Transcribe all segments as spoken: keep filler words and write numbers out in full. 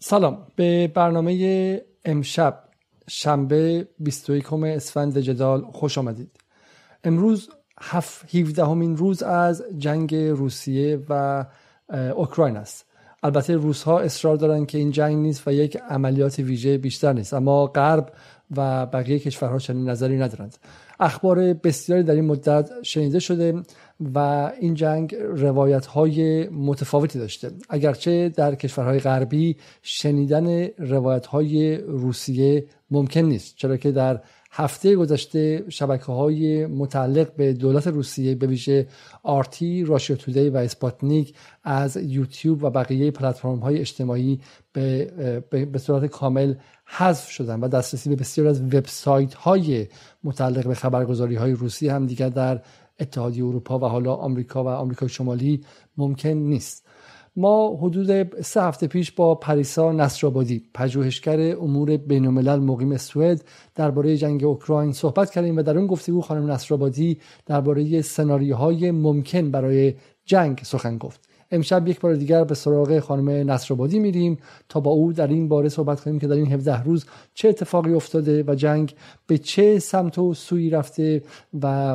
سلام، به برنامه امشب شنبه بیست و یکم اسفند جدال خوش آمدید. امروز هفدهمین روز از جنگ روسیه و اوکراین است. البته روس‌ها اصرار دارند که این جنگ نیست و یک عملیات ویژه بیشتر نیست، اما غرب و بقیه کشورها چنین نظری ندارند. اخبار بسیاری در این مدت شنیده شده و این جنگ روایت‌های متفاوتی داشته، اگرچه در کشورهای غربی شنیدن روایت‌های روسیه ممکن نیست، چرا که در هفته گذشته شبکه‌های متعلق به دولت روسیه به ویژه آرتی، راشیا تودی و اسپاتنیک از یوتیوب و بقیه پلتفرم‌های اجتماعی به به صورت کامل حذف شدن و دسترسی به بسیاری از وبسایت‌های متعلق به خبرگزاری‌های روسی هم دیگر در اتحادیه اروپا و حالا آمریکا و آمریکای شمالی ممکن نیست. ما حدود سه هفته پیش با پریسا نصرآبادی، پژوهشگر امور بین‌الملل مقیم سوئد، درباره جنگ اوکراین صحبت کردیم و در اون گفتگو خانم نصرآبادی درباره سناریوهای ممکن برای جنگ سخن گفت. امشب یک بار دیگر به سراغ خانم نصرآبادی میریم تا با او در این باره صحبت کنیم که در این هفده روز چه اتفاقی افتاده و جنگ به چه سمت و سوی رفته و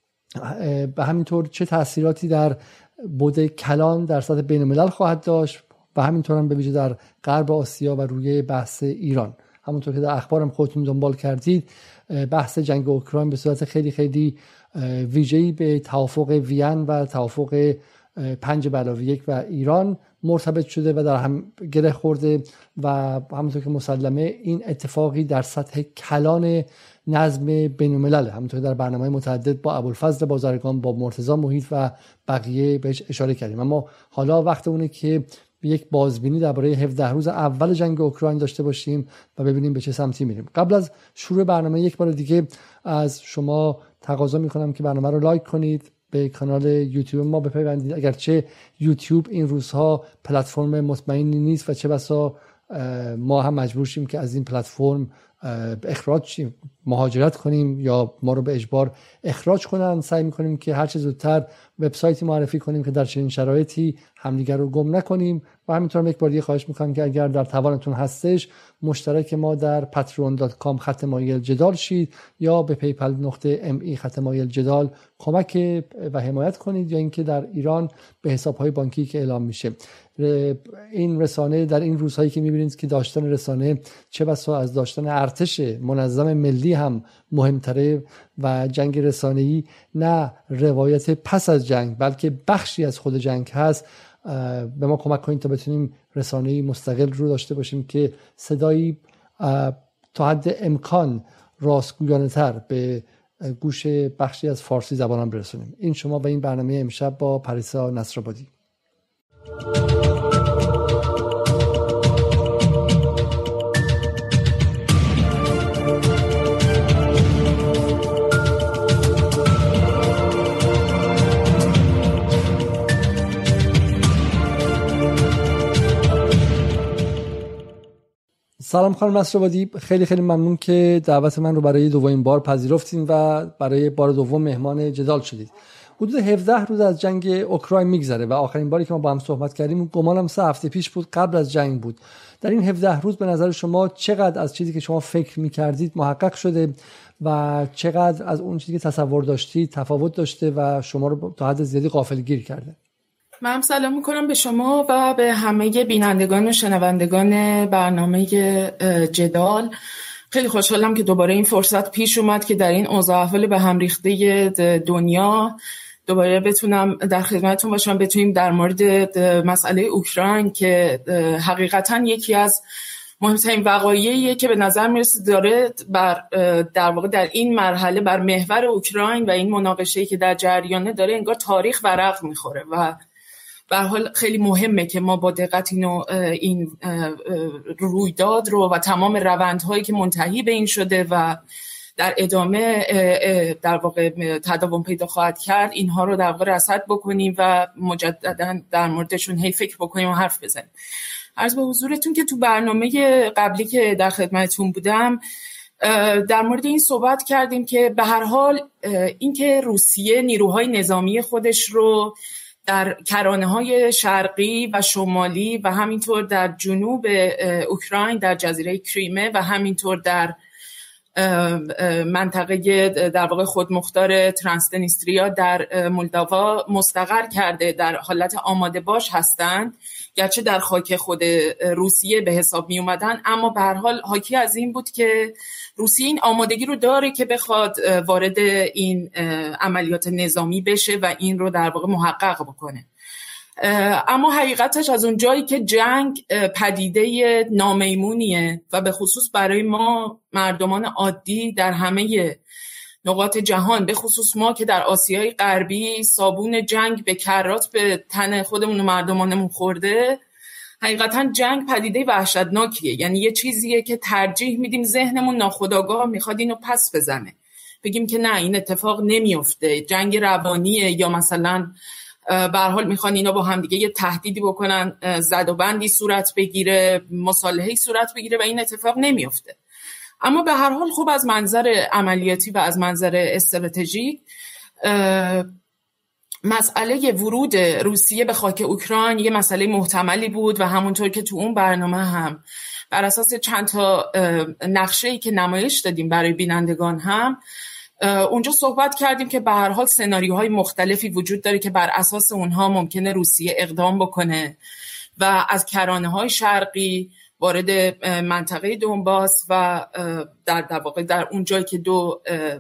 به همینطور چه تأثیراتی در بعد کلان در سطح بین الملل خواهد داشت و همینطور هم به ویژه در غرب آسیا و روی بحث ایران. همونطور که در اخبارم خودتون دنبال کردید، بحث جنگ اوکراین به صورت خیلی خیلی ویژه‌ای به توافق وین و توافق پنج به علاوه یک و ایران مرتبط شده و در هم گره خورده و همونطور که مسلمه این اتفاقی در سطح کلان نظم بین الملل، همونطور در برنامه متعدد با ابوالفضل بازرگان، با مرتضی محیط و بقیه بهش اشاره کردیم. اما حالا وقت اونه که یک بازبینی درباره هفده روز اول جنگ اوکراین داشته باشیم و ببینیم به چه سمتی میریم. قبل از شروع برنامه یک بار دیگه از شما تقاضا میکنم که برنامه رو لایک کنید، به کانال یوتیوب ما بپیوندید، اگرچه یوتیوب این روزها پلتفرم مطمئنی نیست و چه بسا ما هم مجبور شیم که از این پلتفرم اخراج شیم، مهاجرت کنیم یا ما رو به اجبار اخراج کنن. سعی میکنیم که هر چه زودتر وبسایتی معرفی کنیم که در چنین شرایطی همدیگر رو گم نکنیم و همینطور یک بار دیگه خواهش میکنم که اگر در توانتون هستش مشترک ما در پتریون دات کام خط مایل جدال شید یا به پیپل نقطه ام ای خط مایل جدال کمک و حمایت کنید، یا اینکه در ایران به حساب‌های بانکی که اعلام میشه. این رسانه در این روزهایی که میبینید که داشتن رسانه چه بسا از داشتن ارتش منظم ملی هم مهمتره و جنگ رسانه‌ای نه روایت پس از جنگ بلکه بخشی از خود جنگ هست، به ما کمک کنید تا بتونیم رسانه‌ای مستقل رو داشته باشیم که صدایی تا حد امکان راستگویانه تر به گوش بخشی از فارسی زبانان برسونیم. این شما و این برنامه امشب با پریسا نصرآبادی. سلام خانم نصرآبادی، خیلی خیلی ممنون که دعوت من رو برای دومین بار پذیرفتین و برای بار دوم مهمان جدال شدید. حدود هفده روز از جنگ اوکراین میگذره و آخرین باری که ما با هم صحبت کردیم گمانم سه هفته پیش بود، قبل از جنگ بود. در این هفده روز به نظر شما چقدر از چیزی که شما فکر میکردید محقق شده و چقدر از اون چیزی که تصور داشتید تفاوت داشته و شما رو تا حد زیادی غافلگیر کرده؟ من سلام میکنم به شما و به همه بینندگان و شنوندگان برنامه جدال. خیلی خوشحالم که دوباره این فرصت پیش اومد که در این اوضاع احوال به هم ریخته دنیا دوباره بتونم در خدمتتون باشم، بتونیم در مورد مسئله اوکراین که حقیقتا یکی از مهمترین وقایعیه که به نظر میرسه داره بر در واقع در این مرحله بر محور اوکراین و این مناقشه‌ای که در جریانه داره انگار تاریخ ورق میخوره و به هر حال خیلی مهمه که ما با دقت اینو این رویداد رو و تمام روندهایی که منتهی به این شده و در ادامه در واقع تداوم پیدا خواهد کرد اینها رو در واقع رصد بکنیم و مجددا در موردشون هی فکر بکنیم و حرف بزنیم. عرض به حضورتون که تو برنامه قبلی که در خدمتتون بودم در مورد این صحبت کردیم که به هر حال اینکه روسیه نیروهای نظامی خودش رو در کرانه‌های شرقی و شمالی و همینطور در جنوب اوکراین در جزیره کریمه و همینطور در منطقه در واقع خودمختار ترانسنیستریا در مولداوا مستقر کرده، در حالت آماده باش هستند، گرچه در خاک خود روسیه به حساب می اومدن، اما به هر حال حاکی از این بود که روسیه این آمادگی رو داره که بخواد وارد این عملیات نظامی بشه و این رو در واقع محقق بکنه. اما حقیقتش از اون جایی که جنگ پدیده نامیمونیه و به خصوص برای ما مردمان عادی در همه نقاط جهان، به خصوص ما که در آسیای غربی صابون جنگ به کرات به تن خودمون و مردمانمون خورده، حقیقتا جنگ پدیده وحشتناکیه. یعنی یه چیزیه که ترجیح میدیم، ذهنمون ناخودآگاه میخواد اینو پس بزنه، بگیم که نه این اتفاق نمیفته، جنگ روانیه، یا مثلا به هر حال میخوان اینا با هم دیگه یه تهدیدی بکنن، زد و بندی صورت بگیره، مصالحه‌ای صورت بگیره و این اتفاق نمیفته. اما به هر حال خوب از منظر عملیاتی و از منظر استراتژیک مسئله ورود روسیه به خاک اوکراین یه مسئله محتملی بود و همونطور که تو اون برنامه هم بر اساس چند تا نقشه‌ای که نمایش دادیم برای بینندگان هم اونجا صحبت کردیم که به هر حال سناریوهای مختلفی وجود داره که بر اساس اونها ممکنه روسیه اقدام بکنه و از کرانه‌های شرقی وارد منطقه دونباس و در در واقع در اون جایی که دو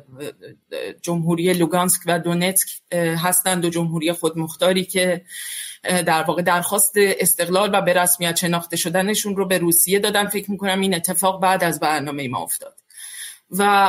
جمهوری لوگانسک و دونتسک هستند، دو جمهوری خودمختاری که در واقع درخواست استقلال و به رسمیت شناخته شدنشون رو به روسیه دادن. فکر می‌کنم این اتفاق بعد از برنامه ما افتاد. و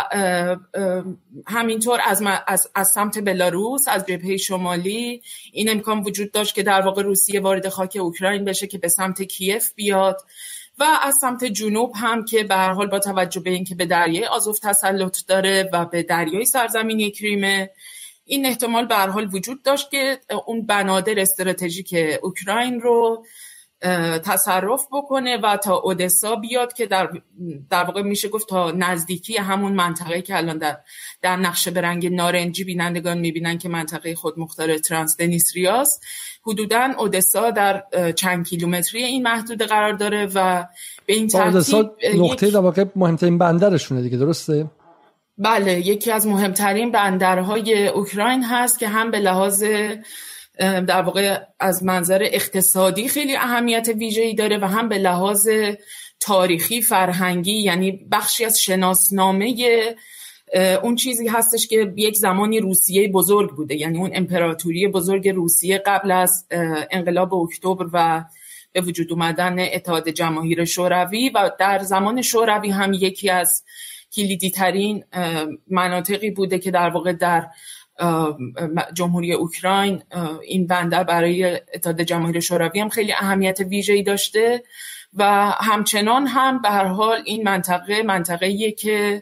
همینطور از, از, از سمت بلاروس، از جبهه شمالی این امکان وجود داشت که در واقع روسیه وارد خاک اوکراین بشه که به سمت کیف بیاد، و از سمت جنوب هم که به هر حال با توجه به اینکه به دریای آزوف تسلط داره و به دریای سرزمینی کریمه، این احتمال به هر حال وجود داشت که اون بنادر استراتژیک اوکراین رو تصرف بکنه و تا اودسا بیاد که در در واقع میشه گفت تا نزدیکی همون منطقه‌ای که الان در در نقشه به رنگ نارنجی بینندگان میبینن که منطقه خودمختار ترانسنیستریاست. حدوداً اودسا در چند کیلومتری این محدوده قرار داره و به این ترتیب نقطه در واقع مهمترین بندرشونه دیگه، درسته؟ بله، یکی از مهمترین بندرهای اوکراین هست که هم به لحاظ در واقع از منظر اقتصادی خیلی اهمیت ویژه‌ای داره و هم به لحاظ تاریخی فرهنگی، یعنی بخشی از شناسنامه اون چیزی هستش که یک زمانی روسیه بزرگ بوده، یعنی اون امپراتوری بزرگ روسیه قبل از انقلاب اکتبر و به وجود اومدن اتحاد جماهیر شوروی، و در زمان شوروی هم یکی از کلیدی ترین مناطقی بوده که در واقع در جمهوری اوکراین این بندر برای اتحاد جماهیر شوروی هم خیلی اهمیت ویژه‌ای داشته و همچنان هم به هر حال این منطقه منطقه‌ایه که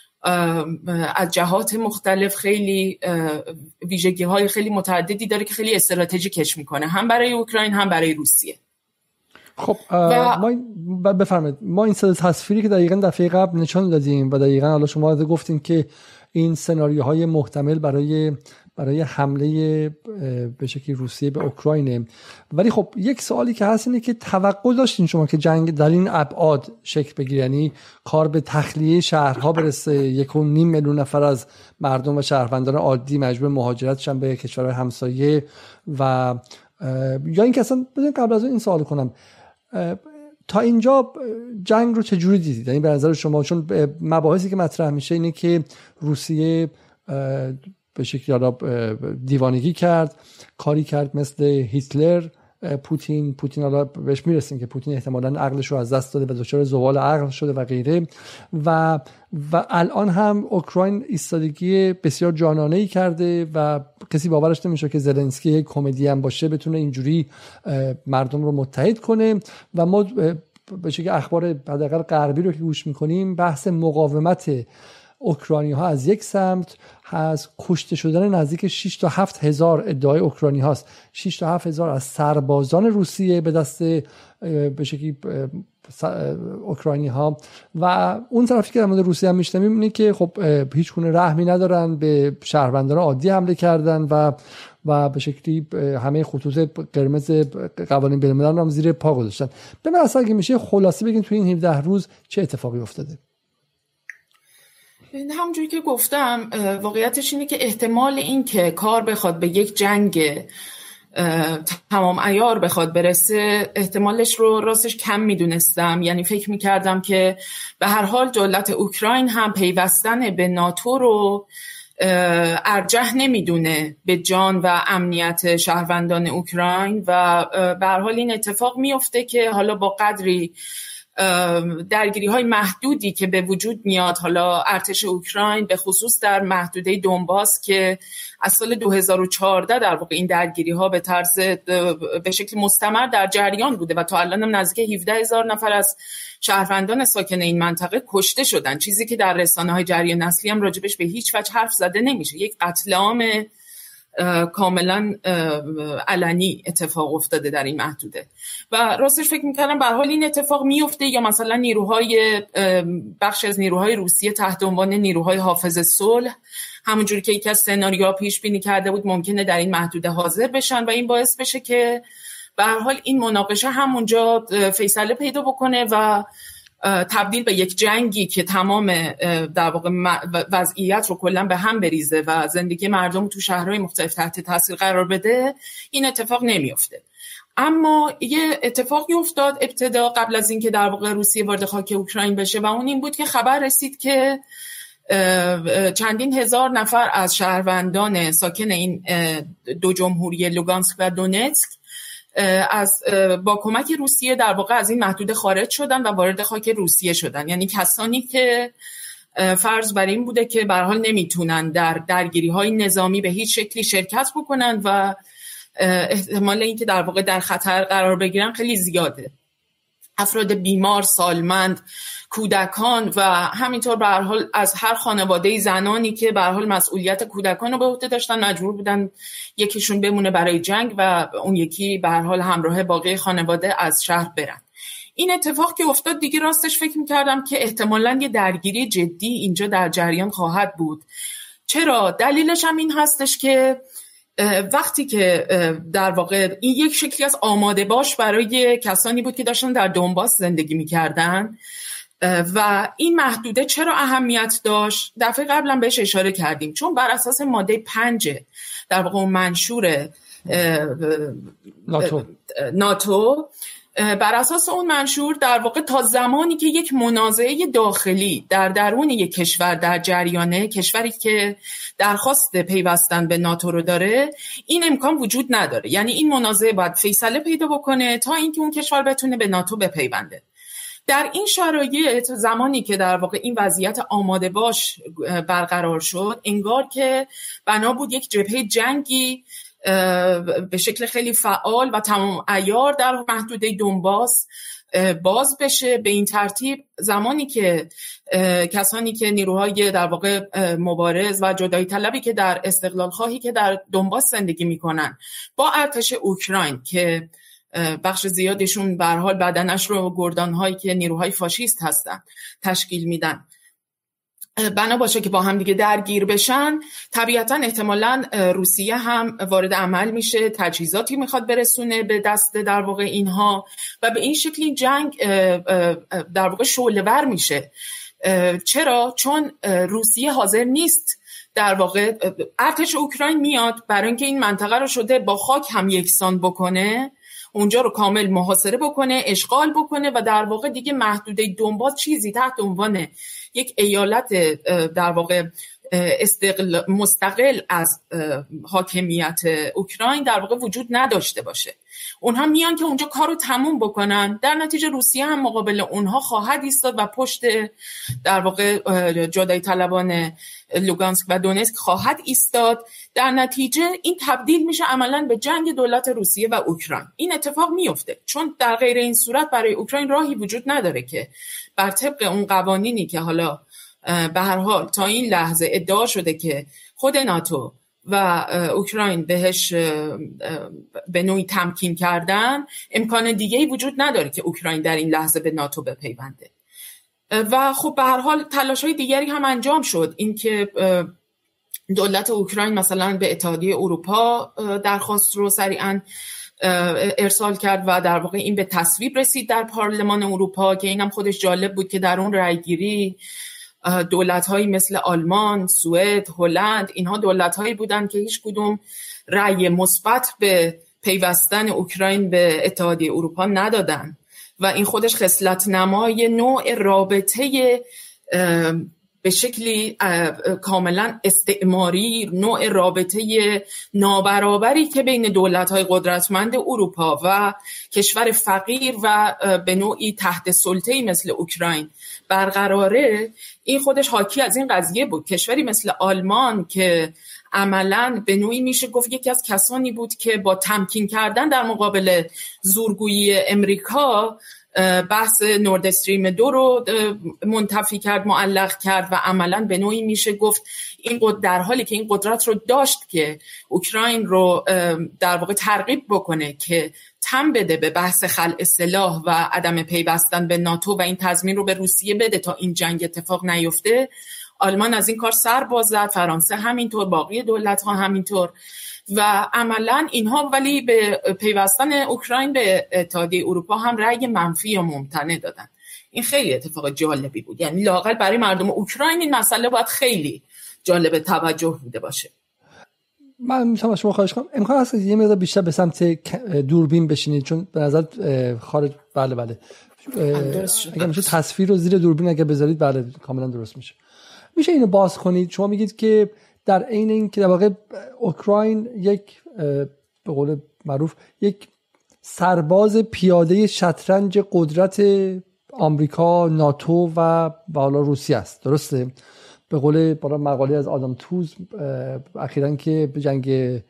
از جهات مختلف خیلی ویژگی‌های خیلی متعددی داره که خیلی استراتژیکش میکنه، هم برای اوکراین هم برای روسیه. خب و... ما بفرمایید، ما این تصویری که دقیقاً دفعه قبل نشان دادیم و دقیقاً حالا شما گفتیم که این سناریوهای محتمل برای برای حمله به شکلی روسیه به اوکراینه، ولی خب یک سوالی که هست اینه که توقع داشتین شما که جنگ در این ابعاد شکل بگیره، یعنی کار به تخلیه شهرها برسه، یک و نیم میلیون نفر از مردم و شهروندان عادی مجبور مهاجرت شدن به کشورهای همسایه، و یا اینکه اصلا بذارین قبل از این سوال کنم، تا اینجا جنگ رو چجوری دیدید؟ یعنی به نظر شما، چون مباحثی که مطرح میشه اینه که روسیه به شکلی دیوانگی کرد، کاری کرد مثل هیتلر، پوتین پوتین حالا بهش میرسیم که پوتین احتمالاً عقلش رو از دست داده و دچار زوال عقل شده و غیره، و و الان هم اوکراین ایستادگی بسیار جانانه‌ای کرده و کسی باورش نمیشه که زلنسکی یک کمدی هم باشه بتونه اینجوری مردم رو متحد کنه. و ما به شکلی اخبار حداقل غربی رو که گوش میکنیم، بحث مقاومت اوکراینی ها از یک سمت هست، کشته شدن نزدیک شش تا هفت هزار ادعای اوکراینی هاست، شش تا هفت هزار از سربازان روسیه به دست به شکلی اوکراینی ها، و اون طرفی که در مورد روسیه هم میشنویم اینه که خب هیچ گونه رحمی ندارن، به شهروندان عادی حمله کردن و و به شکلی همه خطوط قرمز قوانین بین‌الملل هم زیر پا گذاشتن. به من اصلا اگه میشه خلاصه بگین توی این هفده روز چه اتفاقی افتاده؟ همونجوری که گفتم واقعیتش اینه که احتمال این که کار بخواد به یک جنگ تمام عیار بخواد برسه احتمالش رو راستش کم میدونستم. یعنی فکر میکردم که به هر حال دولت اوکراین هم پیوستن به ناتو رو ارجح نمیدونه به جان و امنیت شهروندان اوکراین و به هر حال این اتفاق میفته که حالا با قدری درگیری های محدودی که به وجود میاد، حالا ارتش اوکراین به خصوص در محدوده دونباس که از سال دو هزار و چهارده در واقع این درگیری ها به طرز به شکل مستمر در جریان بوده و تا الان هم نزدیک هفده هزار نفر از شهروندان ساکن این منطقه کشته شدن، چیزی که در رسانه های جریان اصلی هم راجبش به هیچ وجه حرف زده نمیشه. یک قتل عام کاملا علنی اتفاق افتاده در این محدوده و راستش فکر میکردم به هر حال این اتفاق میفته یا مثلا نیروهای بخش از نیروهای روسیه تحت عنوان نیروهای حافظ صلح همونجوری که یکی از سناریوها پیش بینی کرده بود ممکنه در این محدوده حاضر بشن و این باعث بشه که به هر حال این مناقشه همونجا فیصله پیدا بکنه و تبدیل به یک جنگی که تمام در واقع وضعیت رو کلا به هم بریزه و زندگی مردم تو شهرهای مختلف تحت تاثیر قرار بده، این اتفاق نمیفته. اما یه اتفاقی افتاد ابتدا قبل از اینکه در واقع روسیه وارد خاک اوکراین بشه و اون این بود که خبر رسید که چندین هزار نفر از شهروندان ساکن این دو جمهوری لوگانسک و دونتسک از با کمک روسیه در واقع از این محدوده خارج شدن و وارد خاک روسیه شدن. یعنی کسانی که فرض بر این بوده که به هر حال نمیتونن در درگیری‌های نظامی به هیچ شکلی شرکت بکنن و احتمال اینکه در واقع در خطر قرار بگیرن خیلی زیاده. افراد بیمار، سالمند، کودکان و همینطور به هر حال از هر خانواده زنانی که به هر حال مسئولیت کودکان رو به عهده داشتن مجبور بودن یکیشون بمونه برای جنگ و اون یکی به هر حال همراه باقی خانواده از شهر برن. این اتفاق که افتاد دیگه راستش فکر می‌کردم که احتمالاً یه درگیری جدی اینجا در جریان خواهد بود. چرا؟ دلیلش هم این هستش که وقتی که در واقع این یک شکلی از آماده باش برای کسانی بود که داشتن در دونباس زندگی می‌کردن و این محدوده چرا اهمیت داشت؟ دفعه قبلا بهش اشاره کردیم، چون بر اساس ماده پنج در واقع منشور ناتو ناتو بر اساس اون منشور در واقع تا زمانی که یک منازعه داخلی در درون یک کشور در جریانه، کشوری که درخواست پیوستن به ناتو رو داره، این امکان وجود نداره. یعنی این منازعه باید فیصله پیدا بکنه تا اینکه اون کشور بتونه به ناتو بپیونده. در این شرایط زمانی که در واقع این وضعیت آماده باش برقرار شد، انگار که بنا بود یک جبهه جنگی به شکل خیلی فعال و تمام عیار در محدوده دونباس باز بشه. به این ترتیب زمانی که کسانی که نیروهای در واقع مبارز و جدایی طلبی که در استقلال خواهی که در دونباس زندگی میکنن با ارتش اوکراین که بخش زیادشون به هر حال بدنش رو گردان‌هایی که نیروهای فاشیست هستن تشکیل میدن، بنا باشه که با هم دیگه درگیر بشن، طبیعتاً احتمالاً روسیه هم وارد عمل میشه، تجهیزاتی میخواد برسونه به دست در واقع اینها و به این شکل این جنگ در واقع شعله‌ور میشه. چرا؟ چون روسیه حاضر نیست در واقع، ارتش اوکراین میاد برای اینکه این منطقه رو شده با خاک هم یکسان بکنه، اونجا رو کامل محاصره بکنه، اشغال بکنه و در واقع دیگه محدوده دونباس چیزی تحت عنوان یک ایالت در واقع استقل مستقل از حاکمیت اوکراین در واقع وجود نداشته باشه. اونها میان که اونجا کارو تموم بکنن، در نتیجه روسیه هم مقابل اونها خواهد ایستاد و پشت در واقع جدایی طلبان لوگانسک و دونتسک خواهد ایستاد. در نتیجه این تبدیل میشه عملاً به جنگ دولت روسیه و اوکراین. این اتفاق میفته چون در غیر این صورت برای اوکراین راهی وجود نداره که بر طبق اون قوانینی که حالا به هر حال تا این لحظه ادعا شده که خود ناتو و اوکراین بهش به نوعی تمکین کردن، امکان دیگه‌ای وجود نداره که اوکراین در این لحظه به ناتو بپیونده. و خب به هر حال تلاش‌های دیگری هم انجام شد، این که دولت اوکراین مثلا به اتحادیه اروپا درخواست رو سریعاً ارسال کرد و در واقع این به تصویب رسید در پارلمان اروپا که اینم خودش جالب بود که در اون رأیگیری دولت‌هایی مثل آلمان، سوئد، هلند، اینها دولت‌هایی بودن که هیچ کدوم رأی مثبت به پیوستن اوکراین به اتحادیه اروپا ندادن و این خودش خصلت نمای نوع رابطه به شکلی کاملا استعماری، نوع رابطه نابرابری که بین دولت‌های قدرتمند اروپا و کشور فقیر و به نوعی تحت سلطه‌ای مثل اوکراین برقراره. این خودش حاکی از این قضیه بود. کشوری مثل آلمان که عملاً به نوعی میشه گفت یکی از کسانی بود که با تمکین کردن در مقابل زورگویی امریکا بحث نورد استریم دو رو منتفی کرد، معلق کرد و عملاً به نوعی میشه گفت این در حالی که این قدرت رو داشت که اوکراین رو در واقع ترغیب بکنه که تم بده به بحث خلع سلاح و عدم پیوستن به ناتو و این تضمین رو به روسیه بده تا این جنگ اتفاق نیفته، آلمان از این کار سر باز زد، فرانسه همینطور، باقی دولت‌ها همینطور و عملاً اینها ولی به پیوستن اوکراین به اتحادیه اروپا هم رأی منفی یا ممتنع دادن. این خیلی اتفاق جالبی بود، یعنی لااقل برای مردم اوکراین این مسئله باید خیلی جالب توجه بوده باشه. من میتونم از شما خواهش کنم امکان هست یه مقدار بیشتر به سمت دوربین بشینید چون به نظر خارج بله بله اگه میشه تصویر رو زیر دوربین اگه بذارید بله کاملا درست میشه. میشه اینو باز کنید؟ شما میگید که در عین این که در واقع اوکراین یک به قول معروف یک سرباز پیاده شطرنج قدرت آمریکا، ناتو و بالا روسیه است، درسته؟ به قول بالا مقاله از آدم توز اخیراً که جنگ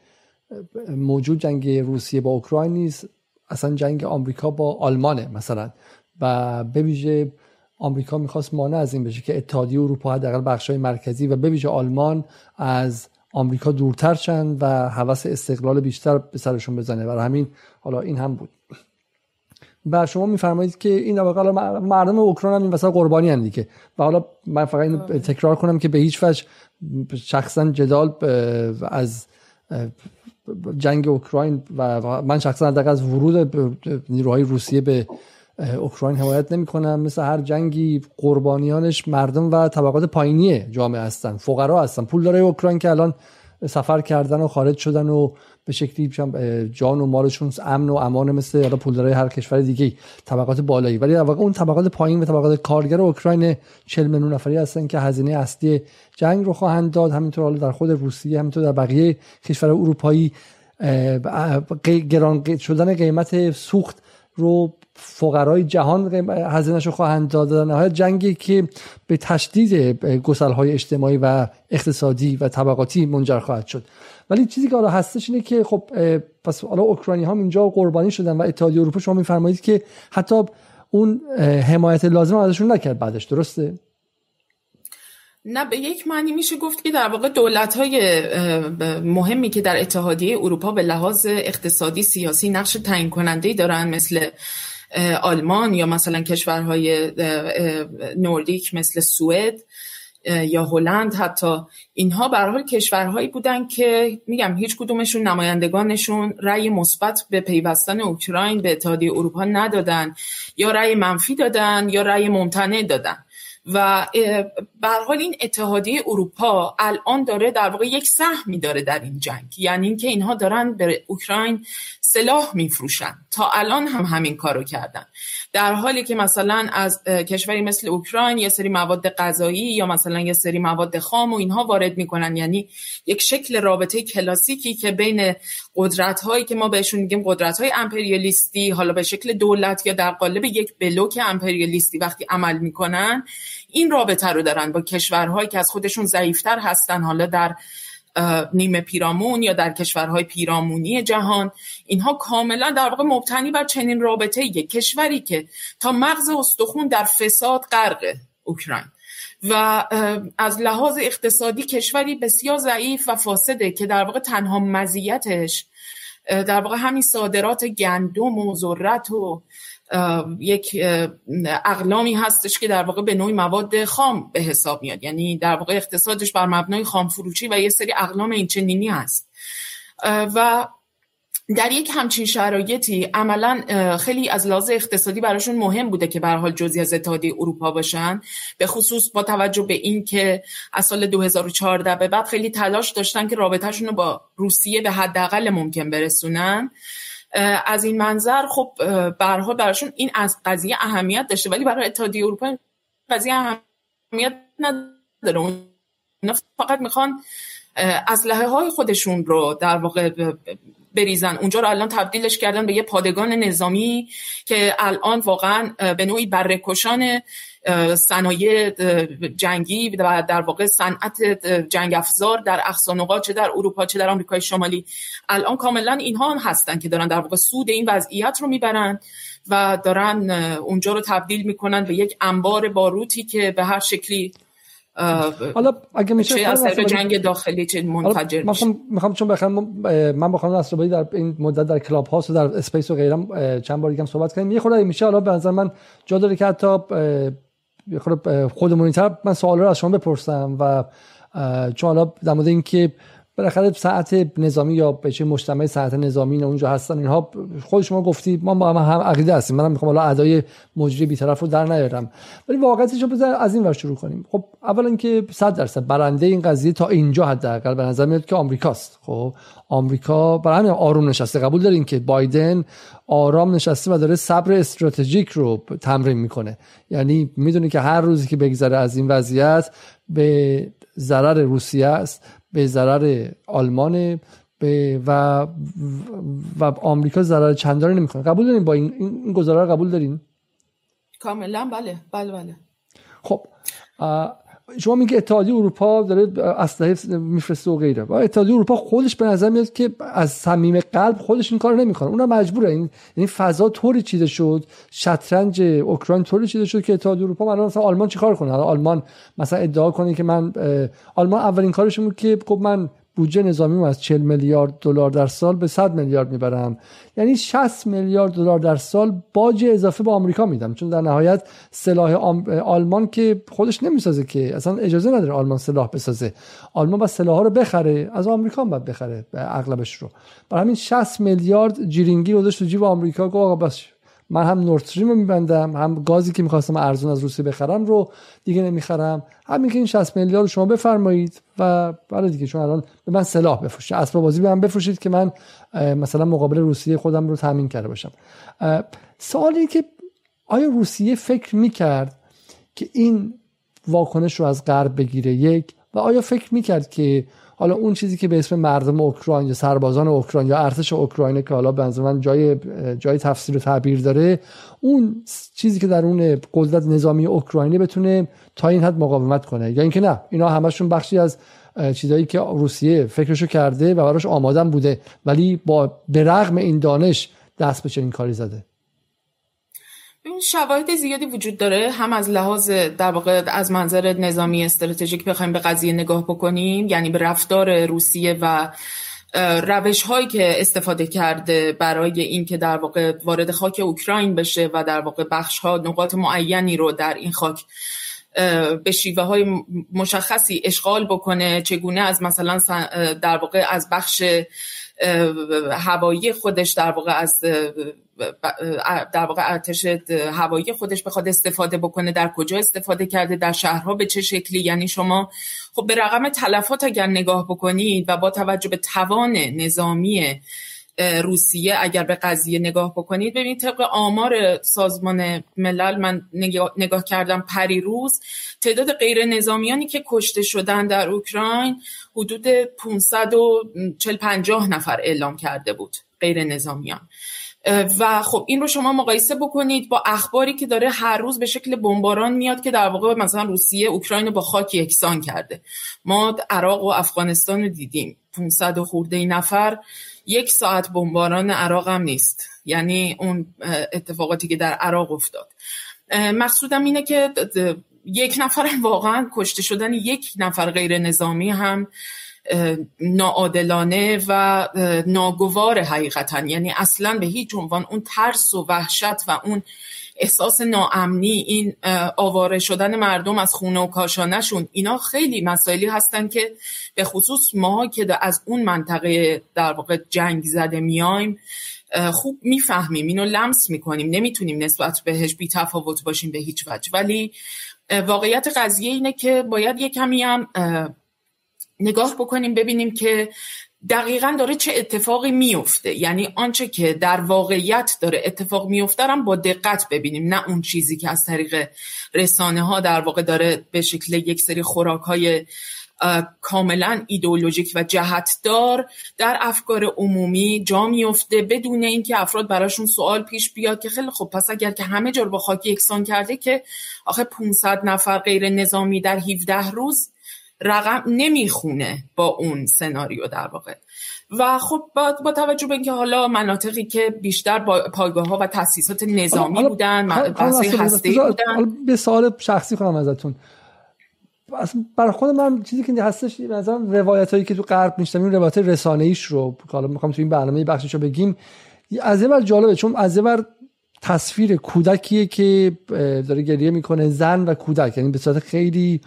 موجود جنگ روسیه با اوکراین نیست، اصلا جنگ آمریکا با آلمانه مثلا و به ویژه آمریکا میخواست مانع از این بشه که اتحادیه اروپا حداقل بخشای مرکزی و به ویژه آلمان از آمریکا دورتر شن و هوس استقلال بیشتر به سرشون بزنه. برای همین حالا این هم بود. و شما میفرمایید که این واقعا مردم اوکراین هم این وسط قربانی ان دیگه. و حالا من فقط اینو تکرار کنم که به هیچ وجه شخصا جدال از جنگ اوکراین و من شخصا حداقل از ورود نیروهای روسیه به اوکراین حمایت نمی‌کنم. مثل هر جنگی قربانیانش مردم و طبقات پایینی جامعه هستن، فقرا هستن، پولدارای اوکراین که الان سفر کردن و خارج شدن و به شکلی جان و مالشون امن و امان مثل حالا پولدارای هر کشور دیگه، طبقات بالایی. ولی در واقع اون طبقات پایین و طبقات کارگر اوکراین چهل میلیون نفری هستن که هزینه اصلی جنگ رو خواهند داد. همینطور حالا در خود روسیه، همینطور در بقیه کشورهای اروپایی گران شدن قیمت سوخت رو فقرای جهان هزینه‌شو خواهند داد. در نهایت جنگی که به تشدید گسل‌های اجتماعی و اقتصادی و طبقاتی منجر خواهد شد. ولی چیزی که حالا هستش اینه که خب پس حالا اوکراینی‌ها اینجا قربانی شدن و اتحادیه اروپا شما می‌فرمایید که حتی اون حمایت لازم ازشون نکرد بعدش، درسته؟ نه، به یک معنی میشه گفت که در واقع دولت‌های مهمی که در اتحادیه اروپا به لحاظ اقتصادی سیاسی نقش تعیین کننده‌ای دارن مثل آلمان یا مثلا کشورهای نوردیک مثل سوئد یا هلند، حتی اینها به هر حال کشورهایی بودن که میگم هیچ کدومشون نمایندگانشون رأی مثبت به پیوستن اوکراین به اتحادیه اروپا ندادن، یا رأی منفی دادن یا رأی ممتنع دادن. و به هر حال این اتحادیه اروپا الان داره در واقع یک سهمی داره در این جنگ، یعنی اینکه اینها دارن به اوکراین سلاح میفروشن، تا الان هم همین کارو کردن، در حالی که مثلا از کشوری مثل اوکراین یه سری مواد غذایی یا مثلا یه سری مواد خام و اینها وارد میکنن. یعنی یک شکل رابطه کلاسیکی که بین قدرت‌هایی که ما بهشون میگیم قدرت‌های امپریالیستی، حالا به شکل دولت یا در قالب یک بلوک امپریالیستی وقتی عمل میکنن، این رابطه رو دارن با کشورهایی که از خودشون ضعیفتر هستن، حالا در نیمه پیرامون یا در کشورهای پیرامونی جهان. اینها کاملا در واقع مبتنی بر چنین رابطه‌ای، کشوری که تا مغز استخوان در فساد غرقه اوکراین و از لحاظ اقتصادی کشوری بسیار ضعیف و فاسده که در واقع تنها مزیتش در واقع همین صادرات گندم و ذرت و یک اقلامی هستش که در واقع به نوعی مواد خام به حساب میاد، یعنی در واقع اقتصادش بر مبنای خام فروشی و یه سری اقلام این چنینی هست و در یک همچین شرایطی عملا خیلی از لحاظ اقتصادی براشون مهم بوده که به هر حال جزئی از اتحادیه اروپا باشن، به خصوص با توجه به این که از سال دو هزار و چهارده به بعد خیلی تلاش داشتن که رابطه‌شون رو با روسیه به حداقل ممکن برسونن. از این منظر خب به هر حال براشون این از قضیه اهمیت داشته، ولی برای اتحادیه اروپا این قضیه اهمیت نداره. اونا فقط میخوان اسلحه های خودشون رو در واقع بریزن. اونجا رو الان تبدیلش کردن به یه پادگان نظامی که الان واقعا به نوعی بره‌کشان صنایع جنگی و در واقع صنعت جنگ افزار در اقصا نقاط چه در اروپا چه در آمریکای شمالی الان کاملا اینها هستن که دارن در واقع سود این وضعیت رو میبرن و دارن اونجا رو تبدیل میکنن به یک انبار باروتی که به هر شکلی حالا اگه میشه چه از طریق جنگ داخلی چه منفجر میشه. من میخوام چون بخوام من با خانم نصرآبادی در این مدت در کلاب هاوس و در اسپیس و غیره چند بار دیگه هم صحبت کردیم، یه خورده میشه حالا به نظر من جا داره که حتی یه خورده خودمونی‌تر من سوالا رو از شما بپرسم و چون حالا در مورد اینکه بالاخره ساعت نظامی یا به چه مجتمع ساعت نظامی اونجا هستن اینها خود شما گفتی ما با هم, هم عقیده هستیم، منم میخوام حالا ادای مجری بی‌طرف رو در نیارم، ولی واقعیتش رو بذار از این ور شروع کنیم. خب اولا که صد درصد برنده این قضیه تا اینجا حداقل به نظر میاد که آمریکاست. خب آمریکا برای همین آروم نشسته، قبول دارین که بایدن آرام نشسته و داره صبر استراتژیک رو تمرین میکنه، یعنی میدونه که هر روزی که بگذره از این وضعیت به ضرر روسیه است، به ضرر آلمان به و و آمریکا ضرر چندانی نمیکنه. قبول دارین با این این گزاره رو قبول دارین؟ کاملا بله بله بله. خب شما میگه اتحادیه اروپا داره اسلحه میفرسته و غیره، و اتحادیه اروپا خودش به نظر میاد که از صمیم قلب خودش این کارو نمیکنه، اونها مجبوره. این یعنی فضا طوری چیده شد، شطرنج اوکراین طوری چیده شد که اتحادیه اروپا مثلا مثلا آلمان چیکار کنه؟ آلمان مثلا ادعا کنه که من آلمان اولین کارش بود که خب من بودجه نظامیمو از چهل میلیارد دلار در سال به صد میلیارد میبرم، یعنی شصت میلیارد دلار در سال باج اضافه به آمریکا میدم، چون در نهایت سلاح آلمان که خودش نمیسازه، که اصلا اجازه نداره آلمان سلاح بسازه، آلمان باید سلاح‌ها رو بخره، از آمریکا هم باید بخره اغلبش رو. برای همین شصت میلیارد جیرینگی گذاشت تو جیب آمریکا، گفت آقا بس من هم نورد استریم رو میبندم، هم گازی که میخواستم ارزون از روسیه بخرم رو دیگه نمیخرم، همین که این شصت میلیارد رو شما بفرمایید و برای دیگه چون الان به من سلاح بفروشید، اسباب بازی به من بفروشید که من مثلا مقابل روسیه خودم رو تامین کرده باشم. سوالی که آیا روسیه فکر میکرد که این واکنش رو از غرب بگیره، یک، و آیا فکر میکرد که حالا اون چیزی که به اسم مردم اوکراین یا سربازان اوکراین یا ارتش اوکراین که حالا به نظر من جای جای تفسیر و تعبیر داره، اون چیزی که در اون قدرت نظامی اوکراینی بتونه تا این حد مقاومت کنه، یا اینکه نه اینا همشون بخشی از چیزایی که روسیه فکرشو کرده و براش آمادن بوده ولی با به رغم این دانش دست به چنین کاری زده؟ این شواهد زیادی وجود داره، هم از لحاظ در واقع از منظر نظامی استراتژیک بخوایم به قضیه نگاه بکنیم، یعنی به رفتار روسیه و روش هایی که استفاده کرده برای اینکه در واقع وارد خاک اوکراین بشه و در واقع بخش ها نقاط معینی رو در این خاک به شیوه های مشخصی اشغال بکنه، چگونه از مثلا در واقع از بخش هوایی خودش در واقع از در واقع ارتش هوایی خودش بخواد استفاده بکنه، در کجا استفاده کرده، در شهرها به چه شکلی. یعنی شما خب به رقم تلفات اگر نگاه بکنید و با توجه به توان نظامی روسیه اگر به قضیه نگاه بکنید، ببینید طبق آمار سازمان ملل من نگاه, نگاه کردم پریروز، تعداد غیر نظامیانی که کشته شدن در اوکراین حدود پانصد و چهل پنجاه نفر اعلام کرده بود غیر نظامیان. و خب این رو شما مقایسه بکنید با اخباری که داره هر روز به شکل بمباران میاد که در واقع مثلا روسیه اوکراین رو با خاک یکسان کرده. ما عراق و افغانستان رو دیدیم، پانصد و خورده نفر، یک ساعت بمباران عراق هم نیست، یعنی اون اتفاقاتی که در عراق افتاد. مقصودم اینه که یک نفر واقعا کشته شدن یک نفر غیر نظامی هم ناعادلانه و ناگوار حقیقتا، یعنی اصلا به هیچ عنوان اون ترس و وحشت و اون احساس ناامنی، این آواره شدن مردم از خونه و کاشانشون، اینا خیلی مسائلی هستن که به خصوص ما که از اون منطقه در واقع جنگ زده میایم خوب میفهمیم، اینو لمس میکنیم، نمیتونیم نسبت بهش بی تفاوت باشیم به هیچ وجه. ولی واقعیت قضیه اینه که باید یک کمی هم نگاه بکنیم ببینیم که دقیقاً داره چه اتفاقی میفته، یعنی آنچه که در واقعیت داره اتفاق میفته هم با دقت ببینیم، نه اون چیزی که از طریق رسانه ها در واقع داره به شکل یک سری خوراک‌های کاملا ایدئولوژیک و جهتدار در افکار عمومی جا میفته بدون اینکه افراد براشون سوال پیش بیاد که خیلی خب پس اگر که همه جا رو با خاک یکسان کرده که آخه پانصد نفر غیر نظامی در هفده روز رقم نمیخونه با اون سناریو در واقع. و خب با, با توجه به اینکه حالا مناطقی که بیشتر با پایگاه‌ها و تأسیسات نظامی حالا بودن، بحث‌های هسته‌ای بودن. به سوال شخصی کنم ازتون، برای خود من چیزی که هستش مثلا روایتایی که تو غرب میشتم، این روایت رسانه‌ایش رو حالا میخوام تو این برنامه بخششو بگیم، از یه ور جالبه چون از یه ور تصویر کودکیه که داره گریه میکنه، زن و کودک، یعنی به صورت خیلی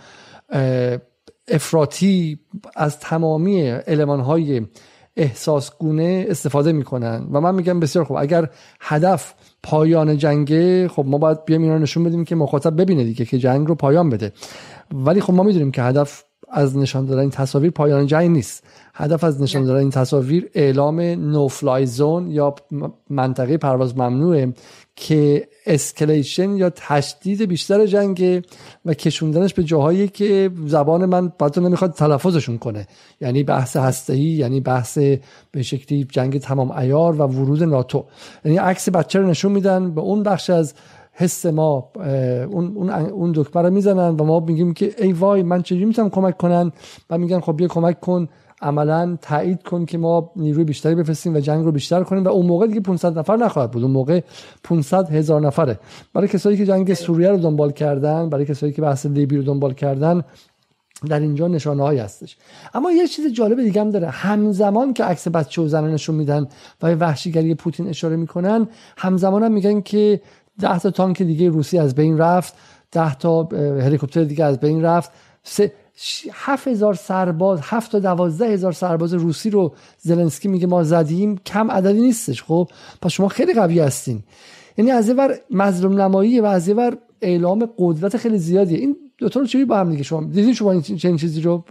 افراطی از تمامی المان‌های احساسگونه استفاده میکنن و من میگم بسیار خوب، اگر هدف پایان جنگه خب ما باید بیایم اینا نشون بدیم که مخاطب ببینه دیگه که جنگ رو پایان بده. ولی خب ما میدونیم که هدف از نشان دادن این تصاویر پایان جنگ نیست. هدف از نشان دادن این تصاویر اعلام نو فلای زون یا منطقه پرواز ممنوعه که اسکلیشن یا تشدید بیشتر جنگ و کشوندنش به جاهایی که زبان من بعد نمیخواد تلفظشون کنه، یعنی بحث هسته‌ای، یعنی بحث به شکلی جنگ تمام عیار و ورود ناتو. یعنی عکس بچه رو نشون میدن، به اون بخش از حس ما اون اون اون دکمه رو میزنن و ما میگیم که ای وای من چجوری میتونم کمک کنن، و میگن خب بیا کمک کن، عملاً تایید کن که ما نیروی بیشتری بفرستیم و جنگ رو بیشتر کنیم. و اون موقع دیگه پانصد نفر نخواهد بود، اون موقع پانصد هزار نفره. برای کسایی که جنگ سوریه رو دنبال کردن، برای کسایی که بحث لیبی رو دنبال کردن، در اینجا نشانه‌هایی هستش. اما یه چیز جالب دیگه هم داره، همزمان که عکس بچه و زن نشون میدن و وحشیگری پوتین اشاره میکنن، همزمان هم میگن که ده تا تانک دیگه روسی از بین رفت، ده تا هلیکوپتر دیگه از بین رفت، سه هفت هزار سرباز، هفت تا دوازده هزار سرباز روسی رو زلنسکی میگه ما زدیم. کم عددی نیستش. خب پس شما خیلی قوی هستین. یعنی از یه ور مظلوم نمایی و از یه ور اعلام قدرت خیلی زیادیه. این دو تا رو چجوری با هم دیگه شما دیدین؟ شما این چنین چیزی رو؟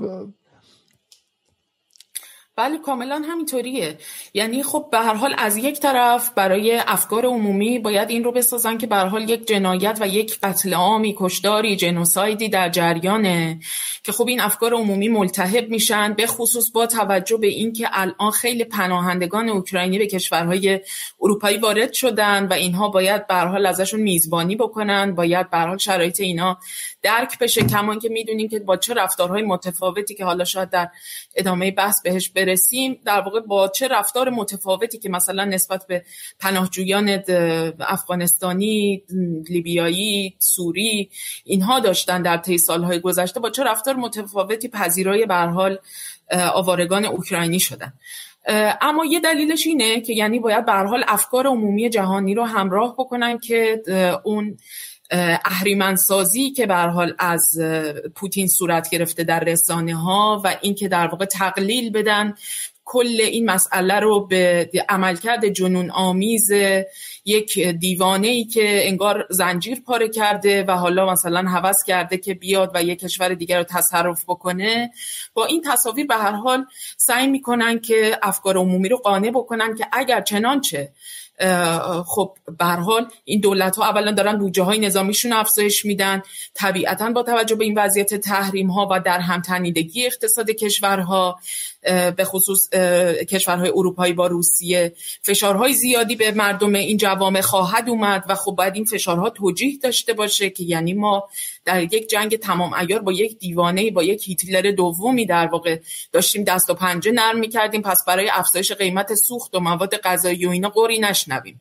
بله کاملا همینطوریه. یعنی خب به هر حال از یک طرف برای افکار عمومی باید این رو بسازن که به هر حال یک جنایت و یک قتل عامی، کشتاری، جنوسایدی در جریانه که خب این افکار عمومی ملتهب میشن، به خصوص با توجه به این که الان خیلی پناهندگان اوکراینی به کشورهای اروپایی وارد شدن و اینها باید به هر حال ازشون میزبانی بکنن، باید به هر حال شرایط اینا درک بشه. کمان که میدونیم که با چه رفتارهای متفاوتی که حالا شاید در ادامه بحث بهش برسیم، در واقع با چه رفتار متفاوتی که مثلا نسبت به پناهجویان افغانستانی، لیبیایی، سوری اینها داشتن در طی سالهای گذشته، با چه رفتار متفاوتی پذیرای به هر حال آوارگان اوکراینی شدن. اما یه دلیلش اینه که یعنی باید به هر حال افکار عمومی جهانی رو همراه بکنن که اون اهریمن‌سازی که به هر حال از پوتین صورت گرفته در رسانه‌ها و این که در واقع تقلیل بدن کل این مسئله رو به عملکرد جنون آمیز یک دیوانه‌ای که انگار زنجیر پاره کرده و حالا مثلا هوس کرده که بیاد و یک کشور دیگر رو تصرف بکنه، با این تصاویر به هر حال سعی میکنن که افکار عمومی رو قانع بکنن که اگر چنانچه خب به هر حال این دولت‌ها اولا دارن بودجه‌های نظامیشون افزایش میدن، طبیعتاً با توجه به این وضعیت تحریم‌ها و در همتنیدگی اقتصاد کشورها به خصوص کشورهای اروپایی با روسیه فشارهای زیادی به مردم این جوامع خواهد اومد و خب باید این فشارها توجیه داشته باشه که یعنی ما در یک جنگ تمام عیار با یک دیوانه، با یک هیتلر دومی در واقع داشتیم دست و پنجه نرم می‌کردیم، پس برای افزایش قیمت سوخت و مواد غذایی و اینا قوری نشنیدیم. نشنویم.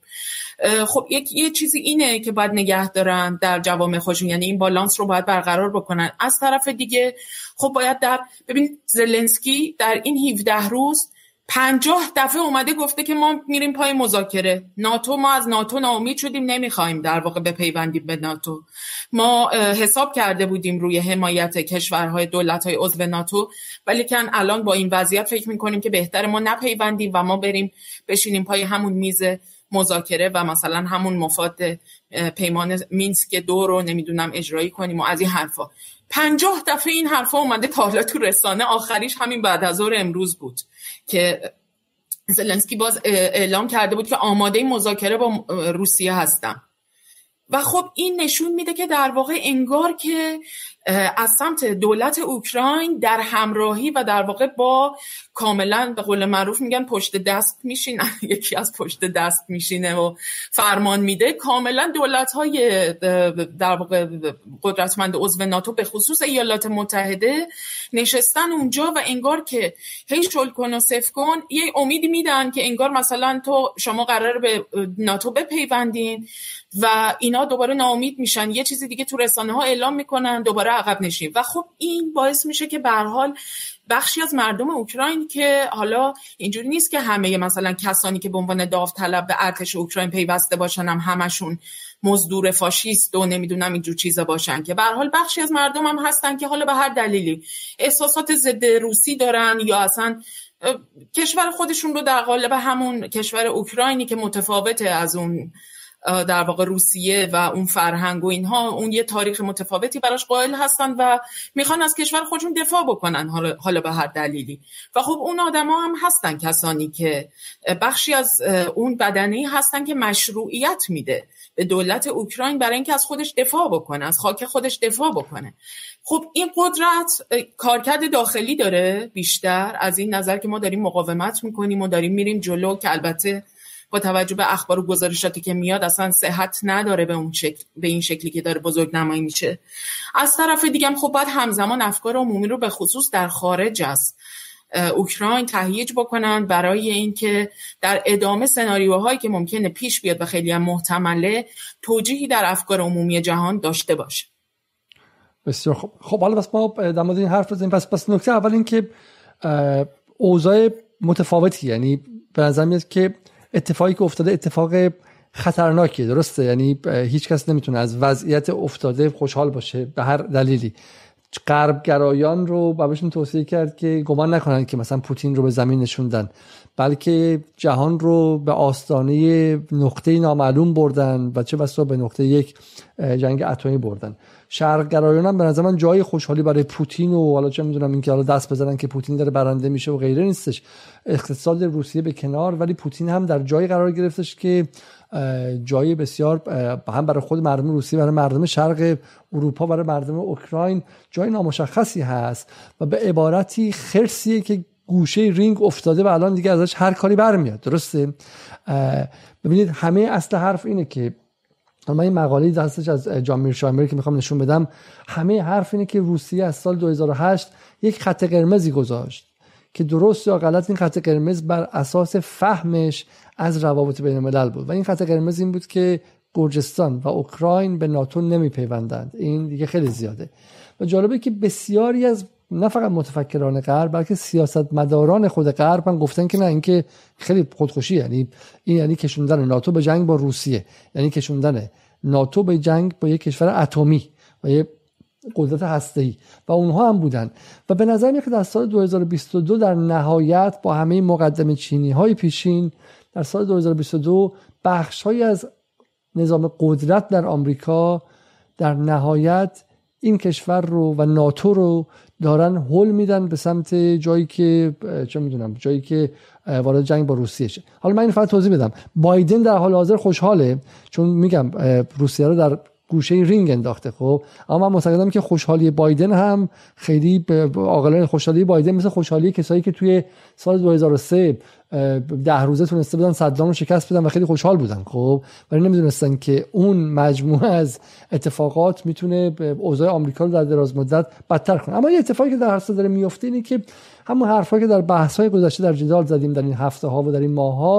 خب یک یه چیزی اینه که باید نگه دارن در جوامع خودشون، یعنی این بالانس رو باید برقرار بکنن. از طرف دیگه خب باید در ببین زلنسکی در این هفده روز پنجاه دفعه اومده گفته که ما میریم پای مذاکره. ناتو، ما از ناتو ناامید شدیم، نمیخوایم در واقع بپیوندیم به ناتو. ما حساب کرده بودیم روی حمایت کشورهای دولت‌های عضو ناتو، ولی که الان با این وضعیت فکر میکنیم که بهتر ما نپیوندیم و ما بریم بشینیم پای همون میز مذاکره و مثلا همون مفاد پیمان مینسک دو رو نمیدونم اجرایی کنیم و از این حرفا. پنجاه دفعه این حرفا اومده تا حالا تو رسانه، آخریش همین بعد از ظهر امروز بود که زلنسکی باز اعلام کرده بود که آماده مذاکره با روسیه هستم. و خب این نشون میده که در واقع انگار که از سمت دولت اوکراین در همراهی و در واقع با کاملا به قول معروف میگن پشت دست میشینه، یکی از پشت دست میشینه و فرمان میده. کاملا دولت‌های در واقع قدرتمند عضو ناتو به خصوص ایالات متحده نشستن اونجا و انگار که هی شل کن و صفر کن، یه امیدی میدن که انگار مثلا تو شما قراره به ناتو بپیوندین و اینا دوباره ناامید میشن، یه چیزی دیگه تو رسانه ها اعلام میکنن، دوباره عقب نشین. و خب این باعث میشه که به هر حال بخشی از مردم اوکراین که حالا اینجوری نیست که همه مثلا کسانی که به عنوان داوطلب به ارتش اوکراین پیوسته باشن هم همشون مزدور فاشیست و نمیدونم اینجور چیزا باشن، که به هر حال بخشی از مردم هم هستن که حالا به هر دلیلی احساسات ضد روسی دارن یا اصلا کشور خودشون رو در قالب همون کشور اوکراینی که متفاوته از اون در واقع روسیه و اون فرهنگ و اینها، اون یه تاریخ متفاوتی براش قائل هستن و میخوان از کشور خودشون دفاع بکنن حالا به هر دلیلی. و خب اون آدما هم هستن کسانی که بخشی از اون بدنه‌ای هستن که مشروعیت میده به دولت اوکراین برای اینکه از خودش دفاع بکنه، از خاک خودش دفاع بکنه. خب این قدرت کارکرد داخلی داره بیشتر از این نظر که ما داریم مقاومت میکنیم و داریم میریم جلو، که البته با توجه به اخبار و گزارشاتی که میاد اصلا صحت نداره به اون شکل، به این شکلی که داره بزرگ نمایی میشه. از طرف دیگه هم خب باید همزمان افکار عمومی رو به خصوص در خارج از اوکراین تهییج بکنن برای اینکه در ادامه سناریوهایی که ممکنه پیش بیاد و خیلی هم محتمله توجیهی در افکار عمومی جهان داشته باشه. بسیار خب. خب حالا بس ما در مورد این حرف بزنیم. پس پس نکته اول این که اوضاع متفاوتی، یعنی به نظر میاد که اتفاقی که افتاده اتفاق خطرناکیه، درسته؟ یعنی هیچ کس نمیتونه از وضعیت افتاده خوشحال باشه به هر دلیلی. غرب گرایان رو بهشون توصیه کرد که گمان نکنن که مثلا پوتین رو به زمین نشوندن، بلکه جهان رو به آستانه نقطه نامعلوم بردن و چه بسا به نقطه یک جنگ اتمی بردن. شرق گرایان هم به نظر من جای خوشحالی برای پوتین و حالا چه میدونم این که حالا دست بزنن که پوتین داره برنده میشه و غیره نیستش. اقتصاد روسیه به کنار، ولی پوتین هم در جای قرار گرفتش که جای بسیار هم برای خود مردم روسیه، برای مردم شرق اروپا، برای مردم اوکراین جای نامشخصی هست و به عبارتی خرسیه که گوشه رینگ افتاده و الان دیگه ازش هر کاری برمیاد، درسته؟ ببینید همه اصل حرف اینه که من این مقاله دستش از جان میرشایمر که میخوام نشون بدم، همه حرف اینه که روسیه از سال دو هزار و هشت یک خط قرمزی گذاشت که درست یا غلط این خط قرمز بر اساس فهمش از روابط بین الملل بود و این خط قرمز این بود که گرجستان و اوکراین به ناتو نمیپیوندند. این دیگه خیلی زیاده و جالبه که بسیاری از نه فقط متفکران غرب بلکه سیاستمداران خود غرب هم گفتن که نه، این که خیلی خودخوشی، یعنی این یعنی کشوندن ناتو به جنگ با روسیه، یعنی کشوندن ناتو به جنگ با یک کشور اتمی و یک قدرت هسته‌ای و اونها هم بودن. و به نظر میاد که در سال دو هزار و بیست و دو در نهایت با همه مقدمه چینی های پیشین در سال دو هزار و بیست و دو بخش‌هایی از نظام قدرت در آمریکا در نهایت این کشور رو و ناتو رو دارن هول میدن به سمت جایی که چه میدونم جایی که وارد جنگ با روسیه شه. حالا من این فقط توضیح بدم، بایدن در حال حاضر خوشحاله چون میگم روسیه رو در گوشه رینگ انداخته. خب اما من معتقدم که خوشحالی بایدن هم خیلی عاقلانه، خوشحالی بایدن مثل خوشحالی کسایی که توی سال دو هزار و سه ده روزه تونسته بودن صدام رو شکست بدن و خیلی خوشحال بودن، خب ولی نمیدونستن که اون مجموعه از اتفاقات میتونه اوضاع آمریکا رو در دراز مدت بدتر کنه. اما یه اتفاقی که در هر داره میفته اینه که همون حرفایی که در بحث‌های گذشته در جدال زدیم در این هفته ها و در این ماه ها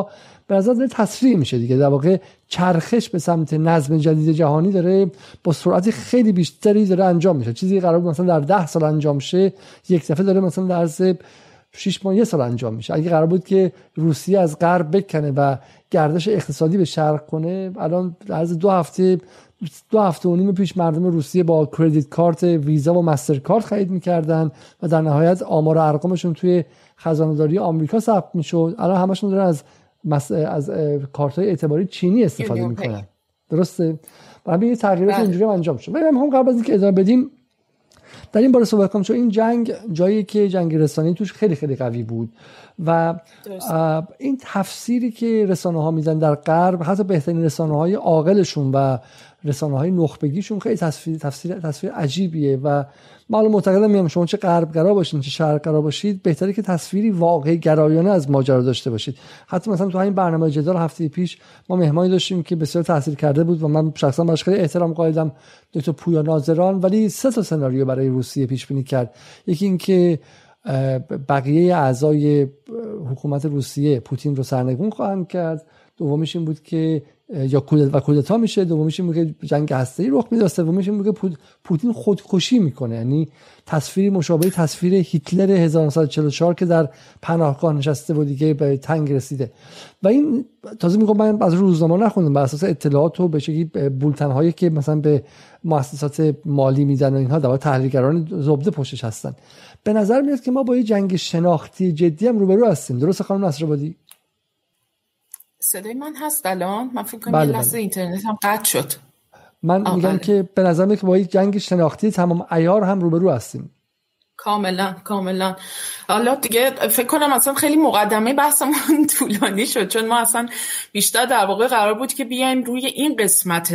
به نظر داره تسریع میشه دیگه. در واقع چرخش به سمت نظم جدید جهانی داره با سرعت خیلی بیشتری داره انجام میشه. چیزی قرار بود مثلا در ده سال انجام شه، یک دفعه داره مثلا در عرض شش ماه یه سال انجام میشه. اگه قرار بود که روسیه از غرب بکنه و گردش اقتصادی به شرق کنه، الان در عرض دو هفته دو هفته و نیم پیش مردم روسیه با کردیت کارت ویزا و مستر کارت خرید میکردن و در نهایت آمار و ارقامشون توی خزانه‌داری آمریکا ثبت میشد. الان همشون دارن از مس... از کارت‌های اعتباری چینی استفاده میکنن. درسته؟ برای این تغییرات اینجوری انجام شد. ولی هم قبل از اینکه ادامه بدیم در این باره صحبت کنم، چون این جنگ جایی که جنگ رسانه‌ای توش خیلی خیلی قوی بود و این تفسیری که رسانه‌ها میدن در غرب، حتی بهترین رسانه‌های عاقلشون و رسانه‌های نخبگیشون خیلی تفسیر تفسیر تصویر عجیبیه و من معتقدم میام شما چه غربگرا باشید چه شرقگرا باشید، بهتره که تصویری واقعی گرایانه از ماجرا داشته باشید. حتی مثلا تو همین برنامه جدال هفته پیش ما مهمانی داشتیم که بسیار تاثیر کرده بود و من شخصا براش خیلی احترام قائلم، دکتر پویا ناظران، ولی سه تا سناریو برای روسیه پیش بینی کرد. یکی این که بقیه اعضای حکومت روسیه پوتین رو سرنگون خواهند کرد، دومیش این بود که یا کودتا و کودتا میشه، دومیش این بود که جنگ هسته‌ای رخ میده، سومیش این بود که پوتین خودکشی میکنه. یعنی تصویری مشابه تصویر هیتلر هزار و نهصد و چهل و چهار که در پناهگاه نشسته و دیگه به تنگ رسیده. و این تازه میگم من از روزنامه نخوندم، بر اساس اطلاعات و به شکلی بولتن هایی که مثلا به مؤسسات مالی میدن و اینها، در واقع تحلیلگران زبده پشتش هستن. به نظر میاد که ما با یه جنگ شناختی جدی هم روبرو هستیم. درسته خانم نصرآبادی؟ صدای من هست الان؟ من فکر کنم بله یه لحظه بله. اینترنت هم قطع شد. من میگم بله. که به نظر میاد که با یک جنگ شناختی تمام عیار هم روبرو هستیم. کاملا کاملا. حالا دیگه فکر کنم اصلا خیلی مقدمه بحثمون طولانی شد، چون ما اصلا بیشتر در واقع قرار بود که بیایم روی این قسمت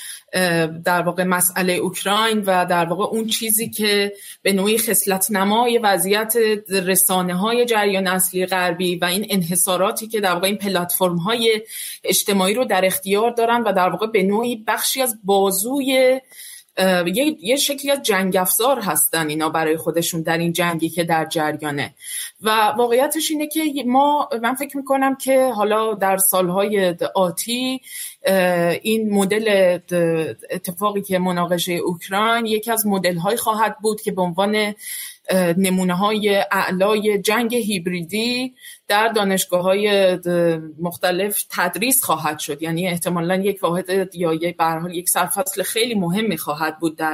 در واقع مسئله اوکراین و در واقع اون چیزی که به نوعی خصلت نمای وضعیت رسانه‌های جریان اصلی غربی و این انحصاراتی که در واقع این پلتفرم‌های اجتماعی رو در اختیار دارن و در واقع به نوعی بخشی از بازوی یه یه شکلی از جنگ افزار هستن اینا برای خودشون در این جنگی که در جریانه. و واقعیتش اینه که ما من فکر میکنم که حالا در سالهای آتی این مدل اتفاقی که مناقشه اوکراین یکی از مدل‌های خواهد بود که به عنوان نمونه‌های اعلای جنگ هیبریدی در دانشگاه‌های مختلف تدریس خواهد شد. یعنی احتمالاً یک واحد یا یک به هر حال یک سرفصل خیلی مهمی خواهد بود در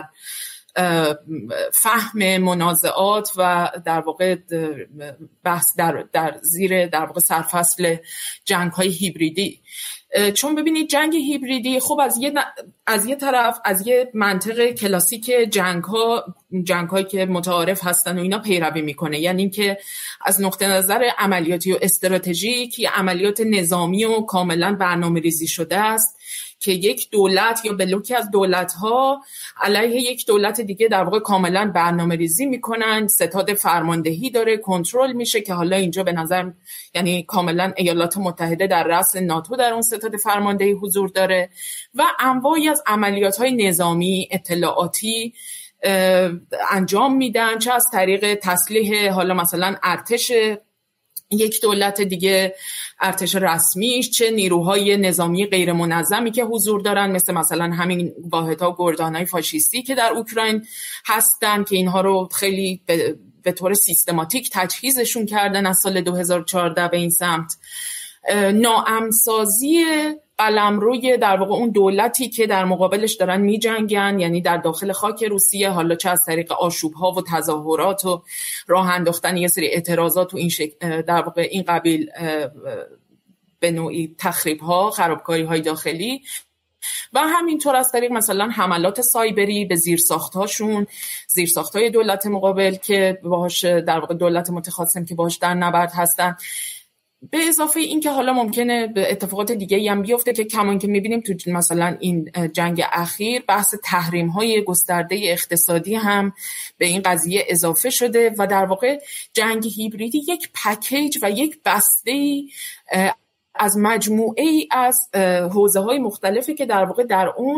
فهم منازعات و در واقع بحث در در زیر در واقع سرفصل جنگ‌های هیبریدی. چون ببینید جنگ هیبریدی خب از یه از یه طرف از یه منطق کلاسیک جنگ‌ها جنگ‌هایی که متعارف هستن و اینا پیروی میکنه، یعنی اینکه از نقطه نظر عملیاتی و استراتژیک یه عملیات نظامی و کاملا برنامه‌ریزی شده است که یک دولت یا بلوکی از دولت‌ها علیه یک دولت دیگه در واقع کاملا برنامه‌ریزی میکنن، ستاد فرماندهی داره، کنترل میشه که حالا اینجا به نظر یعنی کاملا ایالات متحده در رأس ناتو در اون ستاد فرماندهی حضور داره و انواعی از عملیات‌های نظامی اطلاعاتی انجام میدن، چه از طریق تسلیح حالا مثلا ارتش یک دولت دیگه، ارتش رسمیش، چه نیروهای نظامی غیر منظمی که حضور دارن مثل مثلا همین واحدها و گردانهای فاشیستی که در اوکراین هستن که اینها رو خیلی به, به طور سیستماتیک تجهیزشون کردن از سال دو هزار و چهارده به این سمت. ناامن‌سازی قلمروی در واقع اون دولتی که در مقابلش دارن می جنگن، یعنی در داخل خاک روسیه، حالا چه از طریق آشوب‌ها و تظاهرات و راه انداختن یه سری اعتراضات و این شکل در واقع این قبیل به نوعی تخریب‌ها، خرابکاری‌های داخلی و همینطور از طریق مثلا حملات سایبری به زیرساخت‌هاشون، زیرساخت‌های دولت مقابل که باهاش در واقع دولت متخاصم که باهاش در نبرد هستن. به اضافه این که حالا ممکنه به اتفاقات دیگه‌ای هم بیفته که کمان که می‌بینیم تو مثلا این جنگ اخیر بحث تحریم‌های گسترده اقتصادی هم به این قضیه اضافه شده و در واقع جنگ هیبریدی یک پکیج و یک بسته‌ای از مجموعه‌ای از حوزه‌های مختلفی که در واقع در اون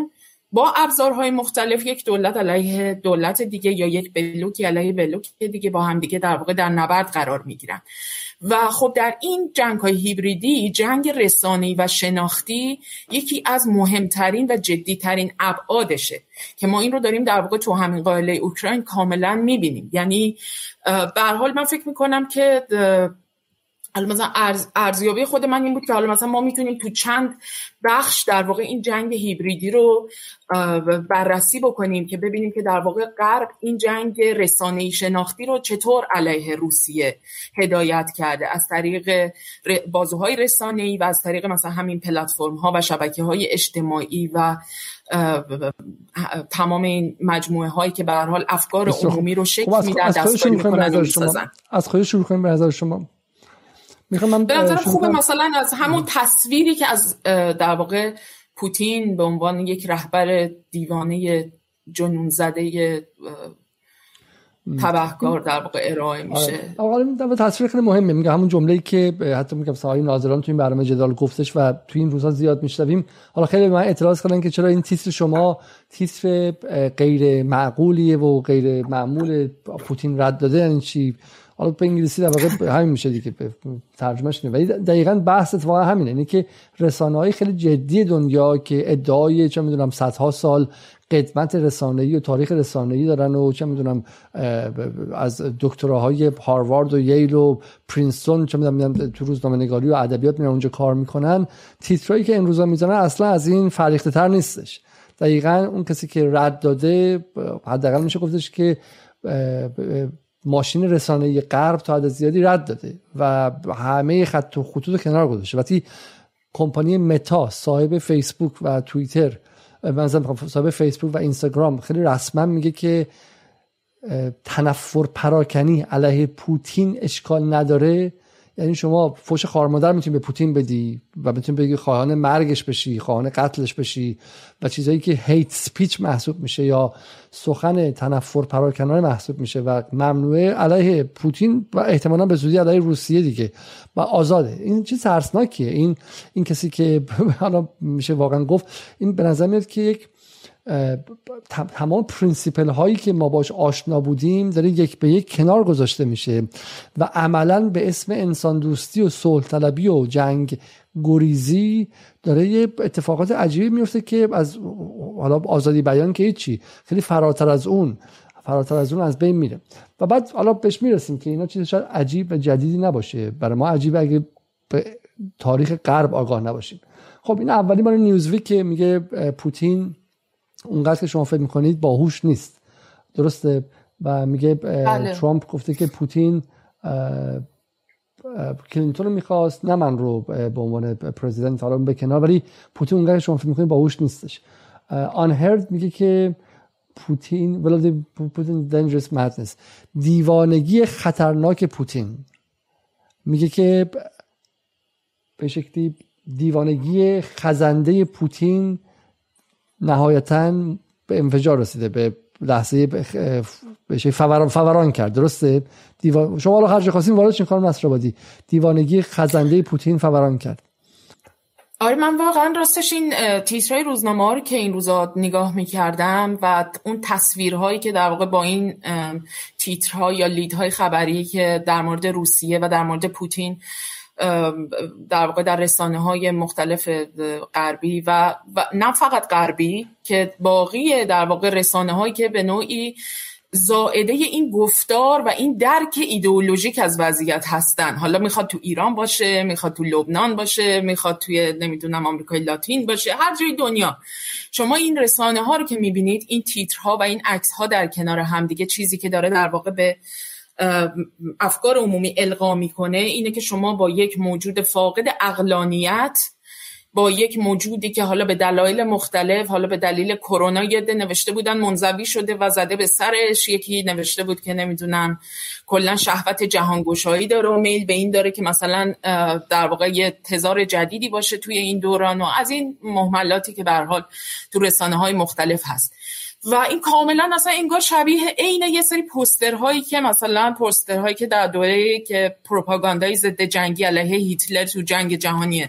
با ابزارهای مختلف یک دولت علیه دولت دیگه یا یک بلوکی علیه بلوک دیگه با هم دیگه در واقع در نبرد قرار میگیرن. و خب در این جنگ‌های هیبریدی، جنگ رسانه‌ای و شناختی یکی از مهمترین و جدیترین ابعادشه که ما این رو داریم در واقع تو همین قائله اوکراین کاملا میبینیم. یعنی به هر حال من فکر میکنم که حالا مثلا ارز، ارزیابی خود من این بود که حالا مثلا ما میتونیم تو چند بخش در واقع این جنگ هیبریدی رو بررسی بکنیم که ببینیم که در واقع غرب این جنگ رسانه‌ای شناختی رو چطور علیه روسیه هدایت کرده از طریق بازوهای رسانه‌ای و از طریق مثلا همین پلتفرم‌ها و شبکه‌های اجتماعی و تمام این مجموعه هایی که به هر حال افکار عمومی رو شکل میدن، دستکاری میکنن و میسازن. از خودش شروع کنیم به نظر شما. میخوام به نظر خوبه مثلا از همون تصویری که از در واقع پوتین به عنوان یک رهبر دیوانه جنون زده تبهکار در واقع ارائه میشه. آقا این تصویر خیلی مهمه. میگم همون جمله‌ای که حتی میگم سایه ناظران تو این برنامه جدال گفتش و تو این روزا زیاد میشنویم. حالا خیلی به من اعتراض کردن که چرا این تیتر شما تیتر غیر معقولیه و غیر معمول، پوتین رد داده، یعنی چی؟ حالا به انگلیسی در واقع همین میشه دیگه، ترجمهش اینه. ولی دقیقاً بحث اتفاقا همینه، اینه که رسانه‌های خیلی جدی دنیا که ادعای چه میدونم صدها سال قدمت رسانه‌ای و تاریخ رسانه‌ای دارن و چه میدونم از دکتراهای هاروارد و ییل و پرینستون چه میدونم تو روزنامه‌نگاری و ادبیات میرن اونجا کار میکنن، تیترایی که این روزا میزنن اصلا از این فریخته‌تر نیستش. دقیقاً اون کسی که رد داده حداقل میشه گفتش که ماشین رسانه‌ای غرب تا حد زیادی رد داده و همه خط و خطوط کنار گذاشته. وقتی کمپانی متا صاحب فیسبوک و توییتر، مثلا صاحب فیسبوک و اینستاگرام، خیلی رسما میگه که تنفر پراکنی علیه پوتین اشکال نداره، یعنی شما فوش خارمادر میتونی به پوتین بدی و میتونی بگی خواهان مرگش بشی، خواهان قتلش بشی و چیزایی که هیت سپیچ محسوب میشه یا سخن تنفر پراکنانه محسوب میشه و ممنوعه علیه پوتین و احتمالاً به زودی علیه روسیه دیگه و آزاده. این چیز ترسناکیه. این این کسی که حالا میشه واقعا گفت، این به نظر میاد که یک تمام پرینسیپل هایی که ما باش آشنا بودیم داره یک به یک کنار گذاشته میشه و عملاً به اسم انسان دوستی و صلح طلبی و جنگ گریزی داره یه اتفاقات عجیبی میفته که از حالا آزادی بیان که هیچی، خیلی فراتر از اون فراتر از اون از بین میره. و بعد حالا بهش میرسیم که اینا چیز شاید عجیب و جدیدی نباشه برای ما، عجیبه اگه به تاریخ غرب آگاه نباشیم. خب این اولی بار نیوزویک که میگه پوتین اونقدر که شما فکر میکنید باهوش نیست، درسته؟ و میگه بله. ترامپ گفته که پوتین کلینتون رو میخواست، نه من رو به عنوان پرزیدنت، حالا به کنار، ولی پوتین اونقدر که شما فکر میکنید باهوش نیستش. آن هرد میگه که پوتین ولادیمیر پوتین dangerous madness، دیوانگی خطرناک پوتین. میگه که به شکلی دیوانگی خزنده پوتین نهایتاً به انفجار رسیده، به لحظه بشه فوران فوران کرد، درسته؟ دیوان... شما رو هر خواستین وارد شین خانم نصرآبادی، دیوانگی خزنده پوتین فوران کرد. آره من واقعا راستش این تیترهای روزنامه‌ها رو که این روزا نگاه می‌کردم و اون تصویرهایی که در واقع با این تیترها یا لیدهای خبری که در مورد روسیه و در مورد پوتین در واقع در رسانه‌های مختلف غربی و, و نه فقط غربی که باقی در واقع رسانه‌هایی که به نوعی زائده این گفتار و این درک ایدئولوژیک از وضعیت هستن، حالا میخواد تو ایران باشه، میخواد تو لبنان باشه، میخواد توی نمیدونم آمریکای لاتین باشه، هر جای دنیا شما این رسانه‌ها رو که میبینید، این تیترها و این عکس‌ها در کنار هم دیگه، چیزی که داره در واقع به افکار عمومی القا میکنه اینه که شما با یک موجود فاقد عقلانیت، با یک موجودی که حالا به دلایل مختلف، حالا به دلیل کرونا یه ده نوشته بودن منزوی شده و زده به سرش، یکی نوشته بود که نمیدونم کلا شهوت جهانگشایی داره و میل به این داره که مثلا در واقع یه تزار جدیدی باشه توی این دوران و از این مهملاتی که به هر حال تو رسانه‌های مختلف هست. و این کاملا اصلا انگار شبیه عین یه سری پوسترهایی که مثلا پوسترهایی که در دوره که پروپاگاندای ضد جنگی علیه هیتلر تو جنگ جهانی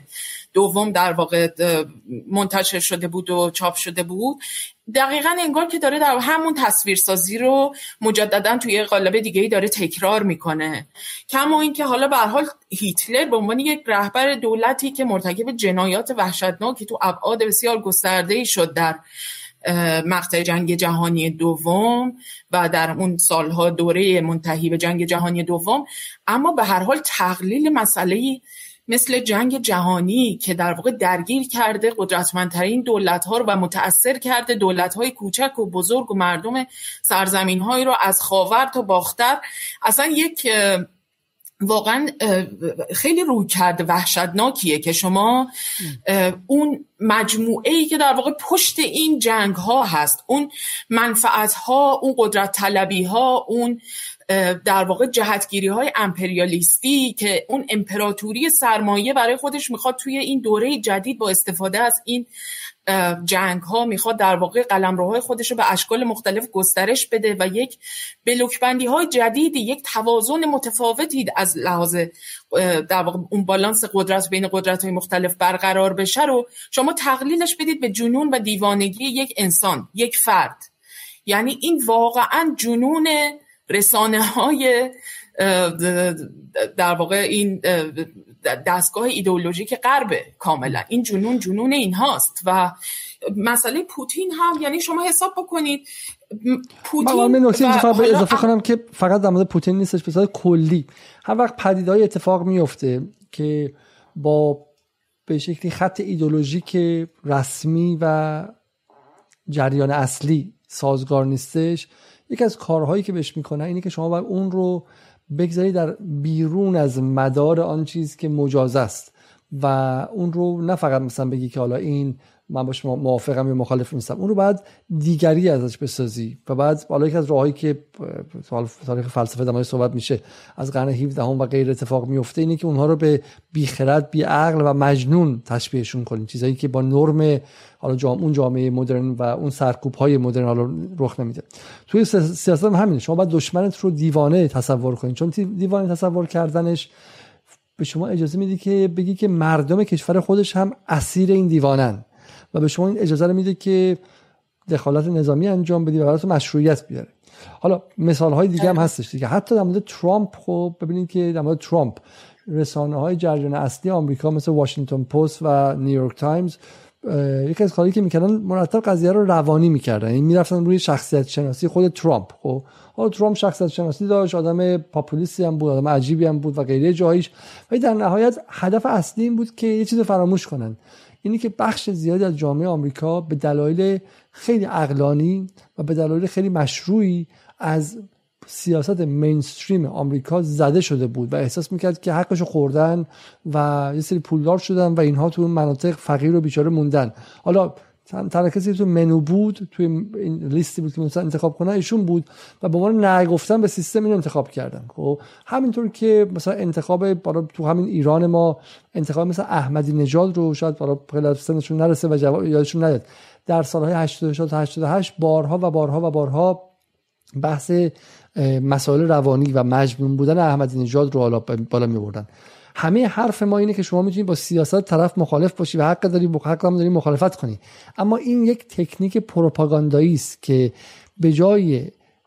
دوم در واقع منتشر شده بود و چاپ شده بود، دقیقاً انگار که داره در همون تصویرسازی رو مجدداً توی قالب دیگه‌ای داره تکرار میکنه. کما این که حالا به هر حال هیتلر به عنوان یک رهبر دولتی که مرتکب جنایات وحشتناکی تو ابعاد بسیار گسترده‌ای شد در مقطع جنگ جهانی دوم و در اون سالها دوره منتهی به جنگ جهانی دوم، اما به هر حال تقلیل مسئله‌ای مثل جنگ جهانی که در واقع درگیر کرده قدرتمندترین دولت‌ها رو و متأثر کرده دولت‌های کوچک و بزرگ و مردم سرزمین‌هایی رو از خاور تا باختر، اصلا یک واقعا خیلی رویکرد وحشتناکیه که شما اون مجموعه‌ای که در واقع پشت این جنگ‌ها هست، اون منفعت‌ها، اون قدرت طلبی‌ها، اون در واقع جهتگیری‌های امپریالیستی که اون امپراتوری سرمایه برای خودش میخواد توی این دوره جدید با استفاده از این جنگ‌ها میخواد در واقع قلمروهای خودش رو به اشکال مختلف گسترش بده و یک بلوک‌بندی‌های جدیدی، یک توازن متفاوتی از لحاظ در واقع اون بالانس قدرت بین قدرت‌های مختلف برقرار بشه رو شما تقلیلش بدید به جنون و دیوانگی یک انسان، یک فرد. یعنی این واقعاً جنون رسانه‌های در واقع این دستگاه ایدئولوژیک غربه، کاملا این جنون جنون این هاست. و مسئله پوتین هم، یعنی شما حساب بکنید پوتین، من نکته اینجا فقط به اضافه کنم که فقط در مورد پوتین نیستش، به صورت کلی هر وقت پدیده‌های اتفاق میفته که با به شکلی خط ایدئولوژیک رسمی و جریان اصلی سازگار نیستش، یکی از کارهایی که بهش میکنه اینه که شما باید اون رو بگذاری در بیرون از مدار آن چیز که مجاز است و اون رو نه فقط مثلا بگی که حالا این من باش موافقم یا مخالف نیستم، اون رو باید دیگری ازش بسازی. و بعد حالا یکی از راهایی که تاریخ فلسفه در موردش صحبت میشه از قرن هفدهم و غیر اتفاق میفته اینه که اونها رو به بیخرد، بی عقل و مجنون تشبیهشون کنیم، چیزایی که با نرم حالا جامعه اون جامعه مدرن و اون سرکوب‌های مدرن حالا رخ نمیده. توی سیاست هم همینه، شما باید دشمنت رو دیوانه تصور کنید، چون دیوانه تصور کردنش به شما اجازه میده که بگی که مردم کشور خودش هم اسیر این دیوانن و به شما این اجازه رو میده که دخالت نظامی انجام بدی و براتون مشروعیت بیاره. حالا مثال‌های دیگه هم هستش دیگه، حتی در مورد ترامپ. خب ببینید که در مورد ترامپ رسانه‌های جریان اصلی آمریکا مثل واشنگتن پست و نیویورک تایمز یکی از کاری که میکردن مرتب قضیه رو روانی میکردن، یعنی میرفتن روی شخصیت شناسی خود ترامپ. خب حالا ترامپ شخصیت شناسی داشت، آدم پاپولیستی هم بود، آدم عجیبی هم بود و غیره جایش، ولی در نهایت هدف اصلی این بود که یه چیز فراموش کنن، اینی که بخش زیادی از جامعه آمریکا به دلایل خیلی عقلانی و به دلایل خیلی مشروعی از سیاست مینستریم آمریکا زده شده بود و احساس میکرد که حقشو خوردن و یه سری پولدار شدن و اینها تو مناطق فقیر و بیچاره موندن. حالا تنها کسی تو منو بود، توی این لیستی بود که مثلا انتخاب کنن ایشون بود و به عنوان نگفتن به سیستم اینو انتخاب کردن. خب همینطور که مثلا انتخاب بالا تو همین ایران ما انتخاب مثلا احمدی نژاد رو شاید بالا خیلی سنشون نرسه و جواب یادشون نیاد، در سالهای هشتاد و شش تا هشتاد و هشت بارها و بارها و بارها بحث مسائل روانی و مجنون بودن احمدی نژاد رو بالا بالا می‌بردن. همه حرف ما اینه که شما میتونید با سیاست طرف مخالف باشی و حق داری حق هم داری مخالفت کنی، اما این یک تکنیک پروپاگاندایی است که به جای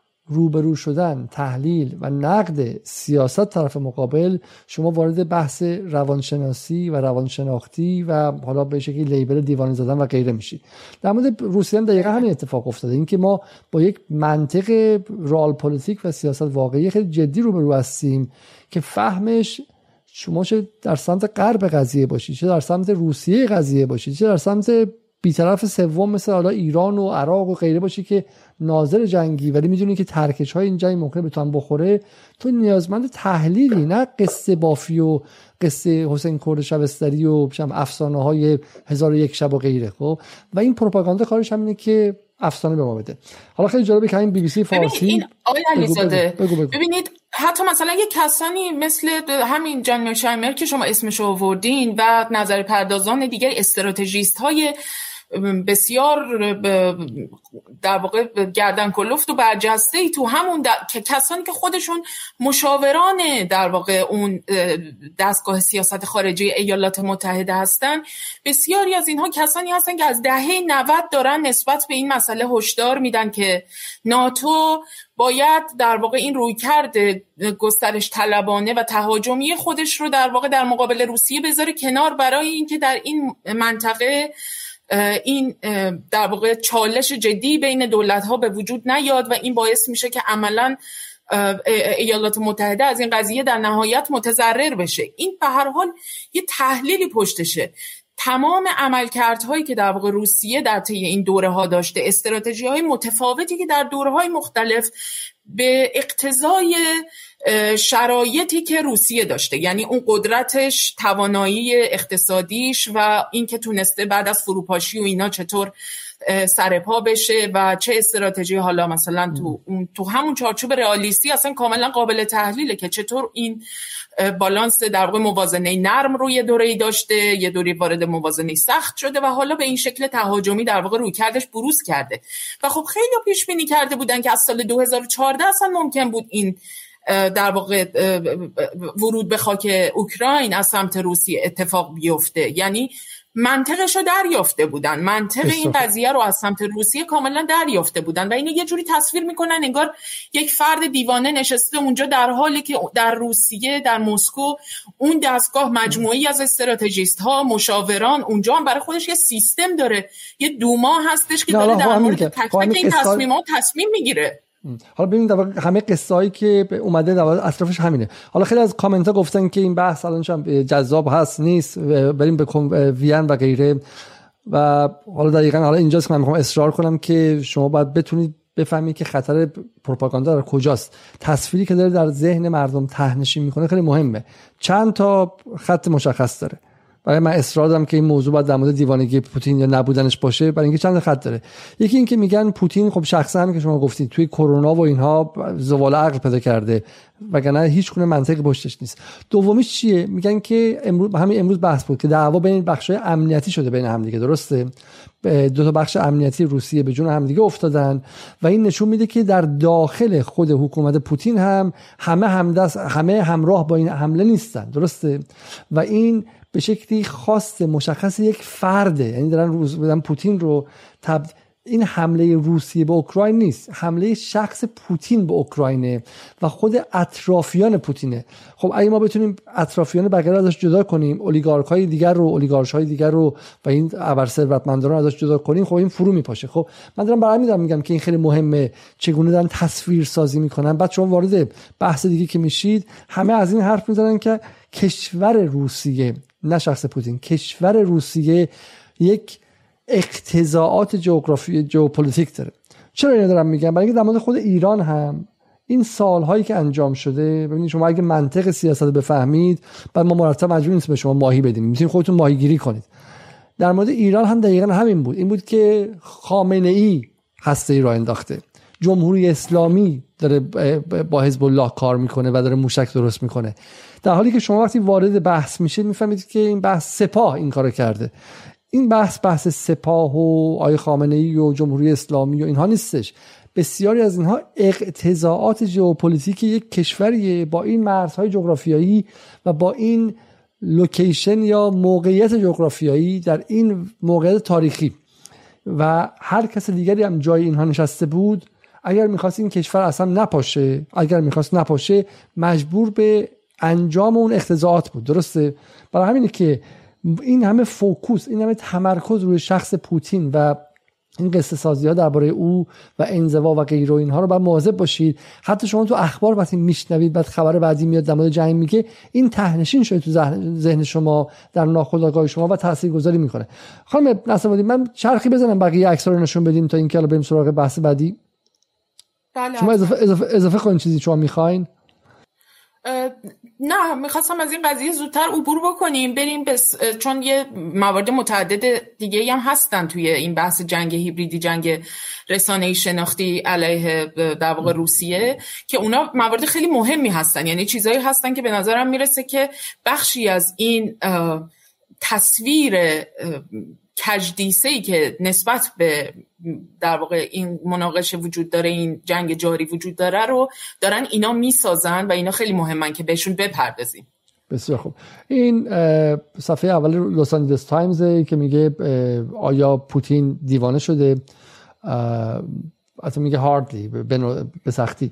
روبرو شدن، تحلیل و نقد سیاست طرف مقابل، شما وارد بحث روانشناسی و روانشناختی و حالا به شکلی لیبل دیوانه زدن و غیره میشی. در مورد روسیه هم دقیقاً همین اتفاق افتاده، اینکه ما با یک منطق رئال پلیتیک و سیاست واقعی خیلی جدی روبرو هستیم که فهمش شما چه در سمت غرب قضیه باشی، چه در سمت روسیه قضیه باشی، چه در سمت بی‌طرف سوم مثل حالا ایران و عراق و غیره باشی که ناظر جنگی، ولی میدونی که ترکش های این جنگ ممکنه به تو هم بخوره، تو نیازمند تحلیلی، نه قصه بافی و قصه حسین کرد شبستری و افسانه های هزار و یک شب و غیره. خب و این پروپاگاندا کارش همینه که افسانه به ما بده. حالا خیلی جالبه که این بی بی سی فارسی این آقای علیزاده ببینید حتی مثلا یک کسانی مثل همین جان میرشایمر که شما اسمش رو آوردین و نظر پردازان دیگر، استراتژیست های بسیار در واقع گردن کلفت و برجسته‌ای تو همون که کسانی که خودشون مشاوران در واقع اون دستگاه سیاست خارجی ایالات متحده هستن، بسیاری از اینها کسانی هستن که از دهه نود دارن نسبت به این مسئله هشدار میدن که ناتو باید در واقع این رویکرد گسترش طلبانه و تهاجمی خودش رو در واقع در مقابل روسیه بذاره کنار، برای اینکه در این منطقه این در واقع چالش جدی بین دولت‌ها به وجود نیاد و این باعث میشه که عملاً ایالات متحده از این قضیه در نهایت متضرر بشه. این به هر حال یه تحلیلی پشتشه. تمام عملکردهایی که در واقع روسیه در طی این دوره‌ها داشته، استراتژی‌های متفاوتی که در دوره‌های مختلف به اقتضای شرایطی که روسیه داشته، یعنی اون قدرتش، توانایی اقتصادیش و این که تونسته بعد از فروپاشی و اینا چطور سرپا بشه و چه استراتژی، حالا مثلا تو تو همون چارچوب رئالیستی اصلا کاملا قابل تحلیله که چطور این بالانس در واقع موازنه نرم روی دوره‌ای داشته، یه دوری وارد موازنه سخت شده و حالا به این شکل تهاجمی در واقع رویکردش بروز کرده. و خب خیلی پیش بینی کرده بودن که از سال دو هزار و چهارده اصلا ممکن بود این در واقع ورود به خاک اوکراین از سمت روسیه اتفاق بیفته، یعنی منطقش رو دریافته بودن، منطق این قضیه رو از سمت روسیه کاملا دریافته بودن و اینو یه جوری تصویر میکنن انگار یک فرد دیوانه نشسته اونجا، در حالی که در روسیه، در مسکو، اون دستگاه مجموعی از استراتژیست ها، مشاوران اونجا هم برای خودش یه سیستم داره، یه دوما هستش که داره در مورد تک تک این تصمیمات تصمیم میگیره. حالا ببینید همه قصه‌ای که اومده در اطرافش همینه. حالا خیلی از کامنت ها گفتن که این بحث الانش هم جذاب هست نیست، بریم به وین و غیره. و حالا دقیقاً حالا اینجاست که من میخوام اصرار کنم که شما باید بتونید بفهمید که خطر پروپاگاندا در کجاست. تصویری که داره در ذهن مردم تهنشین میکنه خیلی مهمه. چند تا خط مشخص داره. برای من اصرار دارم که این موضوع باید در مورد دیوانگی پوتین یا نبودنش باشه، برای اینکه چند خط داره. یکی این که میگن پوتین خب شخصا همین که شما گفتید توی کرونا و اینها زوال عقل پیدا کرده، وگرنه هیچ گونه منطقی پشتش نیست. دومیش چیه؟ میگن که امروز همین امروز بحث بود که دعوا بین بخش‌های امنیتی شده بین هم دیگه، درسته؟ دو تا بخش امنیتی روسیه به جون هم دیگه افتادن و این نشون میده که در داخل خود حکومت پوتین هم همه همدست همه همراه با این حمله نیستن، درسته؟ و این به شکلی خاص مشخص یک فرده، یعنی دارن روز بدن پوتین رو تبد... این حمله روسیه به اوکراین نیست، حمله شخص پوتین به اوکراینه و خود اطرافیان پوتینه. خب اگه ما بتونیم اطرافیان بقیه رو ازش جدا کنیم، اولیگارک‌های دیگر رو اولیگارش‌های دیگر رو و این ابر ثروتمندان رو ازش جدا کنیم، خب این فرو میپاشه. خب من دارم برای میدارم میگم که این خیلی مهمه چگونه دارن تصویر سازی میکنن. بعد شما وارد بحث دیگه که میشید همه از این حرف میزنن که کشور روسیه، نه شخص پوتین، کشور روسیه یک اقتضاعات جغرافی ژئوپلیتیک داره. چرا اینو دارم میگم؟ برای اینکه در مورد خود ایران هم این سالهایی که انجام شده، ببینید شما اگه منطق سیاست رو بفهمید، بعد ما مرتب مجبور نیست به شما ماهی بدیم، میتونید خودتون ماهیگیری کنید. در مورد ایران هم دقیقاً همین بود. این بود که خامنه ای هسته ای را انداخته، جمهوری اسلامی داره با حزب الله کار میکنه و داره موشک درست میکنه، در حالی که شما وقتی وارد بحث میشید میفهمید که این بحث سپاه این کارو کرده. این بحث بحث سپاه و آیه خامنه ای و جمهوری اسلامی و اینها نیستش. بسیاری از اینها اقتضاعات ژئوپلیتیک یک کشوریه با این مرزهای جغرافیایی و با این لوکیشن یا موقعیت جغرافیایی در این موقعیت تاریخی. و هر کس دیگری هم جای اینها نشسته بود، اگر میخواست این کشور اصلا نپاشه، اگر میخواست نپاشه مجبور به انجام اون اقتضاعات بود، درسته؟ برای همینه که این همه فوکوس، این همه تمرکز روی شخص پوتین و این قصه سازی ها درباره او و انزوا و غیره و اینها رو باید مواظب باشید. حتی شما تو اخبار وقتی میشنوید بعد خبر بعدی میاد در مورد جنگ میگه، این تهنشین شده تو ذهن شما، در ناخودآگاه شما و تاثیرگذاری میکنه. خانم نصرآبادی، من چرخی بزنم بقیه عکس‌ها رو نشون بدیم تا اینکه الان بریم سراغ بحث بعدی. بله. شما اضافه اضافه, اضافه کنید چیزی شما میخواین؟ نه، میخواستم از این قضیه زودتر عبور بکنیم بریم بس، چون یه موارد متعدد دیگه هم هستن توی این بحث جنگ هیبریدی، جنگ رسانه‌ای شناختی علیه در واقع روسیه، که اونا موارد خیلی مهمی هستن. یعنی چیزایی هستن که به نظرم میرسه که بخشی از این تصویر کجدیسه‌ای که نسبت به در واقع این مناقشه وجود داره، این جنگ جاری وجود داره رو دارن اینا میسازن و اینا خیلی مهمن که بهشون بپردازیم. بسیار خوب. این صفحه اول لس آنجلس تایمز که میگه آیا پوتین دیوانه شده، حتی میگه هاردلی، به سختی،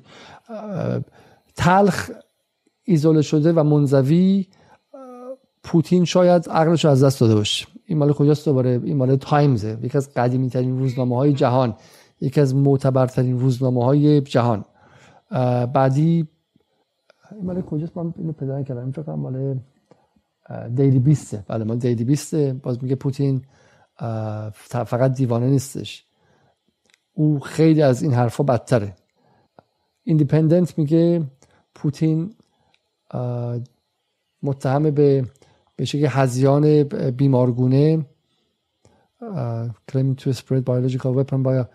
تلخ، ایزوله شده و منزوی، پوتین شاید عقلش رو از دست داده باشه. این مال کجاست دوباره؟ این مال تایمزه، یکی از قدیمی ترین روزنامه های جهان، یکی از معتبرترین روزنامه های جهان. بعدی این مال کجاست؟ من اینو پیدا کردم، فکر کنم مال دیلی بیسته. بله مال دیلی بیسته. باز میگه پوتین فقط دیوانه نیستش، او خیلی از این حرفا بدتره. ایندیپندنت میگه پوتین متهم به به شکل هذیان بیمارگونه، claiming to spread biological weapon by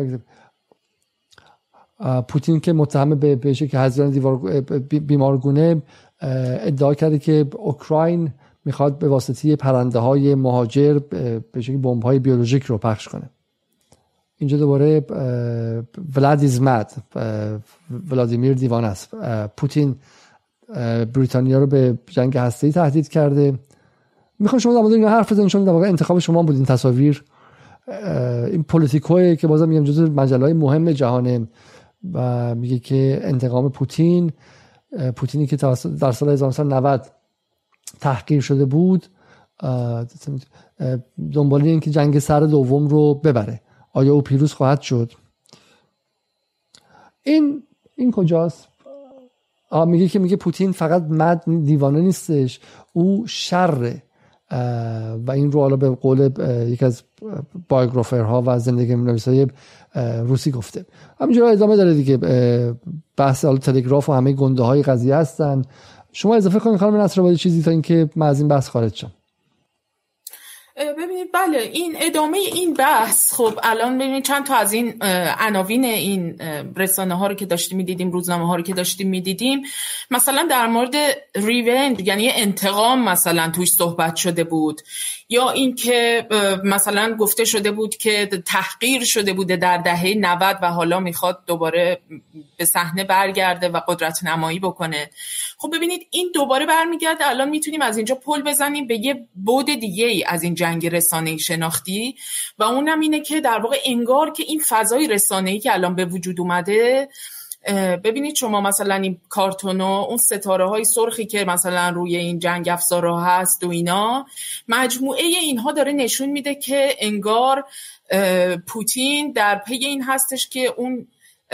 پوتین که متهم به به شکل هذیان بیمارگونه ادعا کرده که اوکراین میخواد به واسطه پرنده های مهاجر به شکل بمب های بیولوژیک رو پخش کنه. اینجا دوباره ولاد از مد، ولادیمیر دیوانه است. پوتین بریتانیا رو به جنگ هسته‌ای تهدید کرده. میخوام شما در مورد این حرف بزنید، چون در واقع انتخاب شما بود این تصاویر. این پولیتیکوی که بازم میگم جزو مجله‌های مهم جهانه و میگه که انتقام پوتین، پوتینی که در سال هزار و نهصد و نود تحقیر شده بود، دنبال این که جنگ سر دوم رو ببره. آیا او پیروز خواهد شد؟ این این کجاست؟ آه میگه که میگه پوتین فقط مد دیوانه نیستش، او شره. و این رو حالا به قول یک از بایوگرافرها و زندگی نویسای روسی گفته. همینجوری ادامه داره دیگه. بحث حالا تلگراف و همه گنده های قضیه هستن. شما اضافه کنید خانم نصرآبادی چیزی تا اینکه من از این بحث خارج شم. ببینید بله، این ادامه این بحث. خب الان ببینید چند تا از این عناوین این رسانه ها رو که داشتیم میدیدیم، روزنامه ها رو که داشتیم میدیدیم، مثلا در مورد ریونج یعنی انتقام مثلا توش صحبت شده بود، یا این که مثلا گفته شده بود که تحقیر شده بوده در دهه نود و حالا میخواد دوباره به صحنه برگرده و قدرت نمایی بکنه. خب ببینید این دوباره برمیگرده. الان میتونیم از اینجا پل بزنیم به یه بعد دیگه ای از این جنگ رسانه‌ای شناختی و اونم اینه که در واقع انگار که این فضای رسانه‌ای که الان به وجود اومده، ببینید شما مثلا این کارتونو، اون ستاره های سرخی که مثلا روی این جنگ افزارها هست و اینا، مجموعه اینها داره نشون میده که انگار پوتین در پی این هستش که اون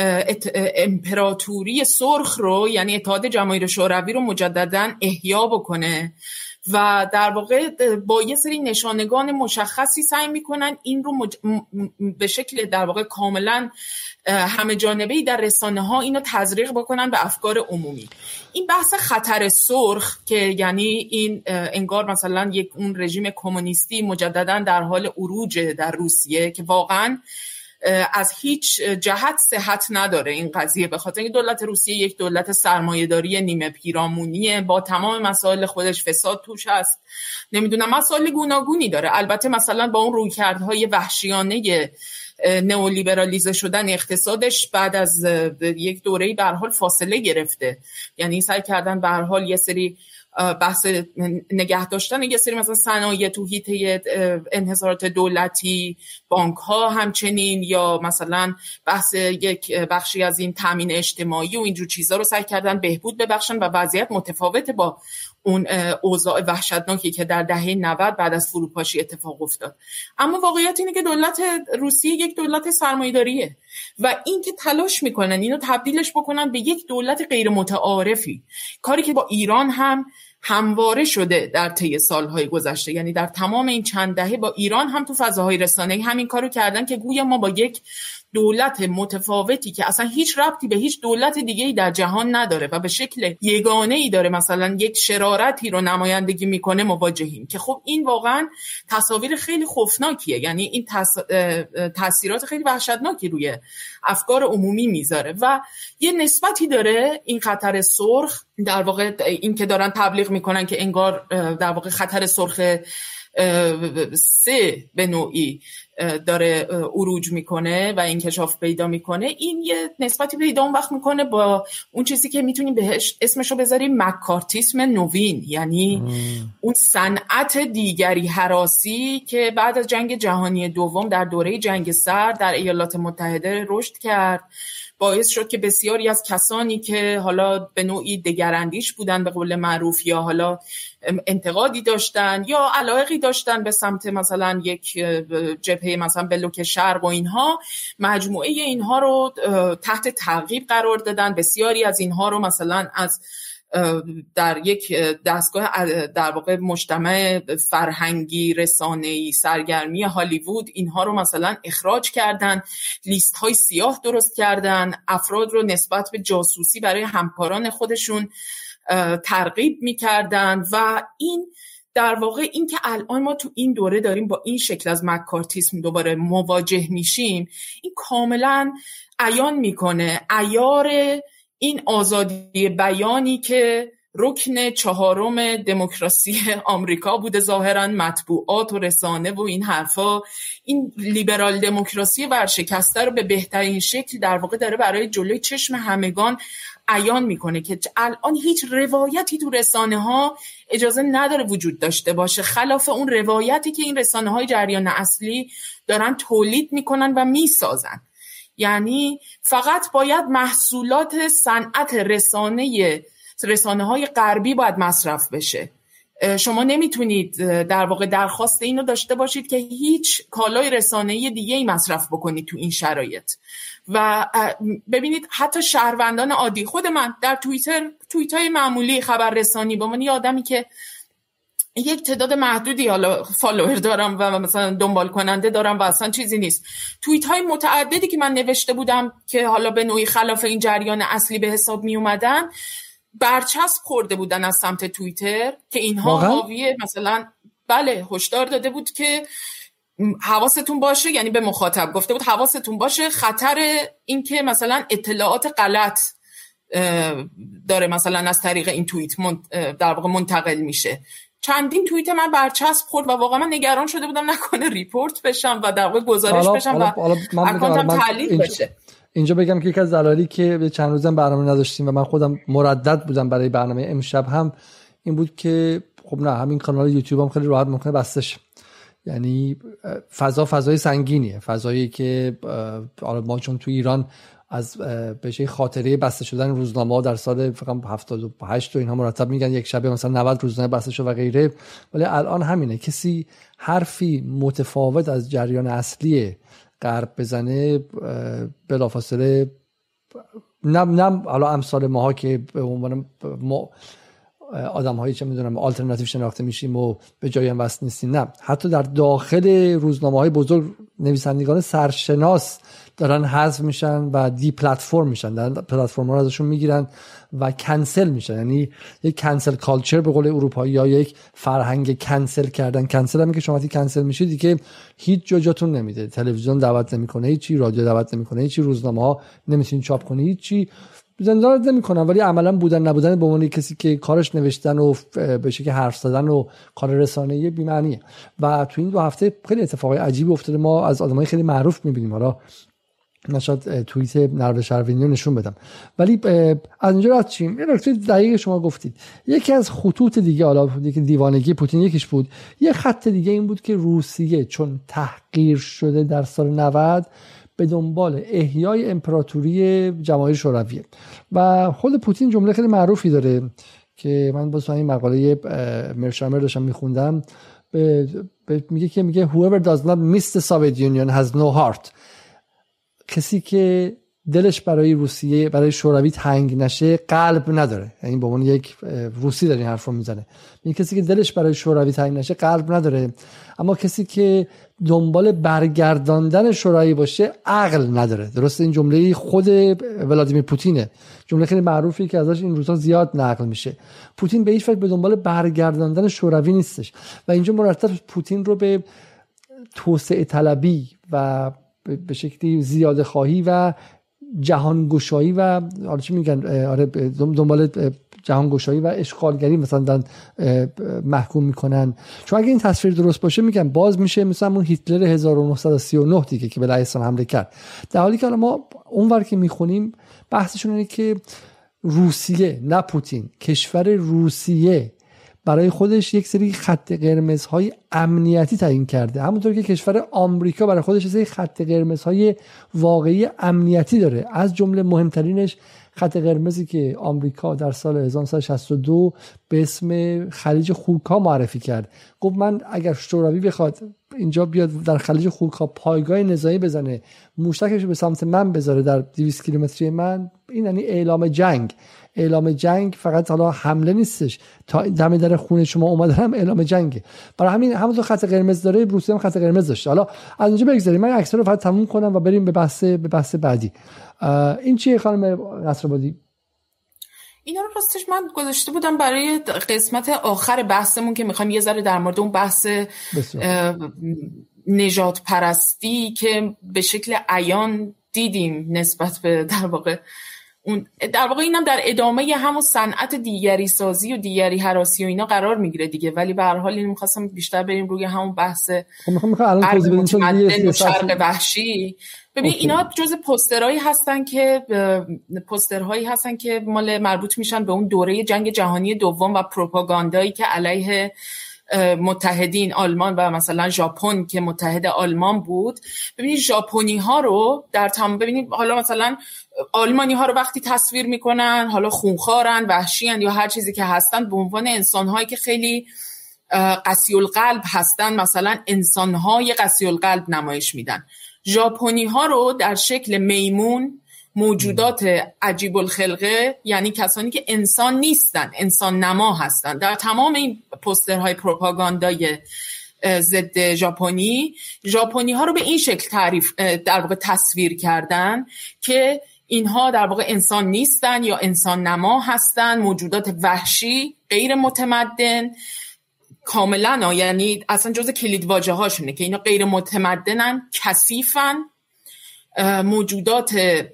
امپراتوری سرخ رو، یعنی اتحاد جماهیر شوروی رو مجدداً احیا بکنه و در واقع با یه سری نشانگان مشخصی سعی میکنن این رو مج... به شکل در واقع کاملا همه جانبه‌ای در رسانه ها اینو تزریق بکنن به افکار عمومی. این بحث خطر سرخ که یعنی این انگار مثلا یک اون رژیم کمونیستی مجددا در حال عروج در روسیه که واقعا از هیچ جهت صحت نداره این قضیه، به خاطر اینکه دولت روسیه یک دولت سرمایه‌داری نیمه پیرامونیه با تمام مسائل خودش، فساد توش هست، نمیدونم مسائل گوناگونی داره. البته مثلا با اون رویکردهای وحشیانه نئولیبرالیزه شدن اقتصادش بعد از یک دوره‌ای به هر حال فاصله گرفته، یعنی سعی کردن به هر حال یه سری بحث نگه داشتن یه سری مثلا صنایع تو حیطه انحصارات دولتی، بانک ها همچنین، یا مثلا بحث یک بخشی از این تامین اجتماعی و اینجور چیزا رو سعی کردن بهبود ببخشن و وضعیت متفاوت با اون اوضاع وحشتناکی که در دهه نود بعد از فروپاشی اتفاق افتاد. اما واقعیت اینه که دولت روسیه یک دولت سرمایه‌داریه و این که تلاش میکنن اینو تبدیلش بکنن به یک دولت غیر متعارفی، کاری که با ایران هم همواره شده در طی سالهای گذشته، یعنی در تمام این چند دهه با ایران هم تو فضاهای رسانه‌ای همین کارو کردن که گویا ما با یک دولت متفاوتی که اصلا هیچ ربطی به هیچ دولت دیگه‌ای در جهان نداره و به شکل یگانه‌ای داره مثلا یک شرارتی رو نمایندگی میکنه مواجهیم، که خب این واقعا تصاویر خیلی خوفناکیه، یعنی این تاثیرات خیلی وحشتناکی روی افکار عمومی میذاره و یه نسبتی داره این خطر سرخ، در واقع این که دارن تبلیغ میکنن که انگار در واقع خطر سرخ سه به نوعی داره عروج میکنه و انکشاف پیدا میکنه، این یه نسبتی پیدا اون وقت میکنه با اون چیزی که میتونیم بهش اسمشو بذاریم مکارتیسم نوین، یعنی مم. اون صنعت دیگری هراسی که بعد از جنگ جهانی دوم در دوره جنگ سرد در ایالات متحده رشد کرد، باعث شد که بسیاری از کسانی که حالا به نوعی دگراندیش بودن به قول معروف، یا حالا انتقادی داشتن یا علایقی داشتن به سمت مثلا یک جبهه مثلا بلوک شرق و اینها، مجموعه اینها رو تحت تعقیب قرار دادن. بسیاری از اینها رو مثلا از در یک دستگاه در واقع مجتمع فرهنگی، رسانه‌ای، سرگرمی هالیوود اینها رو مثلا اخراج کردن، لیست های سیاه درست کردن، افراد رو نسبت به جاسوسی برای همکاران خودشون ترغیب می‌کردن و این در واقع این که الان ما تو این دوره داریم با این شکل از مکارتیسم دوباره مواجه میشیم، این کاملا عیان میکنه عیار این آزادی بیانی که رکن چهارم دموکراسی آمریکا بوده ظاهراً، مطبوعات و رسانه و این حرفا، این لیبرال دموکراسی ورشکسته رو به بهترین شکل در واقع داره برای جلوی چشم همگان عیان میکنه که الان هیچ روایتی تو رسانه ها اجازه نداره وجود داشته باشه خلاف اون روایتی که این رسانه های جریان اصلی دارن تولید میکنن و میسازن. یعنی فقط باید محصولات صنعت رسانه رسانه های غربی باید مصرف بشه. شما نمیتونید در واقع درخواست اینو داشته باشید که هیچ کالای رسانه‌ای دیگه‌ای مصرف بکنید تو این شرایط. و ببینید حتی شهروندان عادی، خود من در توییتر توییتای معمولی خبررسانی با من، یه آدمی که یک تعداد محدودی حالا فالوور دارم و مثلا دنبال کننده دارم و اصلا چیزی نیست، توییت های متعددی که من نوشته بودم که حالا به نوعی خلاف این جریان اصلی به حساب می اومدن، برچسب خورده بودن از سمت توییتر که اینها حاوی مثلا بله هشدار داده بود که حواستون باشه، یعنی به مخاطب گفته بود حواستون باشه خطر این که مثلا اطلاعات غلط داره مثلا از طریق این توییت در واقع منتقل میشه. چندین توییت من برچسب خورد و واقعا من نگران شده بودم نکنه ریپورت بشم و در واقع گزارش بشم و اکانتم تعلیق بشه. اینجا بگم که یک از دلایلی که چند روزم برنامه نداشتیم و من خودم مردد بودم برای برنامه امشب هم این بود که خب نه همین کانال یوتیوب هم خیلی راحت ممکنه بسته شه. یعنی فضا فضای سنگینیه، فضایی که ما چون تو ایران از بشه خاطره بسته شدن روزنامه‌ها در سال فقط هفتاد و هشت و اینها مرتب میگن یک شبه مثلا نود روزنامه بسته شد و غیره، ولی الان همینه. کسی حرفی متفاوت از جریان اصلی غرب بزنه بلافاصله نم نم حالا امثال ماها که به عنوان ما آدم‌هایی چه می‌دونم آلترناتیو شناخته میشیم و به جای هم وصل نیستیم، نه، حتی در داخل روزنامه‌های بزرگ نویسندگان سرشناس دارن حذف میشن و دی پلتفرم میشن، دارن پلتفرم‌ها رو ازشون میگیرن و کنسل میشن. یعنی یک کنسل کالچر به قول اروپایی یا یک فرهنگ کنسل کردن. کنسل هم که شما وقتی کنسل میشید دیگه هیچ جا جاتون نمیده، تلویزیون دعوت نمیکنه، هیچی رادیو دعوت نمیکنه، هیچی روزنامه‌ها نمیتونید چاپ کنید، هیچی زندان نمیکنن، ولی عملا بودن نبودن به عنوان کسی که کارش نوشتن و به شکلی حرف زدن و کار رسانه‌ای بی معنیه. و تو این دو هفته خیلی اتفاقای عجیبی افتاده. ما از آدمای خیلی معروف میبینیم، حالا نشاط توییت نرد شروینی رو نشون بدم، ولی از اینجا رد چیم. یه نکته دقیق شما گفتید، یکی از خطوط دیگه، حالا دیگه دیوانگی پوتین یکیش بود، یه خط دیگه این بود که روسیه چون تحقیر شده در سال نود به دنبال احیای امپراتوری جماهیر شورویه. و خود پوتین جمله خیلی معروفی داره که من با این مقاله مرشامر داشتم میخوندم، میگه که میگه whoever does not miss the Soviet Union has no heart. کسی که دلش برای روسیه برای شوروی تنگ نشه قلب نداره. یعنی به عنوان یک روسی داره این حرفو میزنه، این کسی که دلش برای شوروی تنگ نشه قلب نداره، اما کسی که دنبال برگرداندن شوروی باشه عقل نداره. درسته؟ این جمله خود ولادیمیر پوتینه، جمله خیلی معروفی که ازش این روزا زیاد نقل میشه. پوتین به هیچ وجه به دنبال برگرداندن شوروی نیستش و اینجا مرتب پوتین رو به توسعه طلبی و به شکلی زیاده خواهی و جهان گشایی و حالا چی میگن، آره دنبال جهانگشایی و اشغالگری مثلا محکوم میکنن. چون اگه این تصویر درست باشه میگم باز میشه مثلا اون هیتلر هزار و نهصد و سی و نه دیگه که به لهستان حمله کرد، در حالی که حالا ما اونور که میخونیم بحثشون اینه که روسیه، نه پوتین، کشور روسیه برای خودش یک سری خط قرمزهای امنیتی تعیین کرده، همونطور که کشور آمریکا برای خودش یک سری خط قرمزهای واقعی امنیتی داره. از جمله مهمترینش خط قرمزی که آمریکا در سال هزار و نهصد و شصت و دو به اسم خلیج خوکا معرفی کرد. گفت من اگر شوروی بخواد اینجا بیاد در خلیج خوکا پایگاه نظامی بزنه، موشکش به سمت من بذاره در دویست کیلومتری من، این یعنی اعلام جنگ. اعلام جنگ فقط حالا حمله نیستش، تا دم در خونه شما اومدنم اعلام جنگه. برای همین همونطور خط قرمز داره، روسیه هم خط قرمز داشته. حالا از اینجا بگذاریم، من عکس‌ها رو فقط تموم کنم و بریم به بحث به بحث بعدی. این چیه خانم نصرآبادی؟ اینا رو راستش من گذاشته بودم برای قسمت آخر بحثمون که میخوایم یه ذره در مورد اون بحث نژاد پرستی که به شکل عیان دیدیم نسبت به در واقع اون در واقع اینم در ادامه همون صنعت دیگری سازی و دیگری هراسی و اینا قرار میگیره دیگه، ولی به هر حال اینو می‌خواستم بیشتر بریم روی همون بحث شرق وحشی. ببین اینا جز پوسترهایی هستن که پوسترهایی هستن که مال مربوط میشن به اون دوره جنگ جهانی دوم و پروپاگاندایی که علیه متحدین آلمان و مثلا ژاپن که متحد آلمان بود. ببینید ژاپنی ها رو در تمام ببینید حالا مثلا آلمانی ها رو وقتی تصویر میکنن حالا خونخوارن، وحشیان یا هر چیزی که هستن به عنوان انسان هایی که خیلی قسی القلب هستن، مثلا انسان های قسی القلب نمایش میدن. ژاپنی ها رو در شکل میمون، موجودات عجیب الخلقه، یعنی کسانی که انسان نیستن، انسان نما هستن. در تمام این پوسترهای پروپاگاندای ضد ژاپنی، ژاپنی ها رو به این شکل تعریف در واقع تصویر کردن که اینها در واقع انسان نیستن یا انسان نما هستن، موجودات وحشی، غیر متمدن کاملا، یعنی اصلا جزء کلیدواژه هاشونه که اینا غیر متمدنن، کثیفن، موجودات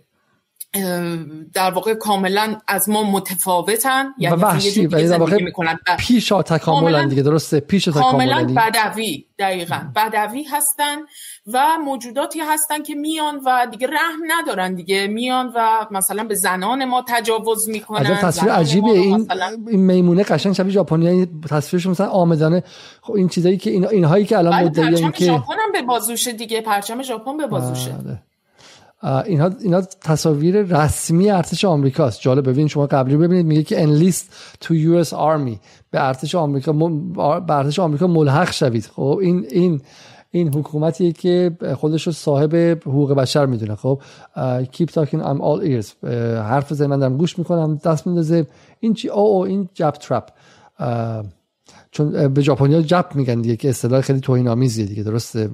در واقع کاملا از ما متفاوتن، یعنی وحشی و در واقع پیش تا تکاملن دیگه، درسته؟ پیش تا تکاملن، کاملا بدوی، دقیقاً بدوی هستن و موجوداتی هستن که میان و دیگه رحم ندارن دیگه، میان و مثلا به زنان ما تجاوز میکنن. از تصویر عجیبه این مثلا... این میمونه قشنگ شبیه ژاپنیای تصویرش مثلا آمدانه. خب این چیزایی که اینا اینهایی که الان مدعیان که ژاپن هم به بازوشه دیگه، پرچم ژاپن به بازوشه. اینها اینا تصاویر رسمی ارتش آمریکاست. جالب، ببین شما قبلی ببینید میگه که enlist to یو اس Army، به ارتش آمریکا به ارتش آمریکا ملحق شوید. خب این این این حکومتیه که خودش رو صاحب حقوق بشر میدونه. خب keep talking I'm all ears، حرف زدن من دارم گوش میکنم، دست میندازه. این چی؟ او این جپ ترپ، چون به ژاپنی‌ها جپ میگن دیگه که اصطلاح خیلی توهین‌آمیزیه دیگه، درسته؟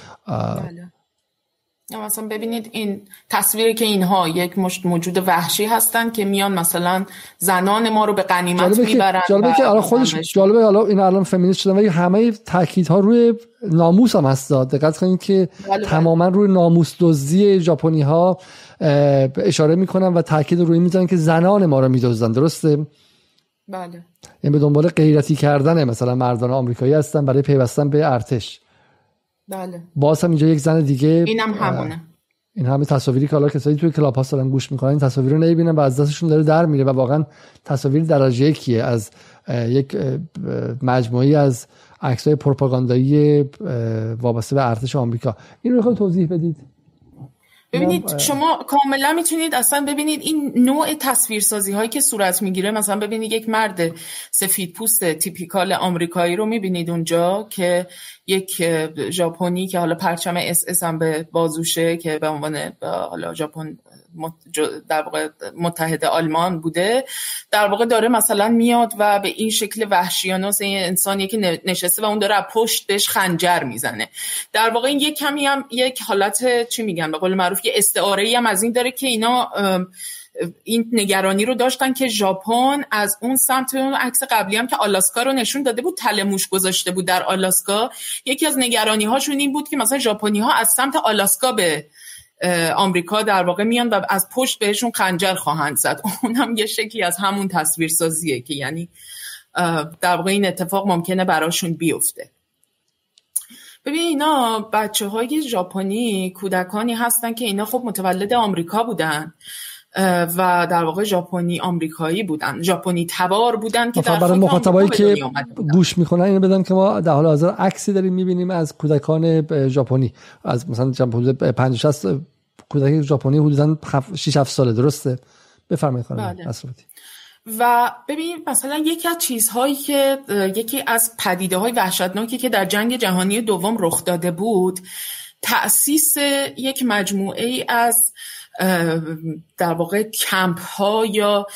مثلا ببینید این تصویری که اینها یک مشت موجود وحشی هستن که میان مثلا زنان ما رو به غنیمت میبرن. جالبه که الان خودش جالبه، حالا این الان فمینیست شدن ولی همه تاکیدها روی ناموس هم هست. دقت کنید که تماما روی ناموس دزدی ژاپنی ها اشاره میکنن و تاکید روی میذارن که زنان ما رو میدزدن، درسته؟ بله. این به دنبال غیرتی کردن مثلا مردان آمریکایی هستن برای پیوستن به ارتش. بله. باز هم اینجا یک زن دیگه، اینم همونه. این همه تصاویری که حالا کسایی توی کلاب هاست دارن گوش میکنن این تصاویر رو نمیبینن و از دستشون داره در میره و واقعا تصاویر درجه یکیه از یک مجموعی از عکسای پروپاگاندایی وابسته به ارتش آمریکا. این رو میخوام توضیح بدید. ببینید شما کاملا میتونید اصلا ببینید این نوع تصویرسازی هایی که صورت میگیره. مثلا ببینید یک مرد سفید پوست تیپیکال آمریکایی رو میبینید اونجا که یک ژاپنی که حالا پرچم اس اس هم به بازوشه که به عنوان حالا ژاپن در واقع متحد آلمان بوده، در واقع داره مثلا میاد و به این شکل وحشیانه این انسانی که نشسته و اون داره از پشت بهش خنجر میزنه. در واقع این یک کمی هم یک حالت چی میگن به قول معروف یه استعاره‌ای هم از این داره که اینا این نگرانی رو داشتن که ژاپن از اون سمت، اون عکس قبلی هم که آلاسکا رو نشون داده بود، تله موش گذاشته بود در آلاسکا، یکی از نگرانی هاشون این بود که مثلا ژاپنی ها از سمت آلاسکا به آمریکا در واقع میان و از پشت بهشون خنجر خواهند زد. اون هم یه شکلی از همون تصویرسازیه که یعنی در واقع این اتفاق ممکنه براشون بیفته. ببین اینا بچه های ژاپنی کودکانی هستن که اینا خب متولد آمریکا بودن و در واقع ژاپنی آمریکایی بودن، ژاپنی تبار بودن که در برای مخاطبایی که گوش میکنن اینو بدم که ما در حال حاضر عکسی داریم میبینیم از کودکان ژاپنی، از مثلا حدود پنجاه شصت کودک ژاپنی حدودا شش هفت ساله. درسته؟ بفرمایید خانم اسرافی. و ببین مثلا یکی از چیزهایی که یکی از پدیده‌های وحشتناکی که در جنگ جهانی دوم رخ داده بود، تأسیس یک مجموعه ای از در واقع کمپ ها یا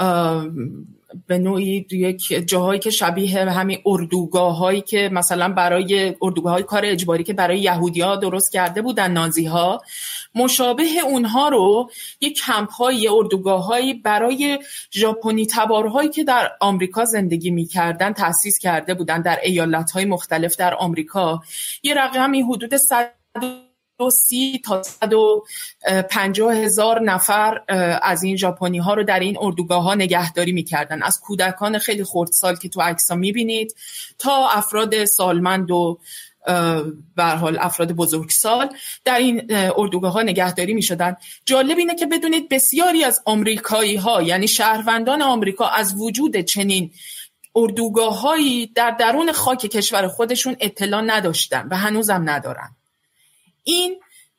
به نوعی یک جاهایی که شبیه همین اردوگاه هایی که مثلا برای اردوگاه های کار اجباری که برای یهودی ها درست کرده بودن نازی ها، مشابه اونها رو یک کمپ های اردوگاه هایی برای ژاپنی تبارهایی که در آمریکا زندگی می‌کردن تأسیس کرده بودن در ایالت های مختلف در آمریکا. یه رقمی حدود صد و سی تا صد و پنجاه هزار نفر از این ژاپنی ها رو در این اردوگاه ها نگهداری میکردن، از کودکان خیلی خردسال که تو عکس‌ها میبینید تا افراد سالمند و به هر حال افراد بزرگسال در این اردوگاه ها نگهداری میشدن. جالب اینه که بدونید بسیاری از آمریکایی ها، یعنی شهروندان آمریکا، از وجود چنین اردوگاه هایی در درون خاک کشور خودشون اطلاع نداشتن و هنوزم ندارن. این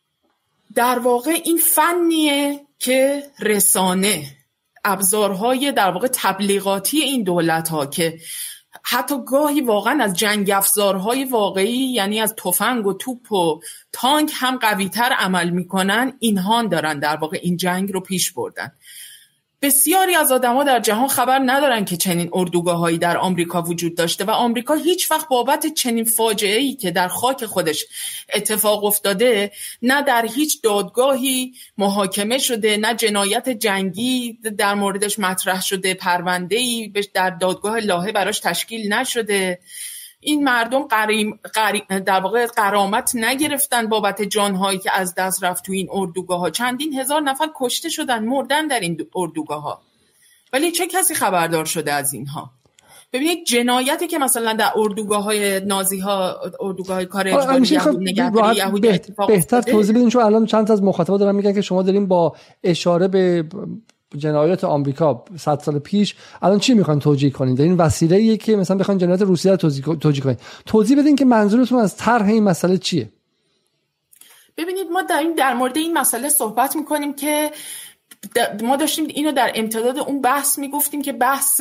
در واقع این فنیه که رسانه، ابزارهای در واقع تبلیغاتی این دولت‌ها که حتی گاهی واقعا از جنگ افزارهای واقعی، یعنی از تفنگ و توپ و تانک هم قوی‌تر عمل میکنن، اینها دارن در واقع این جنگ رو پیش بردن. بسیاری از آدم‌ها در جهان خبر ندارن که چنین اردوگاه‌هایی در آمریکا وجود داشته و آمریکا هیچ وقت بابت چنین فاجعه‌ای که در خاک خودش اتفاق افتاده نه در هیچ دادگاهی محاکمه شده، نه جنایت جنگی در موردش مطرح شده، پرونده‌ای در دادگاه لاهه براش تشکیل نشده. این مردم قریم، قریم در واقع غرامت نگرفتن بابت جانهایی که از دست رفت تو این اردوگاه ها. چندین هزار نفر کشته شدن، مردن در این اردوگاه ها، ولی چه کسی خبردار شده از اینها؟ ببینید جنایتی که مثلا در اردوگاه های نازی ها، اردوگاه های کار اجباری نگهداری یهودی اتفاق بهتر توضیح بدین، چون الان چند تا از مخاطبا دارن میگن که شما دارین با اشاره به جنایات آمریکا صد سال پیش الان چی میخواین توجیه کنین؟ در این وسیله‌ایه که مثلا بخواین جنایات روسیه رو توجیه توجیه کنین. توضیح بدین که منظورتون از طرح این مسئله چیه؟ ببینید ما در این در مورد این مسئله صحبت میکنیم که ما داشتیم اینو در امتداد اون بحث میگفتیم که بحث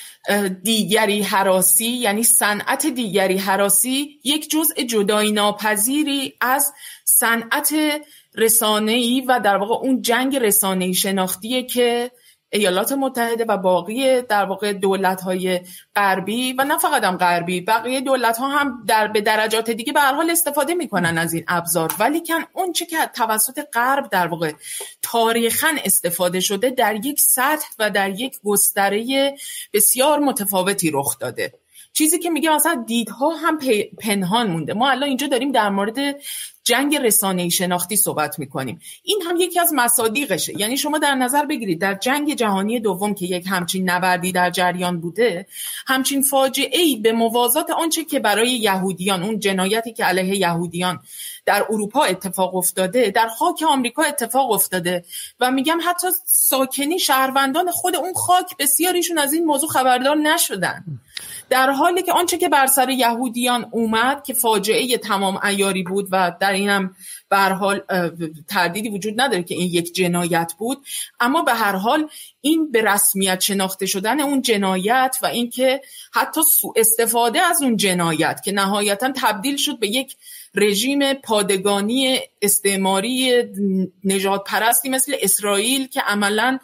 دیگری هراسی، یعنی صنعت دیگری هراسی یک جزء جدایی ناپذیری از صنعت رسانه‌ای و در واقع اون جنگ رسانه‌ای شناختیه که ایالات متحده و باقی در واقع دولت‌های غربی و نه فقط هم غربی، بقیه دولت‌ها هم در به درجات دیگه به هر حال استفاده می‌کنن از این ابزار، ولی کن اون چه که توسط غرب در واقع تاریخاً استفاده شده در یک سطح و در یک گستره بسیار متفاوتی رخ داده. چیزی که میگه مثلا دیدها هم پنهان مونده. ما الان اینجا داریم در مورد جنگ رسانه‌ای شناختی صحبت میکنیم. این هم یکی از مصادیقشه. یعنی شما در نظر بگیرید در جنگ جهانی دوم که یک همچین نبردی در جریان بوده، همچین فاجعه‌ای به موازات آنچه که برای یهودیان، اون جنایتی که علیه یهودیان در اروپا اتفاق افتاده، در خاک آمریکا اتفاق افتاده و میگم حتی ساکنی شهروندان خود اون خاک بسیاریشون از این موضوع خبردار نشدن، در حالی که آنچه که بر سر یهودیان اومد که فاجعه تمام عیاری بود و در اینم به هر حال تردیدی وجود نداره که این یک جنایت بود، اما به هر حال این به رسمیت شناخته شدن اون جنایت و این که حتی سوء استفاده از اون جنایت که نهایتاً تبدیل شد به یک رژیم پادگانی استعماری نژاد پرستی مثل اسرائیل که عملاً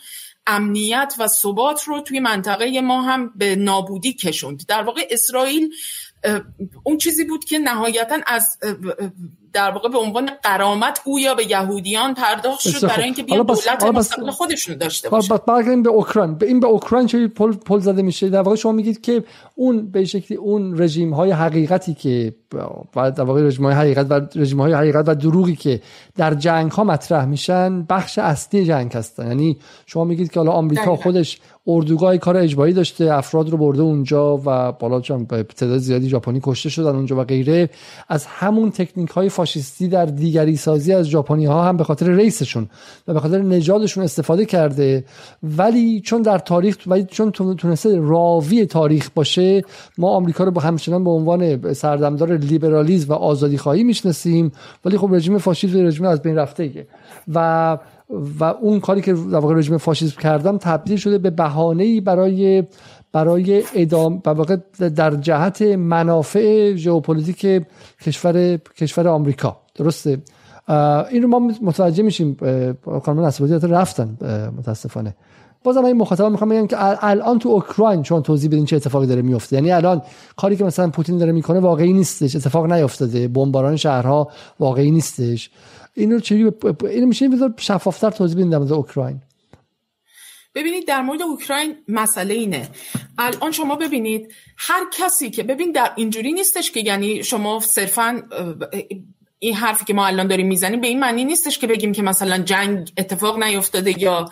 امنیت و ثبات رو توی منطقه ما هم به نابودی کشوند. در واقع اسرائیل اون چیزی بود که نهایتا از در واقع به عنوان غرامت گویا به یهودیان پرداخت شد برای اینکه بیان دولت مستقل خودشون داشته باشن. برگردیم به اوکراین. به این به اوکراین چه پل پل زده میشه؟ در واقع شما میگید که اون به شکلی اون رژیم های حقیقتی که در واقع رژیم های حقیقت و رژیم های حقیقت و دروغی که در جنگ ها مطرح میشن بخش اصلی جنگ هستن. یعنی شما میگید که حالا آمریکا خودش اردوگاه کار اجباری داشته، افراد رو برده اونجا و بالا چون تعداد زیادی ژاپنی کشته شدن اونجا و غیره. از همون تکنیک های فاشیستی در دیگری سازی از ژاپنی ها هم به خاطر ریسشون و به خاطر نژادشون استفاده کرده، ولی چون در تاریخ ولی چون تونسته راوی تاریخ باشه، ما آمریکا رو با همچنان به عنوان سردمدار لیبرالیسم و آزادی خواهی میشناسیم، ولی خب رژیم فاشیست رژیم از بین رفته و و اون کاری که در واقع رژیم فاشیسم کردن تبدیل شده به بهانه‌ای برای برای ادامه در واقع در جهت منافع ژئوپلیتیک کشور کشور آمریکا. درسته؟ این رو ما متوجه میشیم. کانون عصبیت رفتن متاسفانه. بازم این مخاطبا میخوام بگم که الان تو اوکراین چون توضیح بدین چه اتفاقی داره میفته. یعنی الان کاری که مثلا پوتین داره میکنه واقعی نیستش، اتفاق نیافتاده، بمباران شهرها واقعی نیستش. اینو چجوری اینو میشه بذار شفافتر توضیح بدین در مورد اوکراین؟ ببینید در مورد اوکراین مسئله اینه، الان شما ببینید هر کسی که ببین در اینجوری نیستش که یعنی شما صرفاً این حرفی که ما الان داریم میزنیم به این معنی نیستش که بگیم که مثلا جنگ اتفاق نیفتاده یا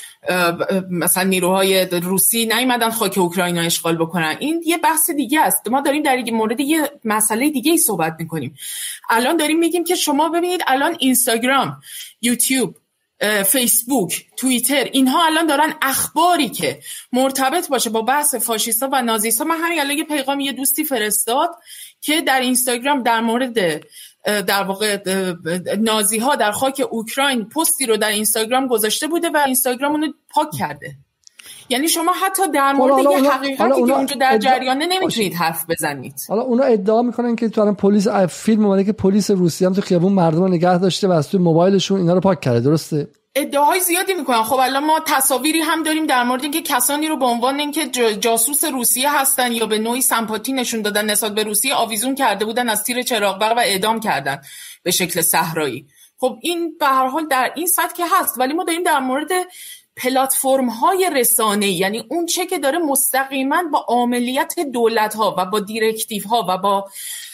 مثلا نیروهای روسی نیومدن خاک اوکراین رو اشغال بکنن. این یه بحث دیگه است. ما داریم در مورد یه مسئله دیگه ای صحبت میکنیم. الان داریم میگیم که شما ببینید الان اینستاگرام، یوتیوب، فیسبوک، توییتر، اینها الان دارن اخباری که مرتبط باشه با بحث فاشیستا و نازیستا. من همین الان یه پیغام یه دوستی فرستاد که در اینستاگرام در مورد در واقع نازی ها در خاک اوکراین پستی رو در اینستاگرام گذاشته بوده و اینستاگرام اونو پاک کرده. یعنی شما حتی در مورد یه اونا حقیقتی اونا که اونجا در جریانه نمیتونید حرف بزنید. حالا اونا ادعا میکنن که تو الان پلیس فیلم اومده که پلیس روسیه هم تو خیابون مردم رو نگه داشته و از تو موبایلشون اینا رو پاک کرده. درسته؟ ادعاهای زیادی میکنن. خب الان ما تصاویری هم داریم در مورد اینکه کسانی رو به عنوان اینکه جاسوس روسیه هستن یا به نوعی سمپاتی نشون دادن نسبت به روسیه آویزون کرده بودن، از تیر چراغ برق و اعدام کردن به شکل صحرایی. خب این به هر حال در این سطح هست، ولی ما داریم در مورد پلتفرم های رسانه‌ای، یعنی اون چه که داره مستقیما با عاملیت دولت ها و با دیرکتیو ها و با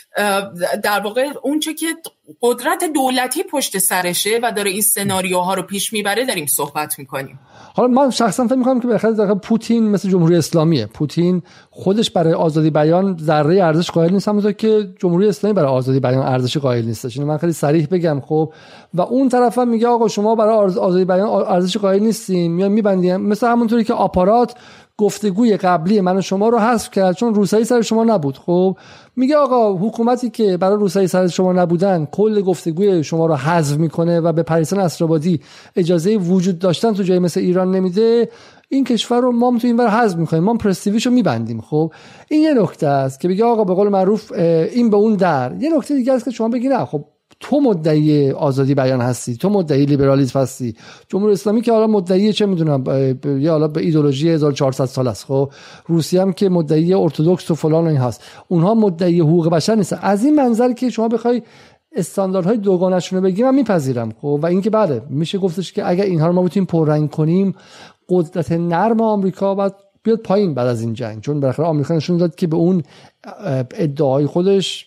در واقع اون چه که قدرت دولتی پشت سرشه و داره این سناریوها رو پیش میبره داریم صحبت میکنیم. حالا من شخصا فکر میکنم که بالاخره پوتین مثل جمهوری اسلامیه. پوتین خودش برای آزادی بیان ذره ارزش قائل نیست، همونطور که جمهوری اسلامی برای آزادی بیان ارزش قائل نیستش. اینو من خیلی صریح بگم. خب و اون طرفم میگه آقا شما برای آزادی بیان ارزش قائل نیستین، میان میبندین. مثل همونطوری که آپارات گفتگوی قبلی من و شما رو حذف کرد چون روسایی سر شما نبود. خب میگه آقا حکومتی که برای روسایی سر شما نبودن کل گفتگوی شما رو حذف میکنه و به پریسا نصرآبادی اجازه وجود داشتن تو جای مثل ایران نمیده، این کشور رو ما تو این ور حذف میکنیم، ما پرستیویشو میبندیم. خب این یه نکته است که بگه آقا به قول معروف این به اون در. یه نکته دیگه است که شما بگی نه خب تو مدعی آزادی بیان هستی، تو مدعی لیبرالیسم هستی. جمهوری اسلامی که حالا مدعی چه میدونم یا حالا به ایدئولوژی هزار و چهارصد سال است. خب روسیه هم که مدعی ارتدوکس و فلان و این هست، اونها مدعی حقوق بشر نیستن. از این منظر که شما بخوای استانداردهای دوگانه‌شون رو بگیم من میپذیرم. خب و اینکه بله میشه گفتش که اگر اینها رو ما بتونیم پررنگ کنیم، قدرت نرم آمریکا بعد بیاد پایین بعد از این جنگ، چون بالاخره آمریکا نشون داد که به اون ادعای خودش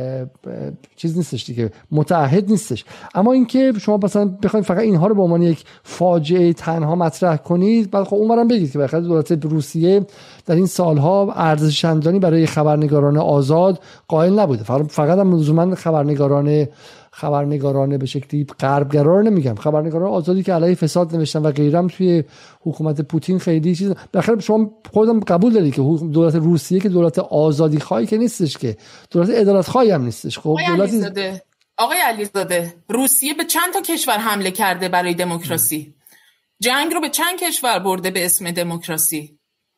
چیز نیستش دیگه، متعهد نیستش. اما اینکه شما مثلا بخواید فقط اینها رو به عنوان یک فاجعه تنها مطرح کنید، بعد خب اونورم بگید که بالاخره دولت روسیه در این سالها ارزش چندانی برای خبرنگاران آزاد قائل نبوده. فقط هم لزوما خبرنگاران خبرنگاران به شکلی غربگرا رو نمیگم، خبرنگاران آزادی که علیه فساد نوشتن و غیرم توی حکومت پوتین خیلی چیز. بالاخره شما خودم قبول دارید که دولت روسیه که دولت آزادی خواهی که نیستش، که دولت عدالت خواهی هم نیستش. خب دولتی آقای علیزاده روسیه به چند تا کشور حمله کرده برای دموکراسی؟ جنگ رو به چند کشور برده به اسم دموکراسی؟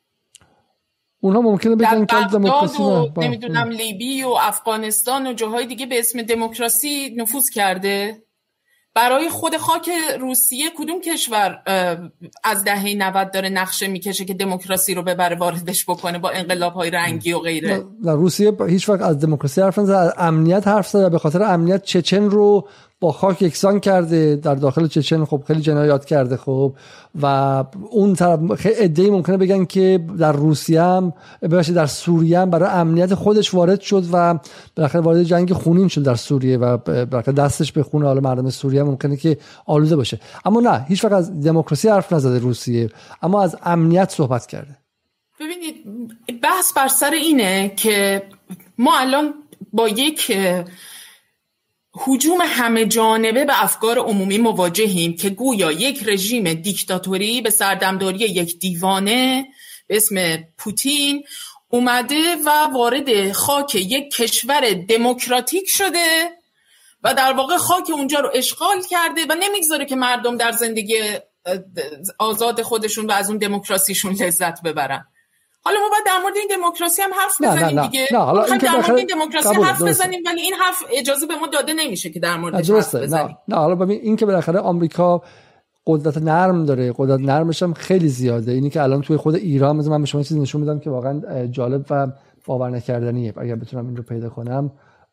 اونها ممکنه بگن که دموکراسی نه، نمیدونم لیبی و افغانستان و جاهای دیگه به اسم دموکراسی نفوذ کرده. برای خود خاک روسیه کدوم کشور از دهه نود داره نقشه میکشه که دموکراسی رو ببره واردش بکنه با انقلاب‌های رنگی و غیره؟ نه روسیه هیچ وقت از دموکراسی حرف نزد، از امنیت حرف زد. به خاطر امنیت چچن رو با خاک یکسان کرده، در داخل چچن خب خیلی جنایات کرده. خب و اون طرف خیلی ادعی ممکنه بگن که در روسیه هم ببخشید در سوریه هم برای امنیت خودش وارد شد و بالاخره وارد جنگ خونین شد در سوریه و بالاخره دستش به خون حال مردم سوریه ممکنه که آلوده باشه. اما نه، هیچ وقت از دموکراسی حرف نزده روسیه، اما از امنیت صحبت کرده. ببینید بحث بر سر اینه که ما الان با یک هجوم همه جانبه به افکار عمومی مواجهیم که گویا یک رژیم دیکتاتوری به سردمداری یک دیوانه به اسم پوتین اومده و وارد خاک یک کشور دموکراتیک شده و در واقع خاک اونجا رو اشغال کرده و نمیگذاره که مردم در زندگی آزاد خودشون و از اون دموکراسیشون لذت ببرن. حالا ما باید در مورد این دموکراسی هم حرف بزنیم دیگه. نه حالا این که در مورد این دموکراسی حرف بزنیم ولی این حرف اجازه به ما داده نمیشه که در موردش حرف بزنیم. نه نه حالا ببین این که بالاخره آمریکا قدرت نرم داره، قدرت نرمش هم خیلی زیاده. اینی که الان توی خود ایران مثلا من به شما چیز نشون میدم که واقعا جالب و باور نکردنیه. اگر بتونم این رو پیدا کنم،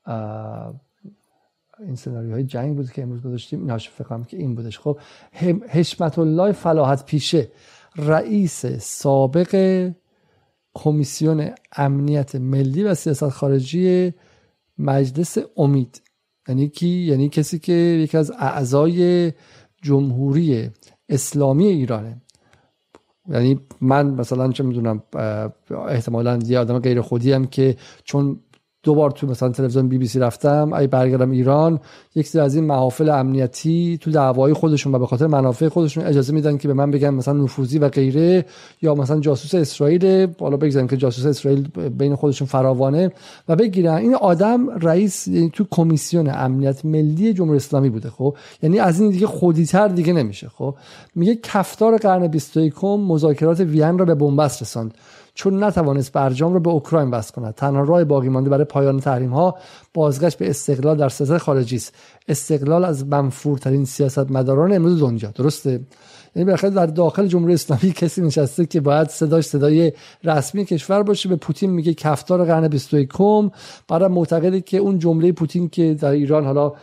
این سناریوهای جنگ بود که امروز گذاشتیم، اینا فکر کنم که این بودش. خب حشمت الله فلاحت پیشه، رئیس سابق کمیسیون امنیت ملی و سیاست خارجی مجلس امید، یعنی کی؟ یعنی کسی که یکی از اعضای جمهوری اسلامی ایرانه. یعنی من مثلا چه میدونم احتمالاً یه آدم غیر خودی هم که چون دو بار تو مثلا تلویزیون بی بی سی رفتم، ای برگردم ایران، یک سری از این محافل امنیتی تو دعوای خودشون و به خاطر منافع خودشون اجازه میدن که به من بگن مثلا نفوذی و غیره، یا مثلا جاسوس اسرائیل، حالا بگذاریم که جاسوس اسرائیل بین خودشون فراوانه، و بگیرن این آدم رئیس یعنی تو کمیسیون امنیت ملی جمهوری اسلامی بوده. خب یعنی از این دیگه خودی‌تر دیگه نمیشه. خب میگه کفتار قرن بیست و یکم مذاکرات وین را به بنبست رساند چون نتوانست برجام را به اوکراین بس کند. تنها راه باقی مانده برای پایان تحریم‌ها بازگشت به استقلال در سیاست خارجی است. استقلال از منفورترین سیاستمداران امروز دنیا. درسته؟ یعنی بالاخره در داخل جمهوری اسلامی کسی نشسته که باید صداش صدای رسمی کشور باشه. به پوتین میگه کفتار قرن بیست و یکم. بعد معتقده که اون جمله پوتین که در ایران حالا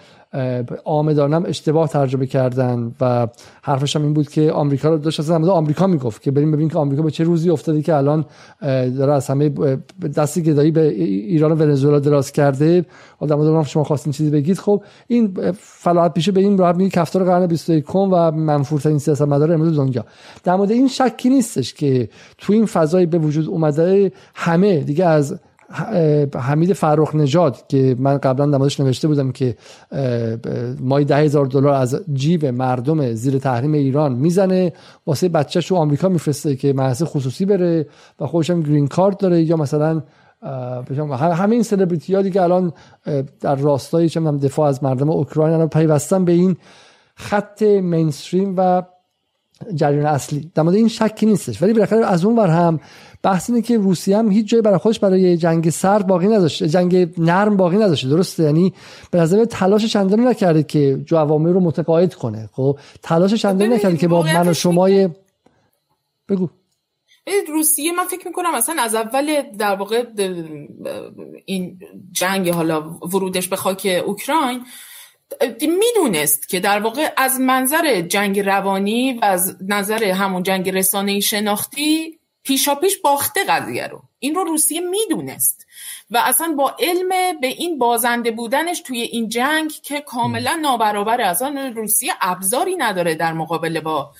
آمدانم اشتباه ترجمه کردن و حرفش هم این بود که آمریکا رو داشت اصلا آمریکا میگفت که بریم ببین که آمریکا به چه روزی افتاده که الان داره از همه دستی گدایی به ایران و ونزوئلا دراز کرده. آدم شما خواستین چیزی بگید. خب این فلاحت پیشه به این راحت میگه کفتار قرن بیست و یکم و منفورترین سیاستمدار امروز دنیا. در مورد این شکی نیستش که تو این فضای به وجود اومده همه دیگه، از حمید فرخ نژاد که من قبلا در موردش نوشته بودم که مای ده هزار دلار از جیب مردم زیر تحریم ایران میزنه واسه بچه‌ش تو آمریکا میفرسته که مدرسه خصوصی بره و خودش هم گرین کارت داره، یا مثلا همه این سلبریتی‌ها دیگه الان در راستای چه می‌دونم دفاع از مردم اوکراین الان پیوستن به این خط مینستریم و جریان اصلی. در مورد این شکی نیستش. ولی بالاخره از اون ور هم بحث اینه که روسیه هم هیچ جایی برای خودش برای جنگ سرد باقی نداشته، جنگ نرم باقی نداشته. درسته؟ یعنی به نظر تلاش چندانی نکرده که جوامع رو متقاعد کنه. خب تلاش چندانی نکرده که با من و شمای بگو روسیه، من فکر میکنم اصلا از اول در واقع این جنگ حالا ورودش به خاک اوکراین میدونست که در واقع از منظر جنگ روانی و از نظر همون جنگ رسانه‌ای شناختی پیشا پیش باخته قضیه رو. این رو روسیه میدونست و اصلا با علم به این بازنده بودنش توی این جنگ که کاملا نابرابره، اصلا روسیه ابزاری نداره در مقابله با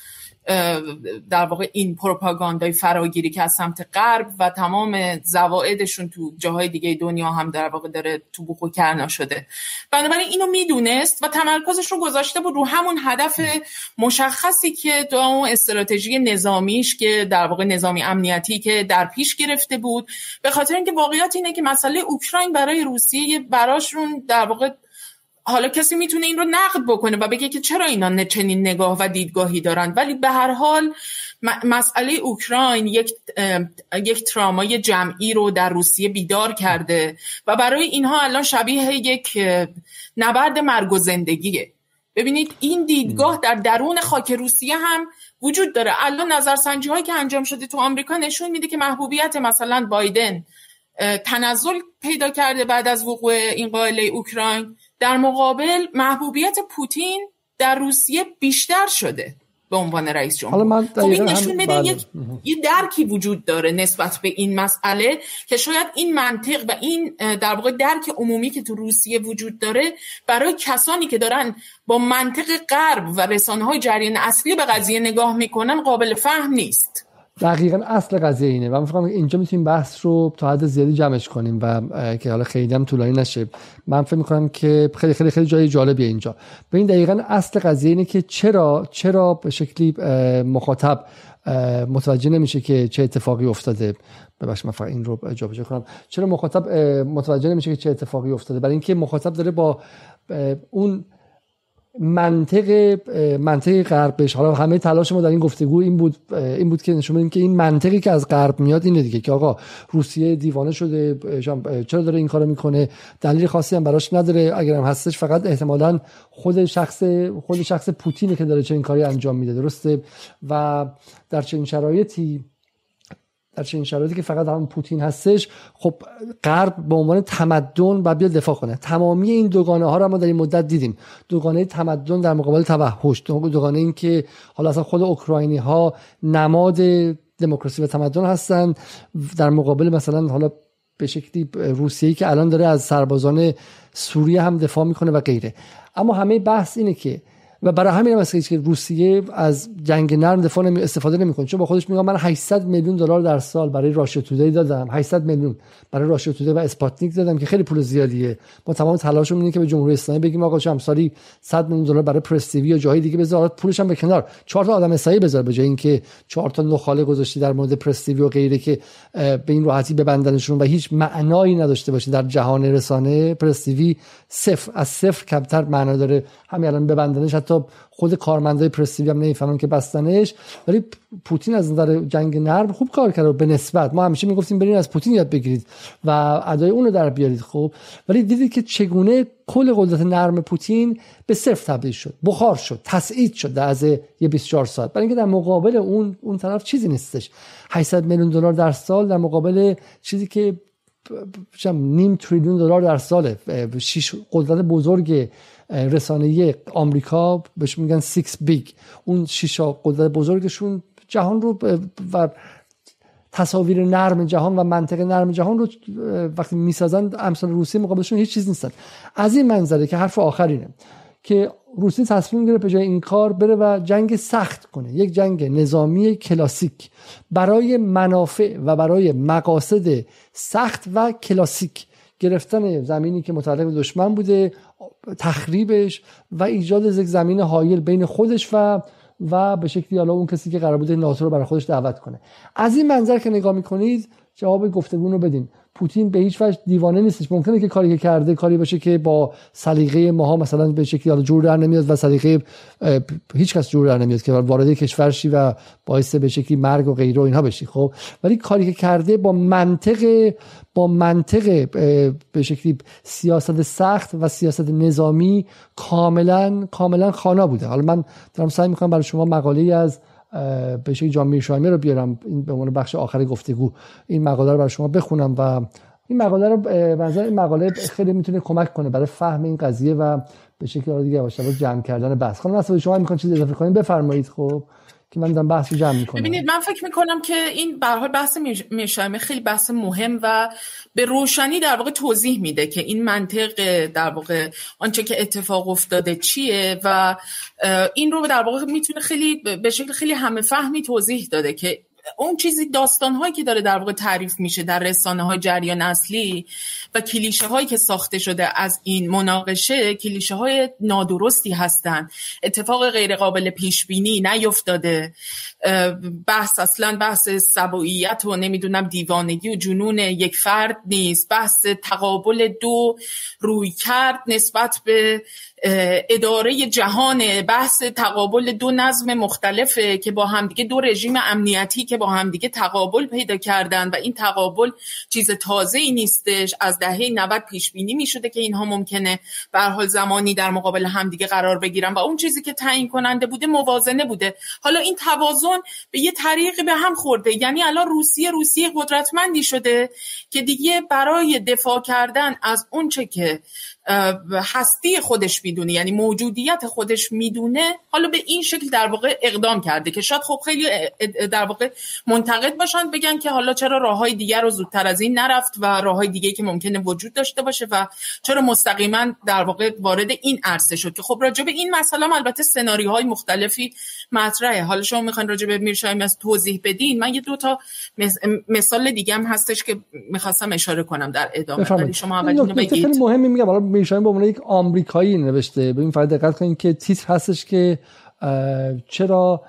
در واقع این پروپاگاندای فراگیری که از سمت غرب و تمام زوائدشون تو جاهای دیگه دنیا هم در واقع داره تو بوق و کرنا شده. بنابراین اینو میدونست و تمرکزش رو گذاشته بود رو همون هدف مشخصی که تو اون استراتژی نظامیش که در واقع نظامی امنیتی که در پیش گرفته بود. به خاطر اینکه واقعیت اینه که مسئله اوکراین برای روسیه براشون در واقع، حالا کسی میتونه این رو نقد بکنه و بگه که چرا اینا چنین نگاه و دیدگاهی دارن، ولی به هر حال مسئله اوکراین یک یک ترامای جمعی رو در روسیه بیدار کرده و برای اینها الان شبیه یک نبرد مرگ و زندگیه. ببینید این دیدگاه در درون خاک روسیه هم وجود داره. الان نظرسنجی هایی که انجام شده تو آمریکا نشون میده که محبوبیت مثلا بایدن تنزل پیدا کرده بعد از وقوع این قائله اوکراین، در مقابل محبوبیت پوتین در روسیه بیشتر شده به عنوان رئیس جمهور. خب این نشون میده هم... یک یه درکی وجود داره نسبت به این مسئله که شاید این منطق و این در واقع درک عمومی که تو روسیه وجود داره برای کسانی که دارن با منطق غرب و رسانه‌های جریان اصلی به قضیه نگاه میکنن قابل فهم نیست. دقیقاً اصل قضیه اینه و من فکر می‌کنم اینجا میتونیم بحث رو تا حد زیادی جمعش کنیم و که حالا خیلی هم طولانی نشه. من فکر می‌کنم که خیلی خیلی خیلی جای جالبیه اینجا. ببین دقیقاً اصل قضیه اینه که چرا چرا به شکلی مخاطب متوجه نمیشه که چه اتفاقی افتاده. ببخشید من فقط این رو جابجا کنم. چرا مخاطب متوجه نمیشه که چه اتفاقی افتاده؟ برای اینکه مخاطب داره با اون منطق منطقی غرب بهش، حالا همه تلاش ما در این گفتگو این بود این بود که نشون بدیم که این منطقی که از غرب میاد اینه دیگه که آقا روسیه دیوانه شده، چرا داره این کارو میکنه، دلیل خاصی هم براش نداره، اگر هم هستش فقط احتمالاً خود شخص خود شخص پوتینه که داره چه این کاری انجام میده. درسته؟ و در چنین شرایطی در چنین شرایطی که فقط هم پوتین هستش، خب غرب به عنوان تمدن باید بیاد دفاع کنه. تمامی این دوگانه ها رو ما در این مدت دیدیم، دوگانه تمدن در مقابل توحش، دوگانه این که حالا اصلا خود اوکراینی ها نماد دموکراسی و تمدن هستن در مقابل مثلا حالا به شکلی روسیه‌ای که الان داره از سربازان سوریه هم دفاع میکنه و غیره. اما همه بحث اینه که و برای همین هم است که روسیه از جنگ نرم دفاع نمی استفاده نمیکنه، چون با خودش میگه من هشتصد میلیون دلار در سال برای راشیا تودی دادم، هشتصد میلیون برای راشیا تودی و اسپاتنیک دادم که خیلی پول زیادیه. ما تمام تلاشمون اینه که به جمهوری اسلامی بگیم آقا چه امسالی صد میلیون دلار برای پرس تی وی یا جای دیگه بذار، پولش هم به کنار، چهار تا آدم اسایی بذار به جای اینکه چهار تا نخاله گذاشتی در مورد پرس تی وی و غیره که به این راحتی ببندنشون و هیچ معنایی نداشته باشه در جهان رسانه. پرس تی وی صفر از صفر کمتر معنا داره، همین الان ببندنش حتی خود کارمندای پرس تی وی هم نمیفهمن که بستنش. ولی پوتین از نظر جنگ نرم خوب کار کرده. به نسبت ما همیشه میگفتیم برید از پوتین یاد بگیرید و ادای اون رو در بیارید، خب ولی دیدید که چگونه کل قدرت نرم پوتین به صفر تبدیل شد، بخار شد، تصعید شد در از یه بیست و چهار ساعت، برای اینکه در مقابل اون اون طرف چیزی نیستش. هشتصد میلیون دلار در سال در مقابل چیزی که نیم تریلیون دلار در ساله. شش قدرت بزرگ رسانه‌ای آمریکا بهش میگن سیکس بیگ، اون شش قدرت بزرگشون جهان رو و تصاویر نرم جهان و منطق نرم جهان رو وقتی میسازن امثال روسیه مقابلشون هیچ چیز نیستن. از این منظره که حرف آخرینه که روسیه تصمیم گرفت به جای این کار بره و جنگ سخت کنه، یک جنگ نظامی کلاسیک برای منافع و برای مقاصد سخت و کلاسیک، گرفتن زمینی که متعلق به دشمن بوده، تخریبش و ایجاد یک زمین حایل بین خودش و و به شکلی حالا اون کسی که قرار بوده ناتو رو برای خودش دعوت کنه. از این منظر که نگاه میکنید جواب گفتگو رو بدین. پوتین به هیچ وجه دیوانه نیستش. ممکنه که کاری که کرده کاری باشه که با سلیقه ماها مثلا به شکلی حالا جور در نمیاد و سلیقه هیچ کس جور در نمیاد که وارد کشور شی و باعث به شکلی مرگ و غیره و اینها بشی، خب ولی کاری که کرده با منطق با منطق به شکلی سیاست سخت و سیاست نظامی کاملا کاملا خوانا بوده. حالا من دارم سعی میکنم برای شما مقاله از به شکلی جان میرشایمه رو بیارم این به عنوان بخش آخر گفتگو، این مقاله رو برای شما بخونم و این مقاله رو به نظر این مقاله خیلی میتونه کمک کنه برای فهم این قضیه و به شکلی دیگه یواش یواش جمع کردن بحث. خانم نصر شما میخواین چیزی اضافه کنین بفرمایید. خب که من دارم بحث رو جمع میکنم. ببینید من فکر میکنم که این به هر حال بحث میرشایمه خیلی بحث مهم و به روشنی در واقع توضیح میده که این منطق در واقع آنچه که اتفاق افتاده چیه و این رو در واقع میتونه خیلی به شکل خیلی همه فهمی توضیح داده که اون چیزی داستان‌هایی که داره در واقع تعریف میشه در رسانه‌های جریان اصلی و کلیشه‌هایی که ساخته شده از این مناقشه کلیشه‌های نادرستی هستن. اتفاق غیر قابل پیش بینی نیفتاده. بحث اصلا بحث سبوعیت و نمیدونم دیوانگی و جنون یک فرد نیست. بحث تقابل دو روی کرد نسبت به اداره جهان، بحث تقابل دو نظم مختلفه که با همدیگه، دو رژیم امنیتی که با همدیگه تقابل پیدا کردن و این تقابل چیز تازه‌ای نیستش. از دهه نود پیش بینی می‌شده که اینها ممکنه به هر حال زمانی در مقابل همدیگه قرار بگیرن و اون چیزی که تعیین کننده بوده موازنه بوده. حالا این توازن به یه طریقی به هم خورده، یعنی الان روسیه روسیه قدرتمندی شده که دیگه برای دفاع کردن از اون چه که هستی خودش میدونه، یعنی موجودیت خودش میدونه، حالا به این شکل در واقع اقدام کرده که شاید خب خیلی در واقع منتقد باشن، بگن که حالا چرا راههای دیگر رو زودتر از این نرفت و راههای دیگه که ممکنه وجود داشته باشه و چرا مستقیما در واقع وارد این عرصه شد که خب راجع به این مسئله البته سناریوهای مختلفی مطرحه. حالا شما میخواین راجع به میرشایم از توضیح بدین، من یه دو تا مثال دیگه هم هستش که میخواستم اشاره کنم در ادامه، ولی شما اول اینو بگید. خیلی مهمه، میگم حالا میرشایم به عنوان یک آمریکایی نوشته، ببین فقط دقت کنین که تیتر هستش که چرا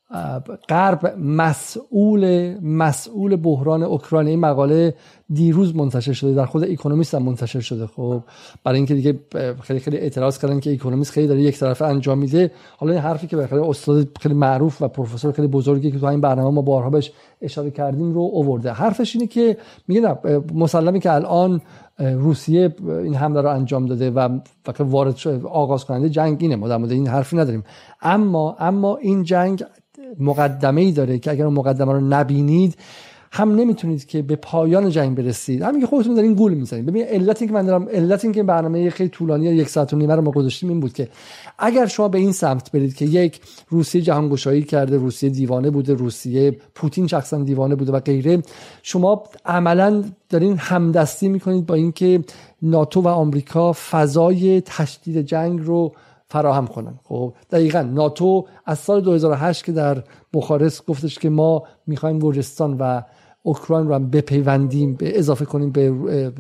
غرب مسئول مسئول بحران اوکراین. این مقاله دیروز منتشر شده، در خود اکونومیست هم منتشر شده. خب برای اینکه دیگه خیلی خیلی اعتراض کردن که اکونومیست خیلی داره یک طرفه انجام میده. حالا این حرفی که به خیلی استاد خیلی معروف و پروفسور خیلی بزرگی که تو این برنامه ما بارها بهش اشاره کردیم رو آورده. حرفش اینه که میگه نه، مسلمی که الان روسیه این حمله رو انجام داده و فقط وارد شده، آغاز کننده جنگ اینه، ما در مورد این حرفی نداریم، اما اما این جنگ مقدمه‌ای داره که اگر اون مقدمه رو نبینید هم نمیتونید که به پایان جنگ برسید. همین که خودتون دارین گول میزنید. ببین علت این که من دارم علت این که برنامه خیلی طولانی یک ساعت و نیم رو ما گذاشتیم این بود که اگر شما به این سمت برید که یک روسیه جهانگشایی کرده، روسیه دیوانه بوده، روسیه پوتین شخصا دیوانه بوده و غیره، شما عملاً دارین همدستی میکنید با اینکه ناتو و آمریکا فضای تشدید جنگ رو فراهم کنن. خب دقیقاً ناتو از سال دو هزار و هشت که در بخارست گفتش که ما میخوایم گرجستان و اوکراین رو هم بپیوندیم، به اضافه کنیم به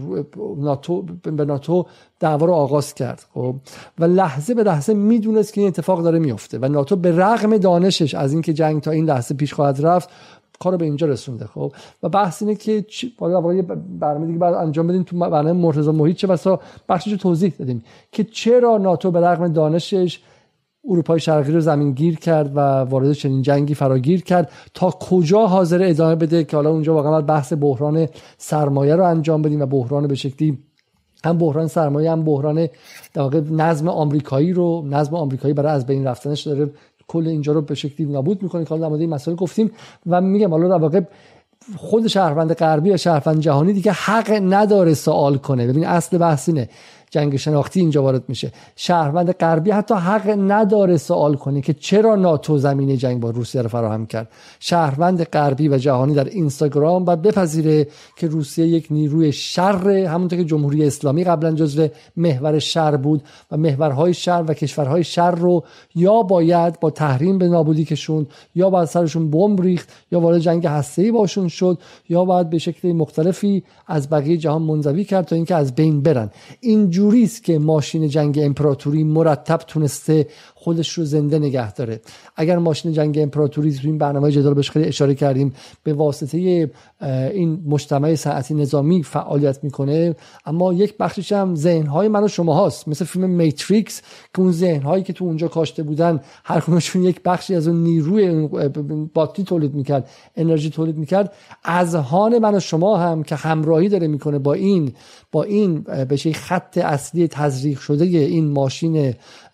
ناتو، به ناتو دعوا رو آغاز کرد. خب و لحظه به لحظه میدونست که این اتفاق داره میفته و ناتو به رغم دانشش از اینکه جنگ تا این لحظه پیش خواهد رفت کارو به اینجا رسونده. خب و بحث اینه که بالا واقعا برنامه دیگه بعد انجام بدیم، تو برنامه مرتضی محیط چه بسا بخشش توضیح دادیم که چرا ناتو به رغم دانشش اروپای شرقی رو زمین گیر کرد و وارد چنین جنگی فراگیر کرد، تا کجا حاضر ادامه بده که حالا اونجا واقعا بحث بحران سرمایه رو انجام بدیم و بحران به شکلی هم بحران سرمایه هم بحران در واقع نظم آمریکایی رو نظم آمریکایی برای از بین رفتنش داره کل اینجا رو به شکلی نابود میکنه. که حالا در مورد این مسائل گفتیم و میگم حالا در واقع خود شهروند غربی یا شهروند جهانی دیگه حق نداره سوال کنه. ببین اصل بحث اینه، جنگ شناختی اینجا وارد میشه. شهروند غربی حتی حق نداره سوال کنه که چرا ناتو زمینه جنگ با روسیه رو فراهم کرد. شهروند غربی و جهانی در اینستاگرام باید بپذیره که روسیه یک نیروی شر، همونطور که جمهوری اسلامی قبلا جزو محور شر بود و محورهای شر و کشورهای شر رو یا باید با تحریم به نابودی کشوند، یا باید سرشون بمب ریخت، یا وارد جنگ هسته‌ای باشون شد، یا باید به شکل مختلفی از بقیه جهان منزوی کرد تا اینکه از بین برن. این جوریست که ماشین جنگ امپراتوری مرتب تونسته خودش رو زنده نگه داره. اگر ماشین جنگ امپراتوری تو این برنامه جدال بهش خیلی اشاره کردیم به واسطه این مجتمع صنعتی نظامی فعالیت میکنه، اما یک بخشش هم ذهن‌های من و شما هاست، مثل فیلم میتریکس که اون ذهن‌هایی که تو اونجا کاشته بودن هر کدومشون یک بخشی از اون نیروی باتری تولید میکرد، انرژی تولید میکرد. اذهان من و شما هم که همراهی داره میکنه با این با این بشه خط اصلی تزریق شده این ماشین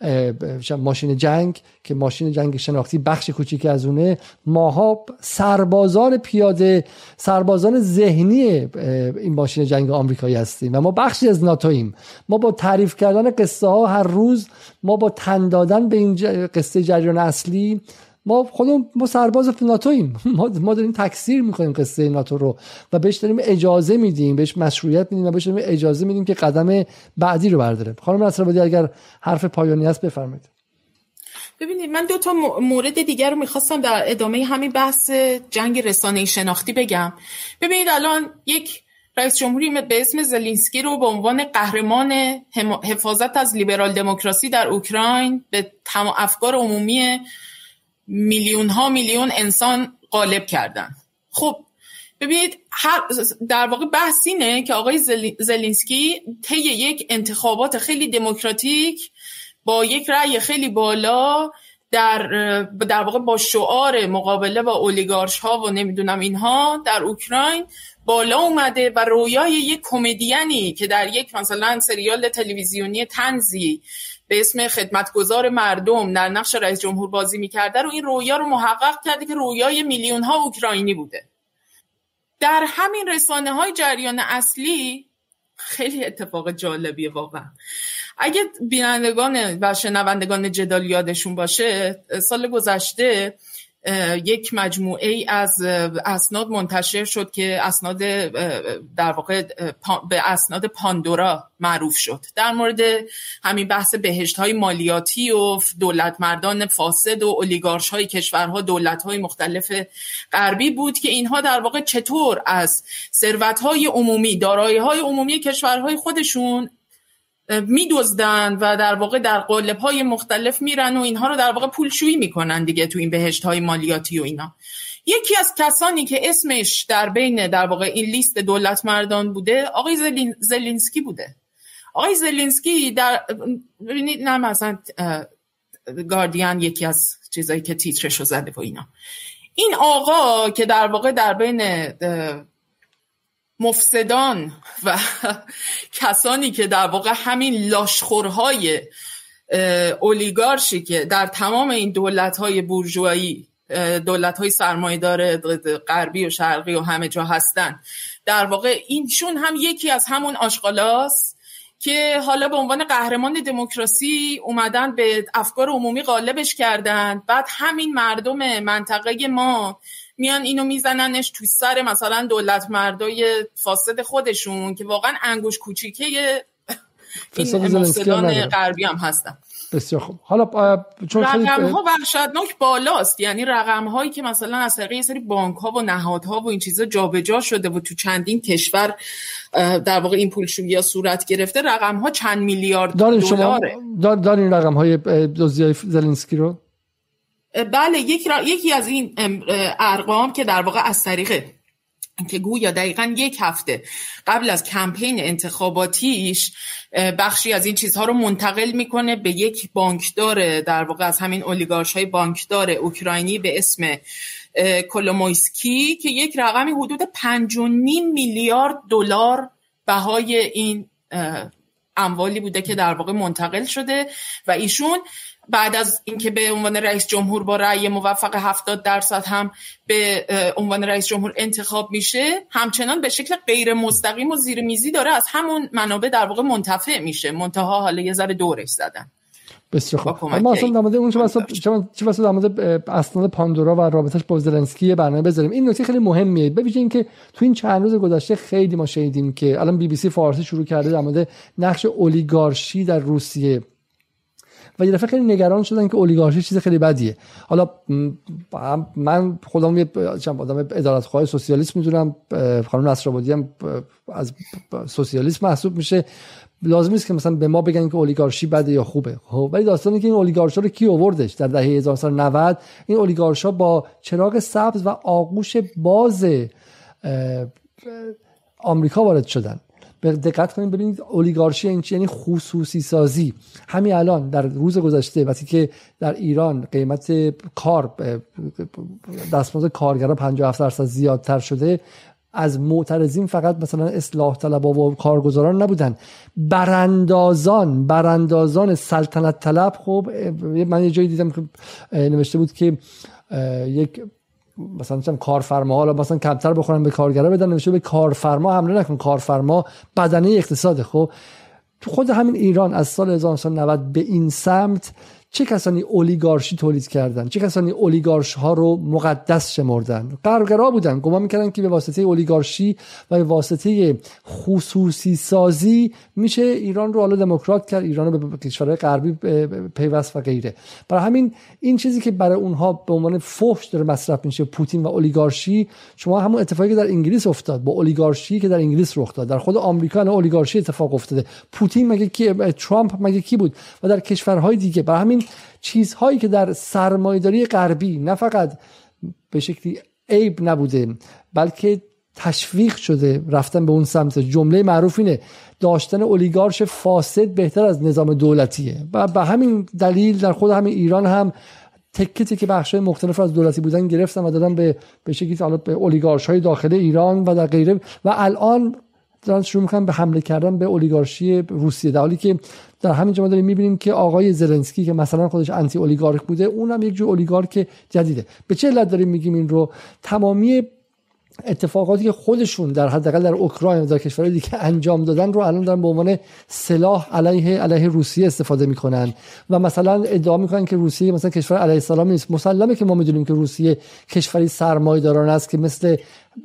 ماشین جنگ که ماشین جنگ شناختی بخش کوچیکی از اونه، ماها سربازان پیاده، سربازان ذهنی این ماشین جنگ آمریکایی هستیم و ما بخشی از ناتویم. ما با تعریف کردن قصه ها هر روز، ما با تن دادن به این قصه جریان اصلی، ما خودمون ما سرباز ناتویم. ما ما داریم تکثیر میکنیم قصه ناتو رو و بهش داریم اجازه میدیم، بهش مشروعیت میدیم و بهش داریم اجازه میدیم که قدم بعدی رو برداره. خانم نصرآبادی اگر حرف پایانی هست بفرمایید. ببینید من دو تا مورد دیگر رو میخواستم در ادامه همین بحث جنگ رسانه‌ای شناختی بگم. ببینید الان یک رئیس جمهوری به اسم زلنسکی رو به عنوان قهرمان حفاظت از لیبرال دموکراسی در اوکراین به تمام افکار عمومی میلیون ها میلیون انسان غالب کردن. خب ببینید در واقع بحث اینه که آقای زلنسکی طی یک انتخابات خیلی دموکراتیک با یک رأی خیلی بالا در در واقع با شعار مقابله با اولیگارش ها و نمیدونم اینها در اوکراین بالا اومده و رویای یک کمدیانی که در یک مثلا سریال تلویزیونی طنزی به اسم خدمتگزار مردم در نقش رئیس جمهور بازی میکرده رو این رویا رو محقق کرده که رویای میلیون ها اوکراینی بوده. در همین رسانه های جریان اصلی خیلی اتفاق جالبیه واقعا. اگه بینندگان و شنوندگان جدال یادشون باشه، سال گذشته یک مجموعه ای از اسناد منتشر شد که اسناد در واقع به اسناد پاندورا معروف شد در مورد همین بحث بهشت‌های مالیاتی و دولتمردان فاسد و اولیگارش‌های کشورها، دولت‌های مختلف غربی بود که اینها در واقع چطور از ثروت‌های عمومی، دارایی‌های عمومی کشورهای خودشون میدزدن و در واقع در قالب‌های مختلف میرن و اینها رو در واقع پولشویی میکنن دیگه تو این بهشت‌های مالیاتی و اینا. یکی از کسانی که اسمش در بین در واقع این لیست دولت مردان بوده آقای زلین، زلینسکی بوده. آقای زلینسکی در ببینید نه مثلا گاردین یکی از چیزایی که تیترشو زده و اینا، این آقا که در واقع در بین مفسدان و کسانی که در واقع همین لاشخورهای اولیگارشی که در تمام این دولت‌های بورژوایی، دولت‌های سرمایه‌دار غربی و شرقی و همه جا هستن، در واقع اینشون هم یکی از همون آشغالاست که حالا به عنوان قهرمان دموکراسی اومدن به افکار عمومی غالبش کردن. بعد همین مردم منطقه ما میان اینو میزننش تو سر مثلا دولت مردای فاسد خودشون که واقعا انگوش کوچیکه این مفسدان غربی هم هستن. بسیار خوب. حالا چون رقم ها وحشتناک بالاست، یعنی رقم هایی که مثلا از طریق یه سری بانک ها و نهادها و این چیزا جابجا شده و تو چندین کشور در واقع این پولشویی ها صورت گرفته، رقم ها چند میلیارد دلاره. دار دارین رقم های دزدی زلنسکی رو؟ بله، یک را... یکی از این ارقام که در واقع از طریق که گویا دقیقاً یک هفته قبل از کمپین انتخاباتیش بخشی از این چیزها رو منتقل میکنه به یک بانکدار، در واقع از همین اولیگارش‌های بانکدار اوکراینی به اسم کولومویسکی که یک رقمی حدود پنج و نیم میلیارد دلار بهای این اموالی بوده که در واقع منتقل شده و ایشون بعد از اینکه به عنوان رئیس جمهور با رأی موفق هفتاد درصد هم به عنوان رئیس جمهور انتخاب میشه، همچنان به شکل غیر مستقیم و زیر میزی داره از همون منابع در واقع منتفع میشه، منتها حالا یه ذره دورش زدن. بسیار خوب. ما اصلا در مورد اون چه واسه چه واسه در مورد اسناد پاندورا و رابطش با زلنسکی برنامه بذاریم. این نکته خیلی مهمیه. ببینید اینکه تو این چند روز گذشته خیلی ما شنیدیم که الان بی بی سی فارسی شروع کرده در مورد نقش اولیگارشی در روسیه و یه دفعه خیلی نگران شدن که اولیگارشی چیز خیلی بدیه. حالا من خودم یه آدم عدالتخواه سوسیالیسم میدونم، خانم نصرآبادی هم از سوسیالیسم محسوب میشه، لازم نیست که مثلا به ما بگن که اولیگارشی بده یا خوبه. خب ولی داستانی که این اولیگارشا رو کی آوردش در دهه هزار و نهصد و نود، این اولیگارشا با چراغ سبز و آغوش باز آمریکا وارد شدن. به دقت کنید ببینید اولیگارشی این چی، یعنی خصوصی سازی. همین الان در روز گذشته وقتی که در ایران قیمت کار دستمزد کارگرا پنجاه و هفت درصد زیادتر شده، از معترضین فقط مثلا اصلاح طلبها و کارگزاران نبودن، براندازان براندازان سلطنت طلب. خب من یه جایی دیدم که نوشته بود که یک مثلا چم کارفرما ها مثلا کمتر بخورن به کارگرا بدن، نوشته به کارفرما حمله نکن، کارفرما بدنه اقتصاده. خب تو خود همین ایران از سال هزار و نهصد و نود به این سمت چه کسانی اولیگارشی تولید کردن، چه کسانی اولیگارش ها رو مقدس شمردن؟ غربگرا بودن، گمان میکردن که به واسطه اولیگارشی و به واسطه خصوصی سازی میشه ایران رو حالا دموکرات کرد، ایران رو به کشورهای غربی پیوست و غیره. برای همین این چیزی که برای اونها به عنوان فحش داره مصرف میشه، پوتین و اولیگارشی، شما همون اتفاقی که در انگلیس افتاد با اولیگارشی که در انگلیس رخ داد، در خود آمریکا نه اولیگارشی اتفاق افتاده. پوتین مگه کی، ترامپ مگه کی بود؟ و در کشورهای دیگه. برای همین چیزهایی که در سرمایه‌داری غربی نه فقط به شکلی عیب نبوده بلکه تشویق شده رفتن به اون سمت. جمله معروف اینه داشتن اولیگارش فاسد بهتر از نظام دولتیه و به همین دلیل در خود همین ایران هم تکه که بخشای مختلف از دولتی بودن گرفتن و دادن به به شکلی حالا به اولیگارش‌های داخل ایران و در غیره و الان دارن شروع می‌کنن به حمله کردن به اولیگارشی روسیه، در حالی که در همین جا ما داریم می‌بینیم که آقای زلنسکی که مثلا خودش آنتی اولیگارک بوده اونم یک جور اولیگارک جدیده. به چه علت داریم میگیم این رو؟ تمامی اتفاقاتی که خودشون در حداقل در اوکراین و در کشورهای دیگه انجام دادن رو الان دارن به عنوان سلاح علیه علیه روسیه استفاده میکنن و مثلا ادعا میکنن که روسیه مثلا کشور علیه السلام نیست. مسلمه که ما میدونیم که روسیه کشوری سرمایه‌دارانه است که مثل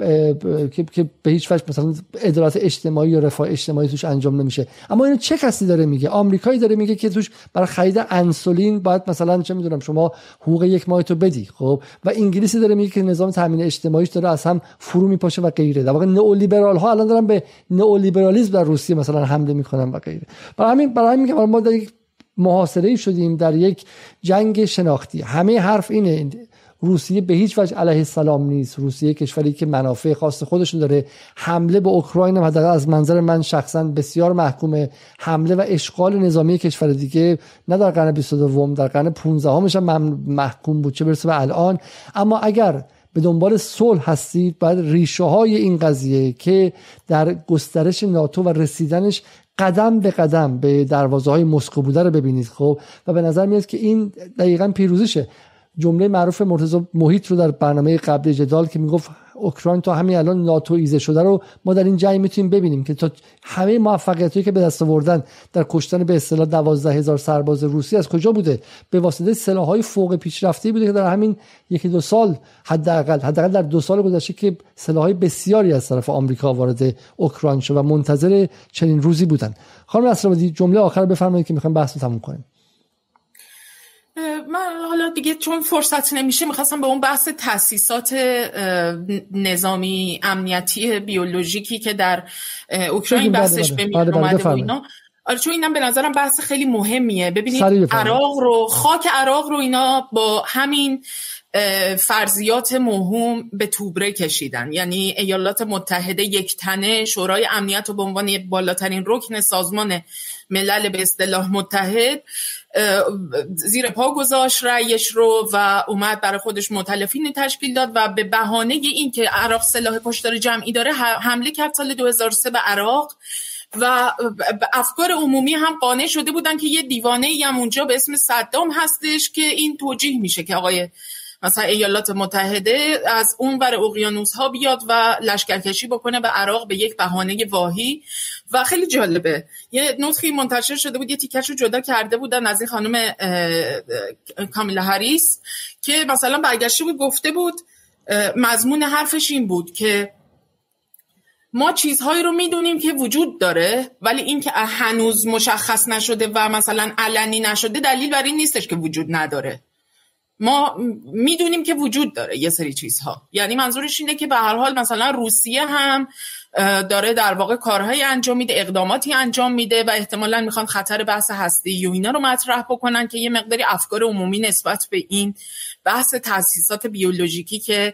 که که به هیچ وجه مثلا عدالت اجتماعی یا رفاه اجتماعی توش انجام نمیشه. اما اینو چه کسی داره میگه؟ آمریکایی داره میگه که توش برای خرید انسولین باید مثلا چه میدونم شما حقوق یک ماه تو بدی. خب و انگلیسی داره میگه که نظام تامین اجتماعیش داره از هم فرو میپاشه و غیره. در واقع نئولیبرال ها الان دارن به نئولیبرالیسم در روسیه مثلا حمله میکنن و غیره. برای همین برای همین که ما در یک محاصره شدیم، در یک جنگ شناختی. همه حرف اینه روسیه به هیچ وجه علیه السلام نیست. روسیه کشوری که منافع خاص خودشون داره. حمله به اوکراین هم حداقل از منظر من شخصا بسیار محکومه. حمله و اشغال نظامی کشور دیگه نه در قرن بیست و دو، در قرن پانزده همش هم محکوم بود چه برسه به الان. اما اگر به دنبال صلح هستید باید ریشه های این قضیه که در گسترش ناتو و رسیدنش قدم به قدم به دروازه های مسکو بوده رو ببینید. خب و به نظر میاد که این دقیقاً پیروزیشه. جمله معروف مرتضی محیط رو در برنامه قبل جدال که میگفت اوکراین تا همین الان ناتوئیزه شده رو ما در این جنگ میتونیم ببینیم که تا همه موفقیتایی که به دست آوردن در کشتن به اصطلاح دوازده هزار سرباز روسی از کجا بوده؟ به واسطه سلاح‌های فوق پیشرفته بوده که در همین یکی دو سال حداقل حداقل در دو سال گذشته که سلاح‌های بسیاری از طرف آمریکا وارد اوکراین شد و منتظر چنین روزی بودن. خانم نصرآبادی جمله آخر بفرمایید که می‌خوام بحث رو تموم کنیم. من حالا دیگه چون فرصت نمیشه میخواستم به اون بحث تأسیسات نظامی امنیتی بیولوژیکی که در اوکراین بحثش به میان اومده و اینا، آره چون اینم به نظرم بحث خیلی مهمیه. ببینید عراق رو خاک عراق رو اینا با همین فرضیات موهوم به توبره کشیدن. یعنی ایالات متحده یک تنه شورای امنیت رو به عنوان یک بالاترین رکن سازمان ملل به اصطلاح متحد زیر پا گذاشت رأیش رو و اومد برای خودش مؤتلفین تشکیل داد و به بهانه این که عراق سلاح کشتار جمعی داره حمله کرد سال دو هزار و سه به عراق و افکار عمومی هم قانع شده بودن که یه دیوانه‌ای هم اونجا به اسم صدام هستش که این توجیه میشه که آقای مثلا ایالات متحده از اون ور اقیانوس ها بیاد و لشکرکشی بکنه به عراق به یک بهانه واهی. و خیلی جالبه یه نسخه منتشر شده بود، یه تیکش رو جدا کرده بودن از این خانم کامیلا هریس که مثلا برگشته بود گفته بود مضمون حرفش این بود که ما چیزهایی رو میدونیم که وجود داره ولی این که هنوز مشخص نشده و مثلا علنی نشده دلیل بر این نیستش که وجود نداره. ما میدونیم که وجود داره یه سری چیزها. یعنی منظورش اینه که به هر حال مثلا روسیه هم داره در واقع کارهایی انجام میده، اقداماتی انجام میده و احتمالاً میخوان خطر بحث هسته‌ای و اینا رو مطرح بکنن که یه مقداری افکار عمومی نسبت به این بحث تأسیسات بیولوژیکی که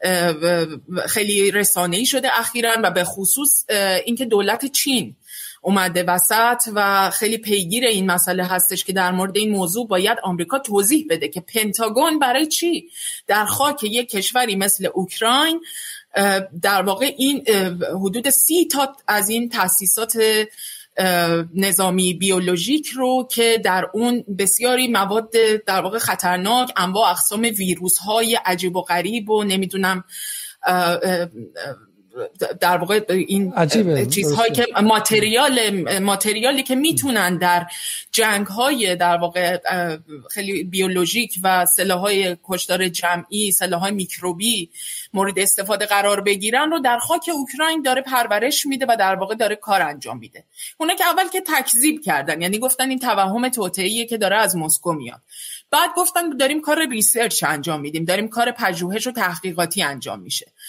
خیلی رسانه‌ای شده اخیراً و به خصوص اینکه دولت چین اومده وسط و خیلی پیگیر این مسئله هستش که در مورد این موضوع باید آمریکا توضیح بده که پنتاگون برای چی در خاک یک کشوری مثل اوکراین در واقع این حدود سی تا از این تأسیسات نظامی بیولوژیک رو که در اون بسیاری مواد در واقع خطرناک، انواع اقسام ویروس های عجیب و غریب و نمیدونم در واقع این چیزهایی که ماتریال ماتریالی که میتونن در جنگ‌های در واقع خیلی بیولوژیک و سلاح‌های کشتار جمعی، سلاح‌های میکروبی مورد استفاده قرار بگیرن رو در خاک اوکراین داره پرورش میده و در واقع داره کار انجام میده. اونا که اول که تکذیب کردن، یعنی گفتن این توهم توطئه‌ایه که داره از مسکو میاد. بعد گفتن داریم کار ریسرچ انجام میدیم، داریم کار پژوهش و تحقیقاتی انجام میشه.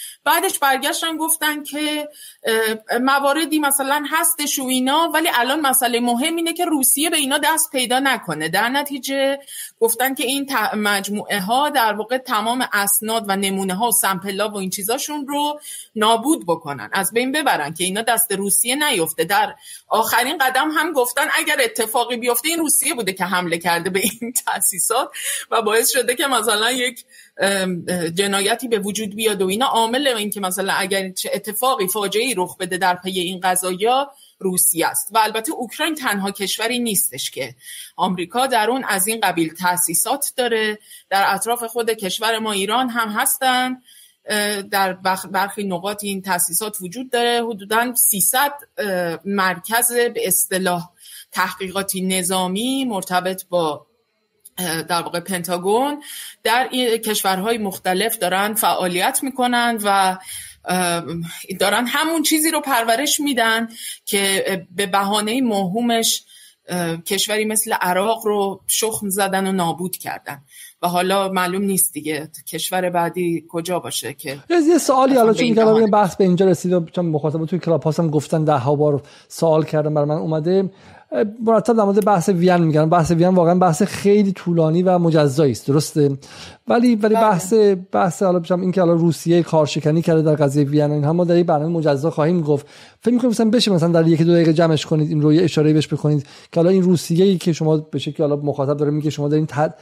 بعدش برگشتن گفتن که مواردی مثلا هستش و اینا، ولی الان مسئله مهم اینه که روسیه به اینا دست پیدا نکنه. در نتیجه گفتن که این مجموعه ها در واقع تمام اسناد و نمونه ها و سمپلا و این چیزاشون رو نابود بکنن، از بین ببرن که اینا دست روسیه نیفته. در آخرین قدم هم گفتن اگر اتفاقی بیفته این روسیه بوده که حمله کرده به این تأسیسات و باعث شده که مثلا یک جنایتی به وجود بیاد و اینا. عامل این که مثلا اگر چه اتفاقی فاجعه‌ای رخ بده در پی این قضایا روسیه است. و البته اوکراین تنها کشوری نیستش که آمریکا در اون از این قبیل تأسیسات داره. در اطراف خود کشور ما ایران هم هستن، در برخی نقاط این تأسیسات وجود داره. حدوداً سیصد مرکز به اصطلاح تحقیقاتی نظامی مرتبط با در واقع پنتاگون در کشورهای مختلف دارن فعالیت میکنن و دارن همون چیزی رو پرورش میدن که به بهانه موهومش کشوری مثل عراق رو شخم زدن و نابود کردن و حالا معلوم نیست دیگه کشور بعدی کجا باشه. که یه سوالی حالا چون این بحث به اینجا رسید، چون مخاطبا توی کلاب هاوس هم گفتن ده ها بار سوال کردن، برای من اومده مرتب در مورد بحث وین میگن. بحث وین واقعا بحث خیلی طولانی و مجزایی است، درسته؟ ولی ولی بحث بحث حالا بچم این که حالا روسیه کارشکنی کرده در قضیه وین، این هم ما در این برنامه مجزا خواهیم گفت. فکر می‌کنم مثلا بشه مثلا در یک دو دقیقه جمعش کنید، این رو یه اشاره بهش بکنید که حالا این روسیه‌ای که شما به شکلی حالا مخاطب داره میگه شما دارین تد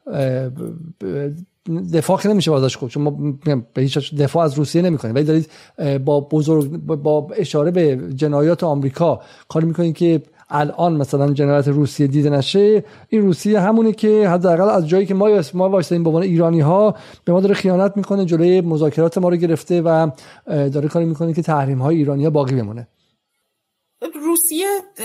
دفاع که نمیشه بازش گفت، شما به هیچ دفاع از روسیه نمی‌کنید، ولی دارید با بزرگ با اشاره به جنایات آمریکا کار می‌کنید که الان مثلا جنایت روسیه دیده نشه. این روسیه همونی که حداقل از جایی که ما ما واسطیم به عنوان ایرانی‌ها به ما داره خیانت میکنه، جلوی مذاکرات ما رو گرفته و داره کاری میکنه که تحریم‌های ایرانی‌ها باقی بمونه. روسیه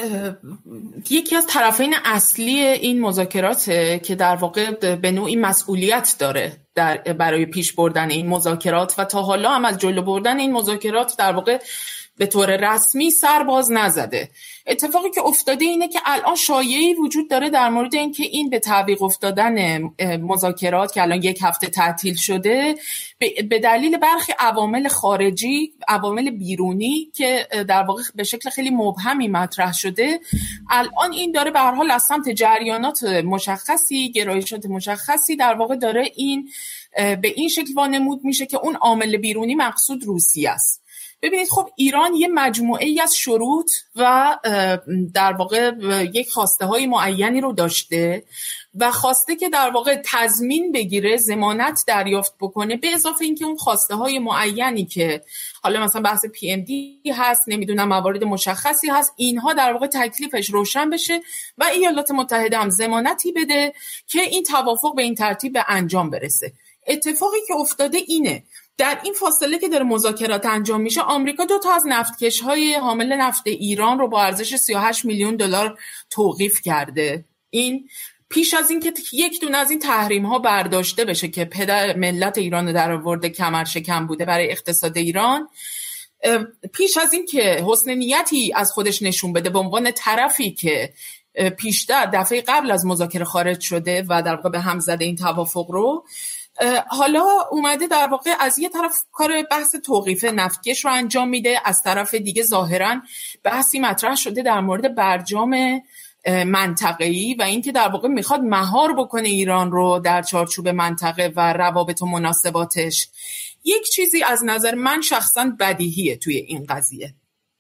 یکی از طرفین اصلی این مذاکراته که در واقع به نوعی مسئولیت داره در برای پیش بردن این مذاکرات و تا حالا هم از جلو بردن این مذاکرات در واقع به طور رسمی سر باز نزده. اتفاقی که افتاده اینه که الان شایعی وجود داره در مورد اینکه این به تعویق افتادن مذاکرات که الان یک هفته تعطیل شده به دلیل برخی عوامل خارجی، عوامل بیرونی که در واقع به شکل خیلی مبهمی مطرح شده، الان این داره به هر حال از سمت جریانات مشخصی، گرایشات مشخصی در واقع داره این به این شکل وانمود میشه که اون عامل بیرونی مقصود روسیه است. ببینید خب ایران یه مجموعه ای از شروط و در واقع یک خواسته های معینی رو داشته و خواسته که در واقع تضمین بگیره، ضمانت دریافت بکنه، به اضافه اینکه اون خواسته های معینی که حالا مثلا بحث پی ام دی هست، نمیدونم موارد مشخصی هست، اینها در واقع تکلیفش روشن بشه و ایالات متحده هم ضمانتی بده که این توافق به این ترتیب به انجام برسه. اتفاقی که افتاده اینه در این فاصله که داره مذاکرات انجام میشه، آمریکا دو تا از نفتکش‌های حامل نفت ایران رو با ارزش سی و هشت میلیون دلار توقیف کرده. این پیش از این که یک دونه از این تحریم‌ها برداشته بشه که پدر ملت ایران رو در آورده کمر شکم بوده برای اقتصاد ایران، پیش از این که حسن نیتی از خودش نشون بده به عنوان طرفی که پیشتر دفعه قبل از مذاکره خارج شده و در واقع به هم زده این توافق رو، حالا اومده در واقع از یه طرف کار بحث توقیف نفتکش رو انجام میده، از طرف دیگه ظاهراً بحثی مطرح شده در مورد برجام منطقه‌ای و اینکه در واقع میخواد مهار بکنه ایران رو در چارچوب منطقه و روابط و مناسباتش. یک چیزی از نظر من شخصاً بدیهیه توی این قضیه.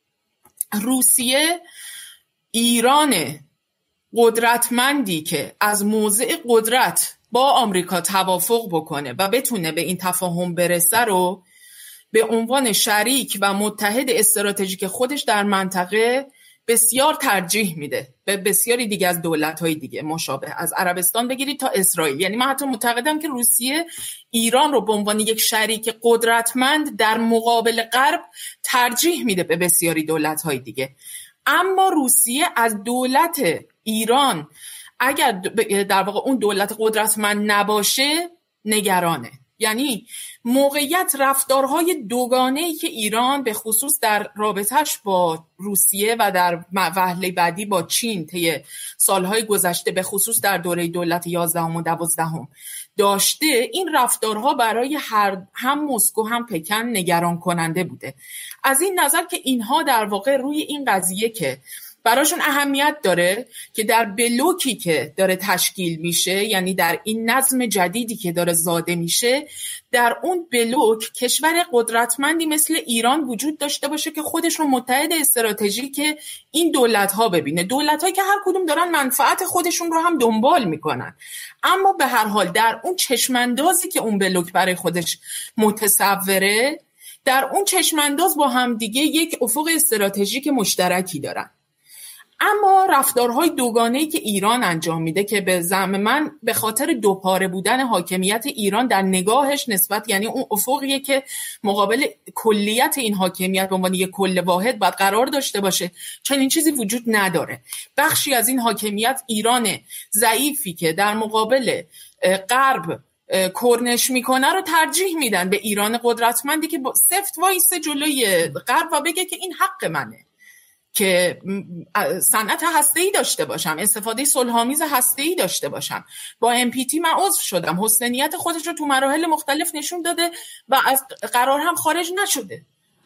روسیه ایران قدرتمندی که از موضع قدرت با آمریکا توافق بکنه و بتونه به این تفاهم برسه رو به عنوان شریک و متحد استراتژیک خودش در منطقه بسیار ترجیح میده به بسیاری دیگه از دولت‌های دیگه مشابه، از عربستان بگیرید تا اسرائیل. یعنی من حتی معتقدم که روسیه ایران رو به عنوان یک شریک قدرتمند در مقابل غرب ترجیح میده به بسیاری دولت‌های دیگه. اما روسیه از دولت ایران اگر در واقع اون دولت قدرتمند نباشه نگرانه. یعنی موقعیت رفتارهای دوگانه‌ای که ایران به خصوص در رابطش با روسیه و در وهله بعدی با چین طی سالهای گذشته به خصوص در دوره دولت یازدهم و دوازدهم داشته، این رفتارها برای هر هم مسکو هم پکن نگران کننده بوده. از این نظر که اینها در واقع روی این قضیه که براشون اهمیت داره که در بلوکی که داره تشکیل میشه، یعنی در این نظم جدیدی که داره زاده میشه، در اون بلوک کشور قدرتمندی مثل ایران وجود داشته باشه که خودش رو متحد استراتژیک این دولت‌ها ببینه، دولت‌هایی که هر کدوم دارن منفعت خودشون رو هم دنبال میکنن، اما به هر حال در اون چشماندازی که اون بلوک برای خودش متصوره، در اون چشمانداز با هم دیگه یک افق استراتژیک مشترکی دارن. اما رفتارهای دوگانه‌ای که ایران انجام میده که به زعم من به خاطر دوپاره بودن حاکمیت ایران در نگاهش نسبت، یعنی اون افقیه که مقابل کلیت این حاکمیت به عنوان یک کل واحد باید قرار داشته باشه، چنین چیزی وجود نداره. بخشی از این حاکمیت ایران ضعیفی که در مقابل غرب کرنش میکنه رو ترجیح میدن به ایران قدرتمندی که سفت وایسه جلوی غرب و بگه که این حق منه که صنعت هسته‌ای داشته باشم، استفاده صلح‌آمیز هسته‌ای داشته باشم. با ام پی تی من عضو شدم، حسن نیت خودش رو تو مراحل مختلف نشون داده و از قرار هم خارج نشده.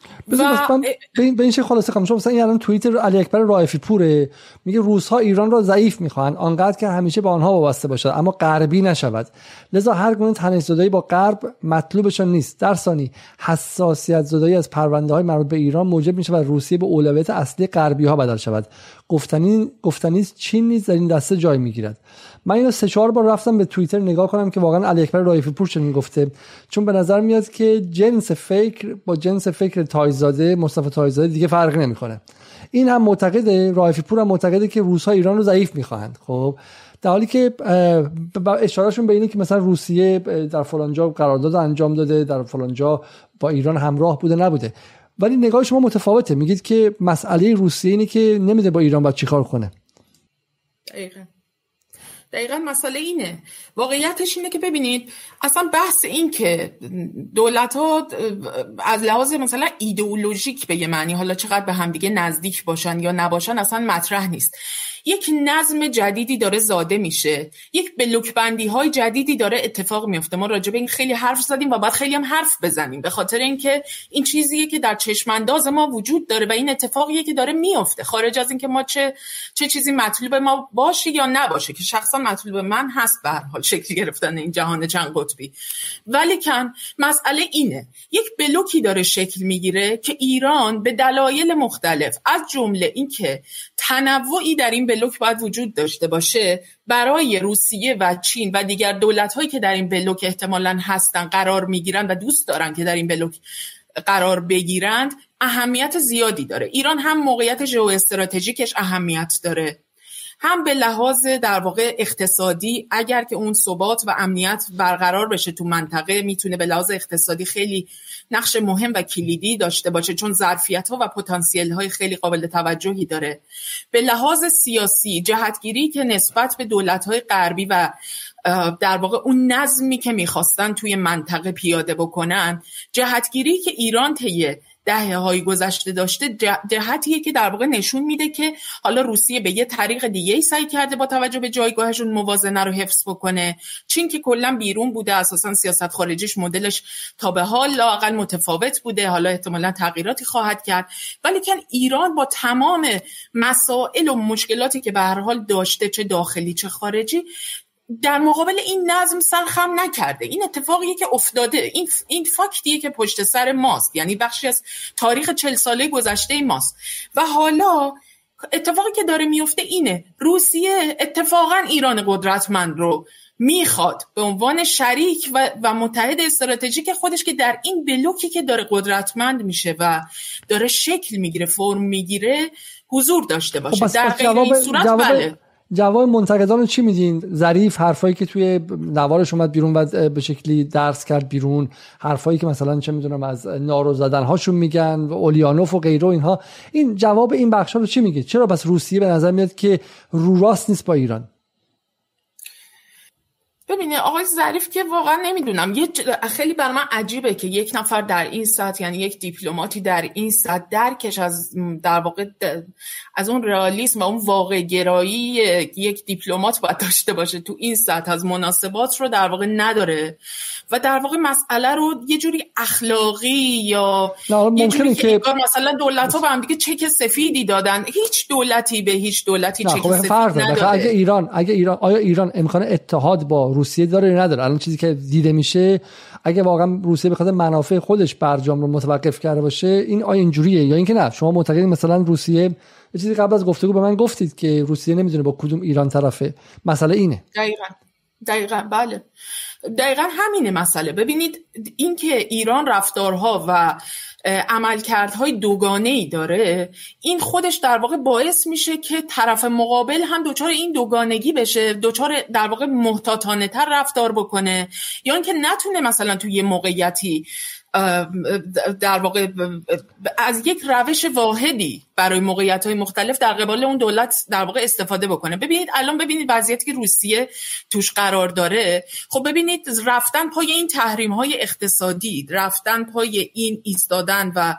و به این چه خلاصه کنم، مثلا این الان توییتر علی اکبر رائفی پوره میگه روس‌ها ایران را ضعیف می‌خواهند آنقدر که همیشه به آنها وابسته باشد اما غربی نشود، لذا هر گونه تنش‌زدایی با غرب مطلوبشان نیست. در ثانی حساسیت زدایی از پرونده‌های مربوط به ایران موجب می‌شود روسیه به اولویت اصلی غربی‌ها بدل شود. گفتنی گفتنی چین نیز در این دسته جای می‌گیرد. من اینو سه چهار بار رفتم به توییتر نگاه کنم که واقعا علی اکبر رائفی پور چنین گفته، چون به نظر میاد که جنس فکر با جنس فکر تایزاده مصطفی تایزاده دیگه فرقی نمیکنه. این هم معتقده، رائفی پور هم معتقده که روس‌ها ایران رو ضعیف میخواهند. خب در حالی که اشارهشون به اینه که مثلا روسیه در فلان جا قرارداد انجام داده، در فلان جا با ایران همراه بوده نبوده، ولی نگاه شما متفاوته. میگید که مسئله روسیه اینه که نمیده با ایران باید چیکار کنه. دقیقاً دقیقاً مسئله اینه. واقعیتش اینه که ببینید اصلا بحث این که دولت‌ها از لحاظ مثلا ایدئولوژیک به یه معنی حالا چقدر به همدیگه نزدیک باشن یا نباشن اصلا مطرح نیست. یک نظم جدیدی داره زاده میشه، یک بلوک بندی های جدیدی داره اتفاق میفته. ما راجع به این خیلی حرف زدیم و باید خیلی هم حرف بزنیم، به خاطر اینکه این چیزیه که در چشم انداز ما وجود داره و این اتفاقیه که داره میفته، خارج از اینکه ما چه چه چیزی مطلوب ما باشه یا نباشه، که شخصا مطلوب من هست به هر حال شکل گرفتن این جهان چند قطبی. ولی کن مسئله اینه، یک بلوکی داره شکل میگیره که ایران به دلایل مختلف، از جمله اینکه تنوعی در این بلوک باید وجود داشته باشه، برای روسیه و چین و دیگر دولت‌هایی که در این بلوک احتمالاً هستن قرار میگیرن و دوست دارن که در این بلوک قرار بگیرند، اهمیت زیادی داره. ایران هم موقعیت ژئواستراتژیکش اهمیت داره، هم به لحاظ در واقع اقتصادی، اگر که اون ثبات و امنیت برقرار بشه تو منطقه میتونه به لحاظ اقتصادی خیلی نقش مهم و کلیدی داشته باشه، چون ظرفیت‌ها و پتانسیل‌های خیلی قابل توجهی داره. به لحاظ سیاسی، جهتگیری که نسبت به دولت‌های غربی و در واقع اون نظمی که می‌خواستن توی منطقه پیاده بکنن، جهتگیری که ایران طی دهه‌های گذشته داشته، جهتیه که در واقع نشون میده که حالا روسیه به یه طریق دیگه‌ای سعی کرده با توجه به جایگاهشون موازنه رو حفظ بکنه. چین که کلا بیرون بوده، اساسا سیاست خارجیش مدلش تا به حال لااقل متفاوت بوده، حالا احتمالاً تغییراتی خواهد کرد. ولی که ایران با تمام مسائل و مشکلاتی که به هر حال داشته، چه داخلی چه خارجی، در مقابل این نظم سرخم نکرده. این اتفاقیه که افتاده، این این فاکتیه که پشت سر ماست، یعنی بخشی از تاریخ چهل ساله گذشته ماست. و حالا اتفاقی که داره میفته اینه، روسیه اتفاقا ایران قدرتمند رو میخواد به عنوان شریک و, و متحد استراتژیک خودش که در این بلوکی که داره قدرتمند میشه و داره شکل میگیره، فرم میگیره، حضور داشته باشه. در غیر این صورت جواب... بله. جواب منتقدان چی میدین؟ ظریف حرفایی که توی نوارش اومد بیرون و به شکلی درس کرد بیرون، حرفایی که مثلا چه میدونم از نارو زدن هاشون میگن و اولیانوف و غیره اینها، این جواب این بخشا رو چی میگه؟ چرا بس روسیه به نظر میاد که رو راست نیست با ایران؟ ببینه آقای ظریف که واقعا نمیدونم، یه خیلی برای من عجیبه که یک نفر در این سطح، یعنی یک دیپلماتی در این سطح، درکش از در واقع از اون رئالیسم و اون واقع گرایی یک دیپلمات باید داشته باشه، تو این سطح از مناسبات رو در واقع نداره و در واقع مسئله رو یه جوری اخلاقی یا یه جوری که مثلا دولت‌ها به هم دیگه چک سفیدی دادن. هیچ دولتی به هیچ دولتی چک سفید نداده. اگه ایران اگه ایران آیا ایران امکان اتحاد با روسیه داره یا نداره؟ الان چیزی که دیده میشه اگه واقعا روسیه بخواد منافع خودش برجام رو متوقف کرده باشه، این آیا اینجوریه یا اینکه نه؟ شما معتقدید مثلا روسیه، یه چیزی قبل از گفتگو به من گفتید که روسیه نمیدونه با کدوم ایران طرفه، مسئله اینه. دقیقاً دقیقاً بله دقیقاً همینه مسئله. ببینید این که ایران رفتارها و عملکردهای دوگانه‌ای داره، این خودش در واقع باعث میشه که طرف مقابل هم دوچار این دوگانگی بشه، دوچار در واقع محتاطانه تر رفتار بکنه، یا اینکه نتونه مثلا توی یه موقعیتی در واقع از یک روش واحدی برای موقعیت‌های مختلف در قبال اون دولت در واقع استفاده بکنه. ببینید الان ببینید وضعیتی که روسیه توش قرار داره، خب ببینید رفتن پای این تحریم‌های اقتصادی، رفتن پای این ایستادن و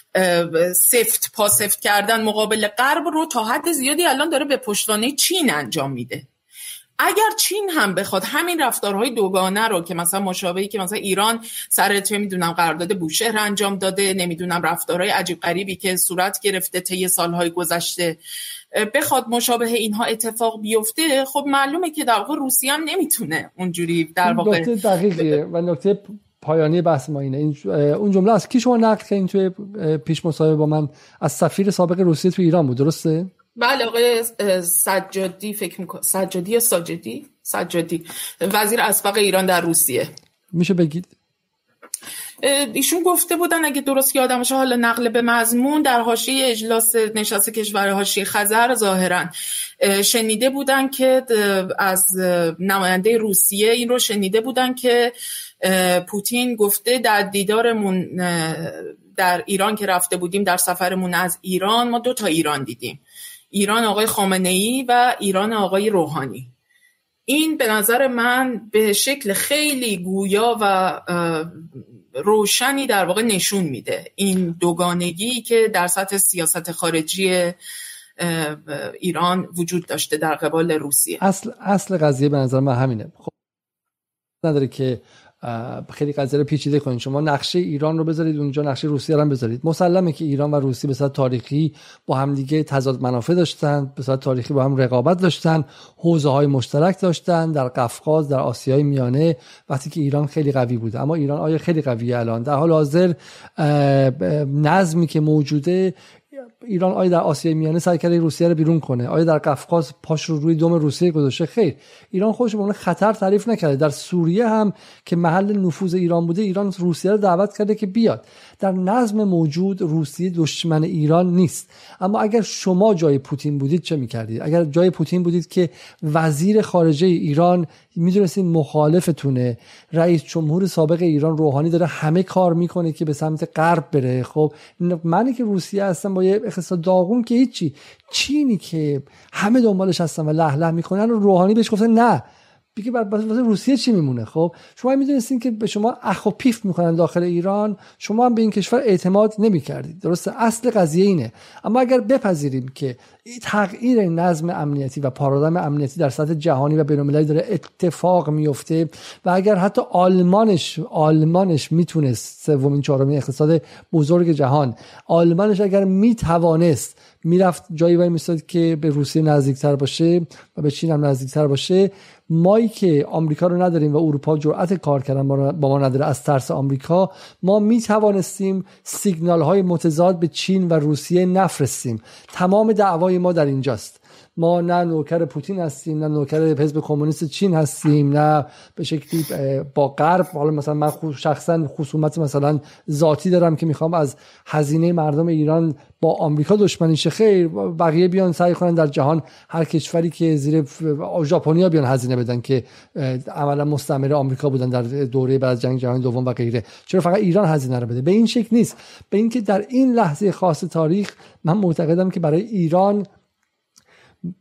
سفت پا سفت کردن مقابل غرب رو تا حد زیادی الان داره به پشتوانه چین انجام میده. اگر چین هم بخواد همین رفتارهای دوگانه رو که مثلا مشابهی که مثلا ایران سر چه میدونم قرارداد بوشهر انجام داده، نمیدونم رفتارهای عجیب غریبی که صورت گرفته طی سالهای گذشته، بخواد مشابه اینها اتفاق بیفته، خب معلومه که در واقع روسیه هم نمیتونه اونجوری در واقع. نکته دقیقیه و نکته پایانی بحث ما اینه. این اون جمله است که شما نقل کردین توی پیش مصاحبه با من از سفیر سابق روسیه تو ایران بود، درسته؟ بله آقای سجادی، فکر میکنم سجادی یا ساجدی سجادی، وزیر اسبق ایران در روسیه. میشه بگید؟ ایشون گفته بودن اگه درست یادم باشه، حالا نقل به مضمون، در حاشیه اجلاس نشست کشور حاشیه خزر ظاهرا شنیده بودن که از نماینده روسیه این رو شنیده بودن که پوتین گفته در دیدارمون در ایران که رفته بودیم، در سفرمون از ایران، ما دو تا ایران دیدیم، ایران آقای خامنه‌ای و ایران آقای روحانی. این به نظر من به شکل خیلی گویا و روشنی در واقع نشون میده این دوگانگی که در سطح سیاست خارجی ایران وجود داشته در قبال روسیه. اصل اصل قضیه به نظر من همینه. خب نداره که خیلی قضیه رو پیچیده کنید. شما نقشه ایران رو بذارید اونجا، نقشه روسیه رو هم بذارید. مسلمه که ایران و روسیه به صورت تاریخی با هم دیگه تضاد منافع داشتن، به صورت تاریخی با هم رقابت داشتن، حوزه‌های مشترک داشتن در قفقاز، در آسیای میانه، وقتی که ایران خیلی قوی بود. اما ایران آیا خیلی قویه الان؟ در حال حاضر نظمی که موجوده، ایران آیا در آسیای میانه سعی کرده روسیه رو بیرون کنه؟ آیا در قفقاز پاش رو روی دم روسیه گذاشته؟ خیر. ایران خودش به عنوان خطر تعریف نکرده. در سوریه هم که محل نفوذ ایران بوده، ایران روسیه رو دعوت کرده که بیاد. در نظم موجود روسیه دشمن ایران نیست. اما اگر شما جای پوتین بودید چه می‌کردید؟ اگر جای پوتین بودید که وزیر خارجه ایران میدونستین مخالفتونه، رئیس جمهور سابق ایران روحانی داره همه کار میکنه که به سمت غرب بره، خب منی که روسیه هستم با یه اقتصاد داغون که هیچی، چینی که همه دنبالش هستن و له له میکنن، روحانی بهش گفته نه، بگه واسه روسیه چی میمونه؟ خب شما میدونستین که به شما اخ و پیف میکنن داخل ایران، شما هم به این کشور اعتماد نمیکردید. درسته؟ اصل قضیه اینه. اما اگر بپذیریم که تغییر نظم امنیتی و پارادایم امنیتی در سطح جهانی و بین‌المللی داره اتفاق میفته و اگر حتی آلمانش آلمانش میتونست سومین چهارمین اقتصاد بزرگ جهان، آلمانش اگر میتوانست میرفت جایی وای میستاد که به روسیه نزدیکتر باشه و به چین هم نزدیکتر باشه، مایی که آمریکا رو نداریم و اروپا جرأت کار کردن با ما نداره از ترس آمریکا، ما میتوانستیم سیگنال های متضاد به چین و روسیه نفرستیم. تمام دعوای ما در اینجاست. ما نه نوکر پوتین هستیم، نه نوکر حزب کمونیست چین هستیم، نه به شکلی با غرب. حالا مثلا من شخصا خصومت مثلا ذاتی دارم که میخوام از هزینه مردم ایران با آمریکا دشمنی شه. خیر، بقیه بیان سعی کنن در جهان هر کشوری که زیر ژاپنیا بیان هزینه بدن که عملا مستعمره آمریکا بودن در دوره بعد از جنگ جهانی دوم و غیره. چرا فقط ایران هزینه رو بده؟ به این شکل نیست. به اینکه در این لحظه خاص تاریخ من معتقدم که برای ایران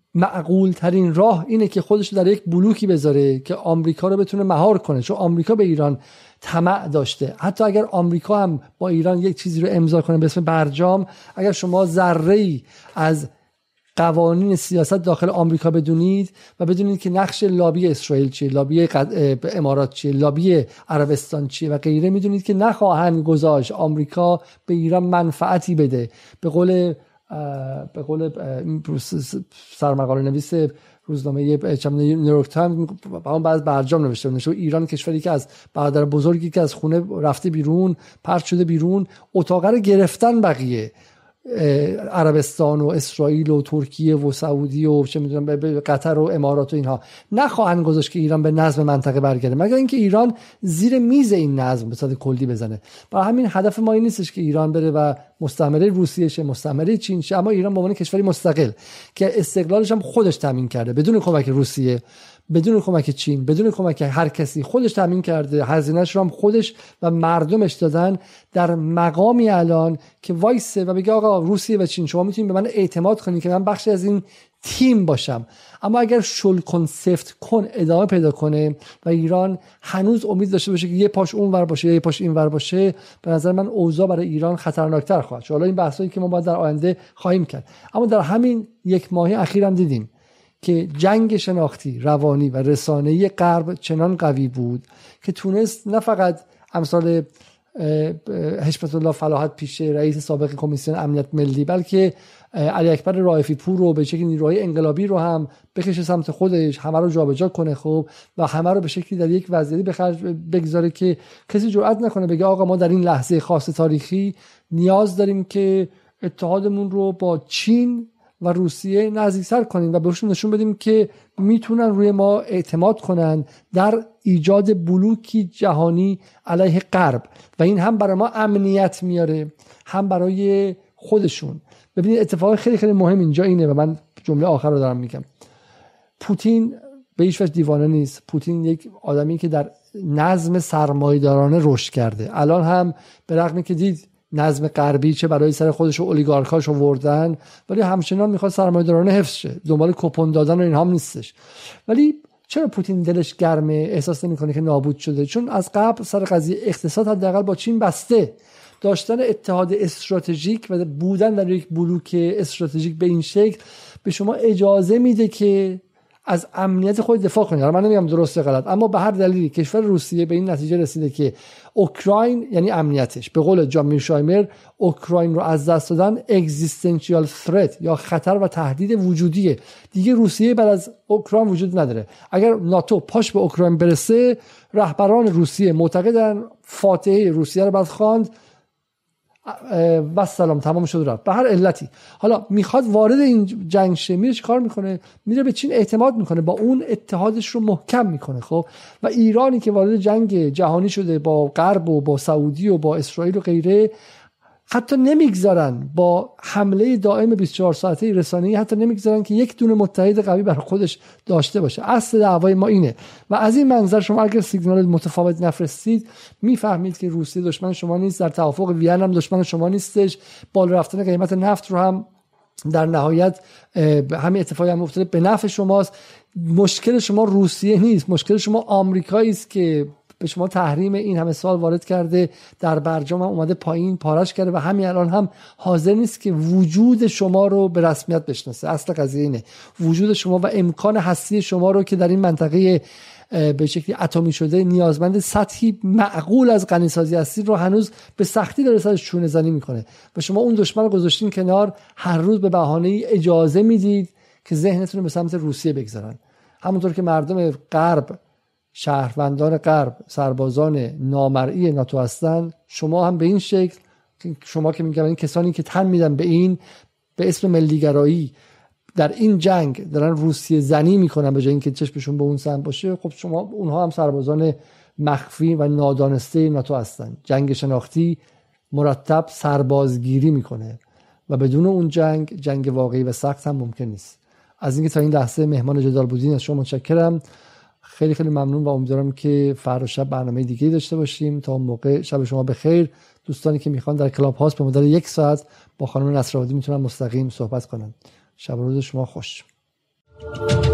معقول ترین راه اینه که خودش رو در یک بلوکی بذاره که آمریکا رو بتونه مهار کنه، چون آمریکا به ایران طمع داشته. حتی اگر آمریکا هم با ایران یک چیزی رو امضا کنه به اسم برجام، اگر شما ذره‌ای از قوانین سیاست داخل آمریکا بدونید و بدونید که نقش لابی اسرائیل چیه، لابی امارات چیه، لابی عربستان چیه و غیره، میدونید که نخواهند گذاشت آمریکا به ایران منفعتی بده. به قول به قول سرمقاله نویس روزنامه نیویورک تایمز، با اون بعض برجام نوشته بود ایران کشوری که از برادر بزرگی که از خونه رفته بیرون، پرت شده بیرون، اتاق رو گرفتن بقیه، عربستان و اسرائیل و ترکیه و سعودی و چه میدونم قطر و امارات و اینها نخواهند گذاشت که ایران به نظم منطقه برگرده، مگر اینکه ایران زیر میز این نظم به صورت کلی بزنه. برای همین هدف ما این نیستش که ایران بره و مستعمره روسیه شه، مستعمره چین شه، اما ایران به عنوان کشوری مستقل که استقلالش هم خودش تامین کرده، بدون کمک روسیه، بدون کمک چین، بدون کمک هر کسی، خودش تامین کرده، هزینه‌اش رو هم خودش و مردمش دادن، در مقامی الان که وایسه و بگه آقا روسیه و چین شما میتونید به من اعتماد کنید که من بخشی از این تیم باشم. اما اگر شل کن سفت کن ادامه پیدا کنه و ایران هنوز امید داشته باشه که یه پاش اون ور باشه یه پاش این ور باشه، به نظر من اوضاع برای ایران خطرناکتر خواهد شد. حالا این بحثایی که ما باید در آینده خواهیم کرد، اما در همین یک ماه اخیر هم دیدیم که جنگ شناختی، روانی و رسانه‌ای غرب چنان قوی بود که تونست نه فقط امثال حشمت الله فلاحت پیشه، رئیس سابق کمیسیون امنیت ملی، بلکه علی اکبر رائفی پور رو به شکلی نیروهای انقلابی رو هم بکشه سمت خودش، همه رو جابجا کنه خب و همه رو به شکلی در یک وضعیتی بخرج بگذاره که کسی جرئت نکنه بگه آقا ما در این لحظه خاص تاریخی نیاز داریم که اتحادمون رو با چین و روسیه نزدیک‌تر کنیم و بهشون نشون بدیم که میتونن روی ما اعتماد کنن در ایجاد بلوکی جهانی علیه غرب و این هم برای ما امنیت میاره هم برای خودشون. ببینید اتفاق خیلی خیلی مهم اینجا اینه و من جمله آخر رو دارم میگم. پوتین به هیچ وجه دیوانه نیست. پوتین یک آدمی که در نظم سرمایه‌دارانه رشد کرده. الان هم به رغمی که دید نظم غربی چه برای سر خودش و اولیگارکاش آوردن، ولی همچنان میخواد سرمایه‌دارانه حفظ شه، دنبال کوپن دادن و اینها هم نیستش. ولی چرا پوتین دلش گرمه، احساس نمیکنه که نابود شده؟ چون از قبل سر قضیه اقتصاد حداقل با چین بسته. داشتن اتحاد استراتژیک و بودن در یک بلوک استراتژیک به این شکل به شما اجازه میده که از امنیت خود دفاع کنید. من نمیگم درست یا غلط، اما به هر دلیلی کشور روسیه به این نتیجه رسیده که اوکراین یعنی امنیتش. به قول جان میرشایمر، اوکراین رو از دست دادن اگزیستانشیال ثرت یا خطر و تهدید وجودیه. دیگه روسیه بعد از اوکراین وجود نداره. اگر ناتو پاش به اوکراین برسه، رهبران روسیه معتقدن فاتحه روسیه رو بعد خواند و سلام تمام شد رفت به هر علتی. حالا میخواد وارد این جنگ شه، میره چیکار میکنه؟ میره به چین اعتماد میکنه، با اون اتحادش رو محکم میکنه. خب و ایرانی که وارد جنگ جهانی شده با غرب و با سعودی و با اسرائیل و غیره، حتی نمیگذارن با حمله دائم بیست و چهار ساعته رسانه‌ای، حتی نمیگذارن که یک دونه متحد قوی برای خودش داشته باشه. اصل دعوای ما اینه و از این منظر شما اگر سیگنال متفاوت نفرستید، میفهمید که روسیه دشمن شما نیست، در توافق وین هم دشمن شما نیستش، بالا رفتن قیمت نفت رو هم در نهایت همین اتفاقی هم افتاده به نفع شماست. مشکل شما روسیه نیست، مشکل شما آمریکایی است که به شما تحریم این همه سال وارد کرده، در برجام هم اومده پایین پارش کرده و همین الان هم حاضر نیست که وجود شما رو به رسمیت بشناسه. اصل قضیه اینه، وجود شما و امکان هستی شما رو که در این منطقه به شکلی اتمی شده نیازمند سطحی معقول از غنیسازی هستی رو هنوز به سختی داره سرش چونه زنی میکنه و شما اون دشمن رو گذاشتین کنار، هر روز به بهانه‌ای اجازه میدید که ذهنتون رو به سمت روسیه بگذارن. همونطور که مردم غرب، شهروندان غرب، سربازان نامرئی ناتو هستن، شما هم به این شکل، شما که میگم این کسانی که تن میدن به این به اسم ملیگرایی در این جنگ دارن روسیه زنی میکنن به جای اینکه چشمشون به اون سمت باشه، خب شما اونها هم سربازان مخفی و نادانسته ناتو هستن. جنگ شناختی مرتب سربازگیری میکنه و بدون اون جنگ جنگ واقعی و سخت هم ممکن نیست. از اینکه تا این لحظه مهمان جدال بودین از شما متشکرم. خیلی خیلی ممنون و امیدوارم که فردا شب برنامه دیگه‌ای داشته باشیم. تا اون موقع شب شما بخیر. دوستانی که میخوان در کلاب هاوس به مدت یک ساعت با خانم نصرآبادی میتونن مستقیم صحبت کنن. شب و روز شما خوش. بدرود.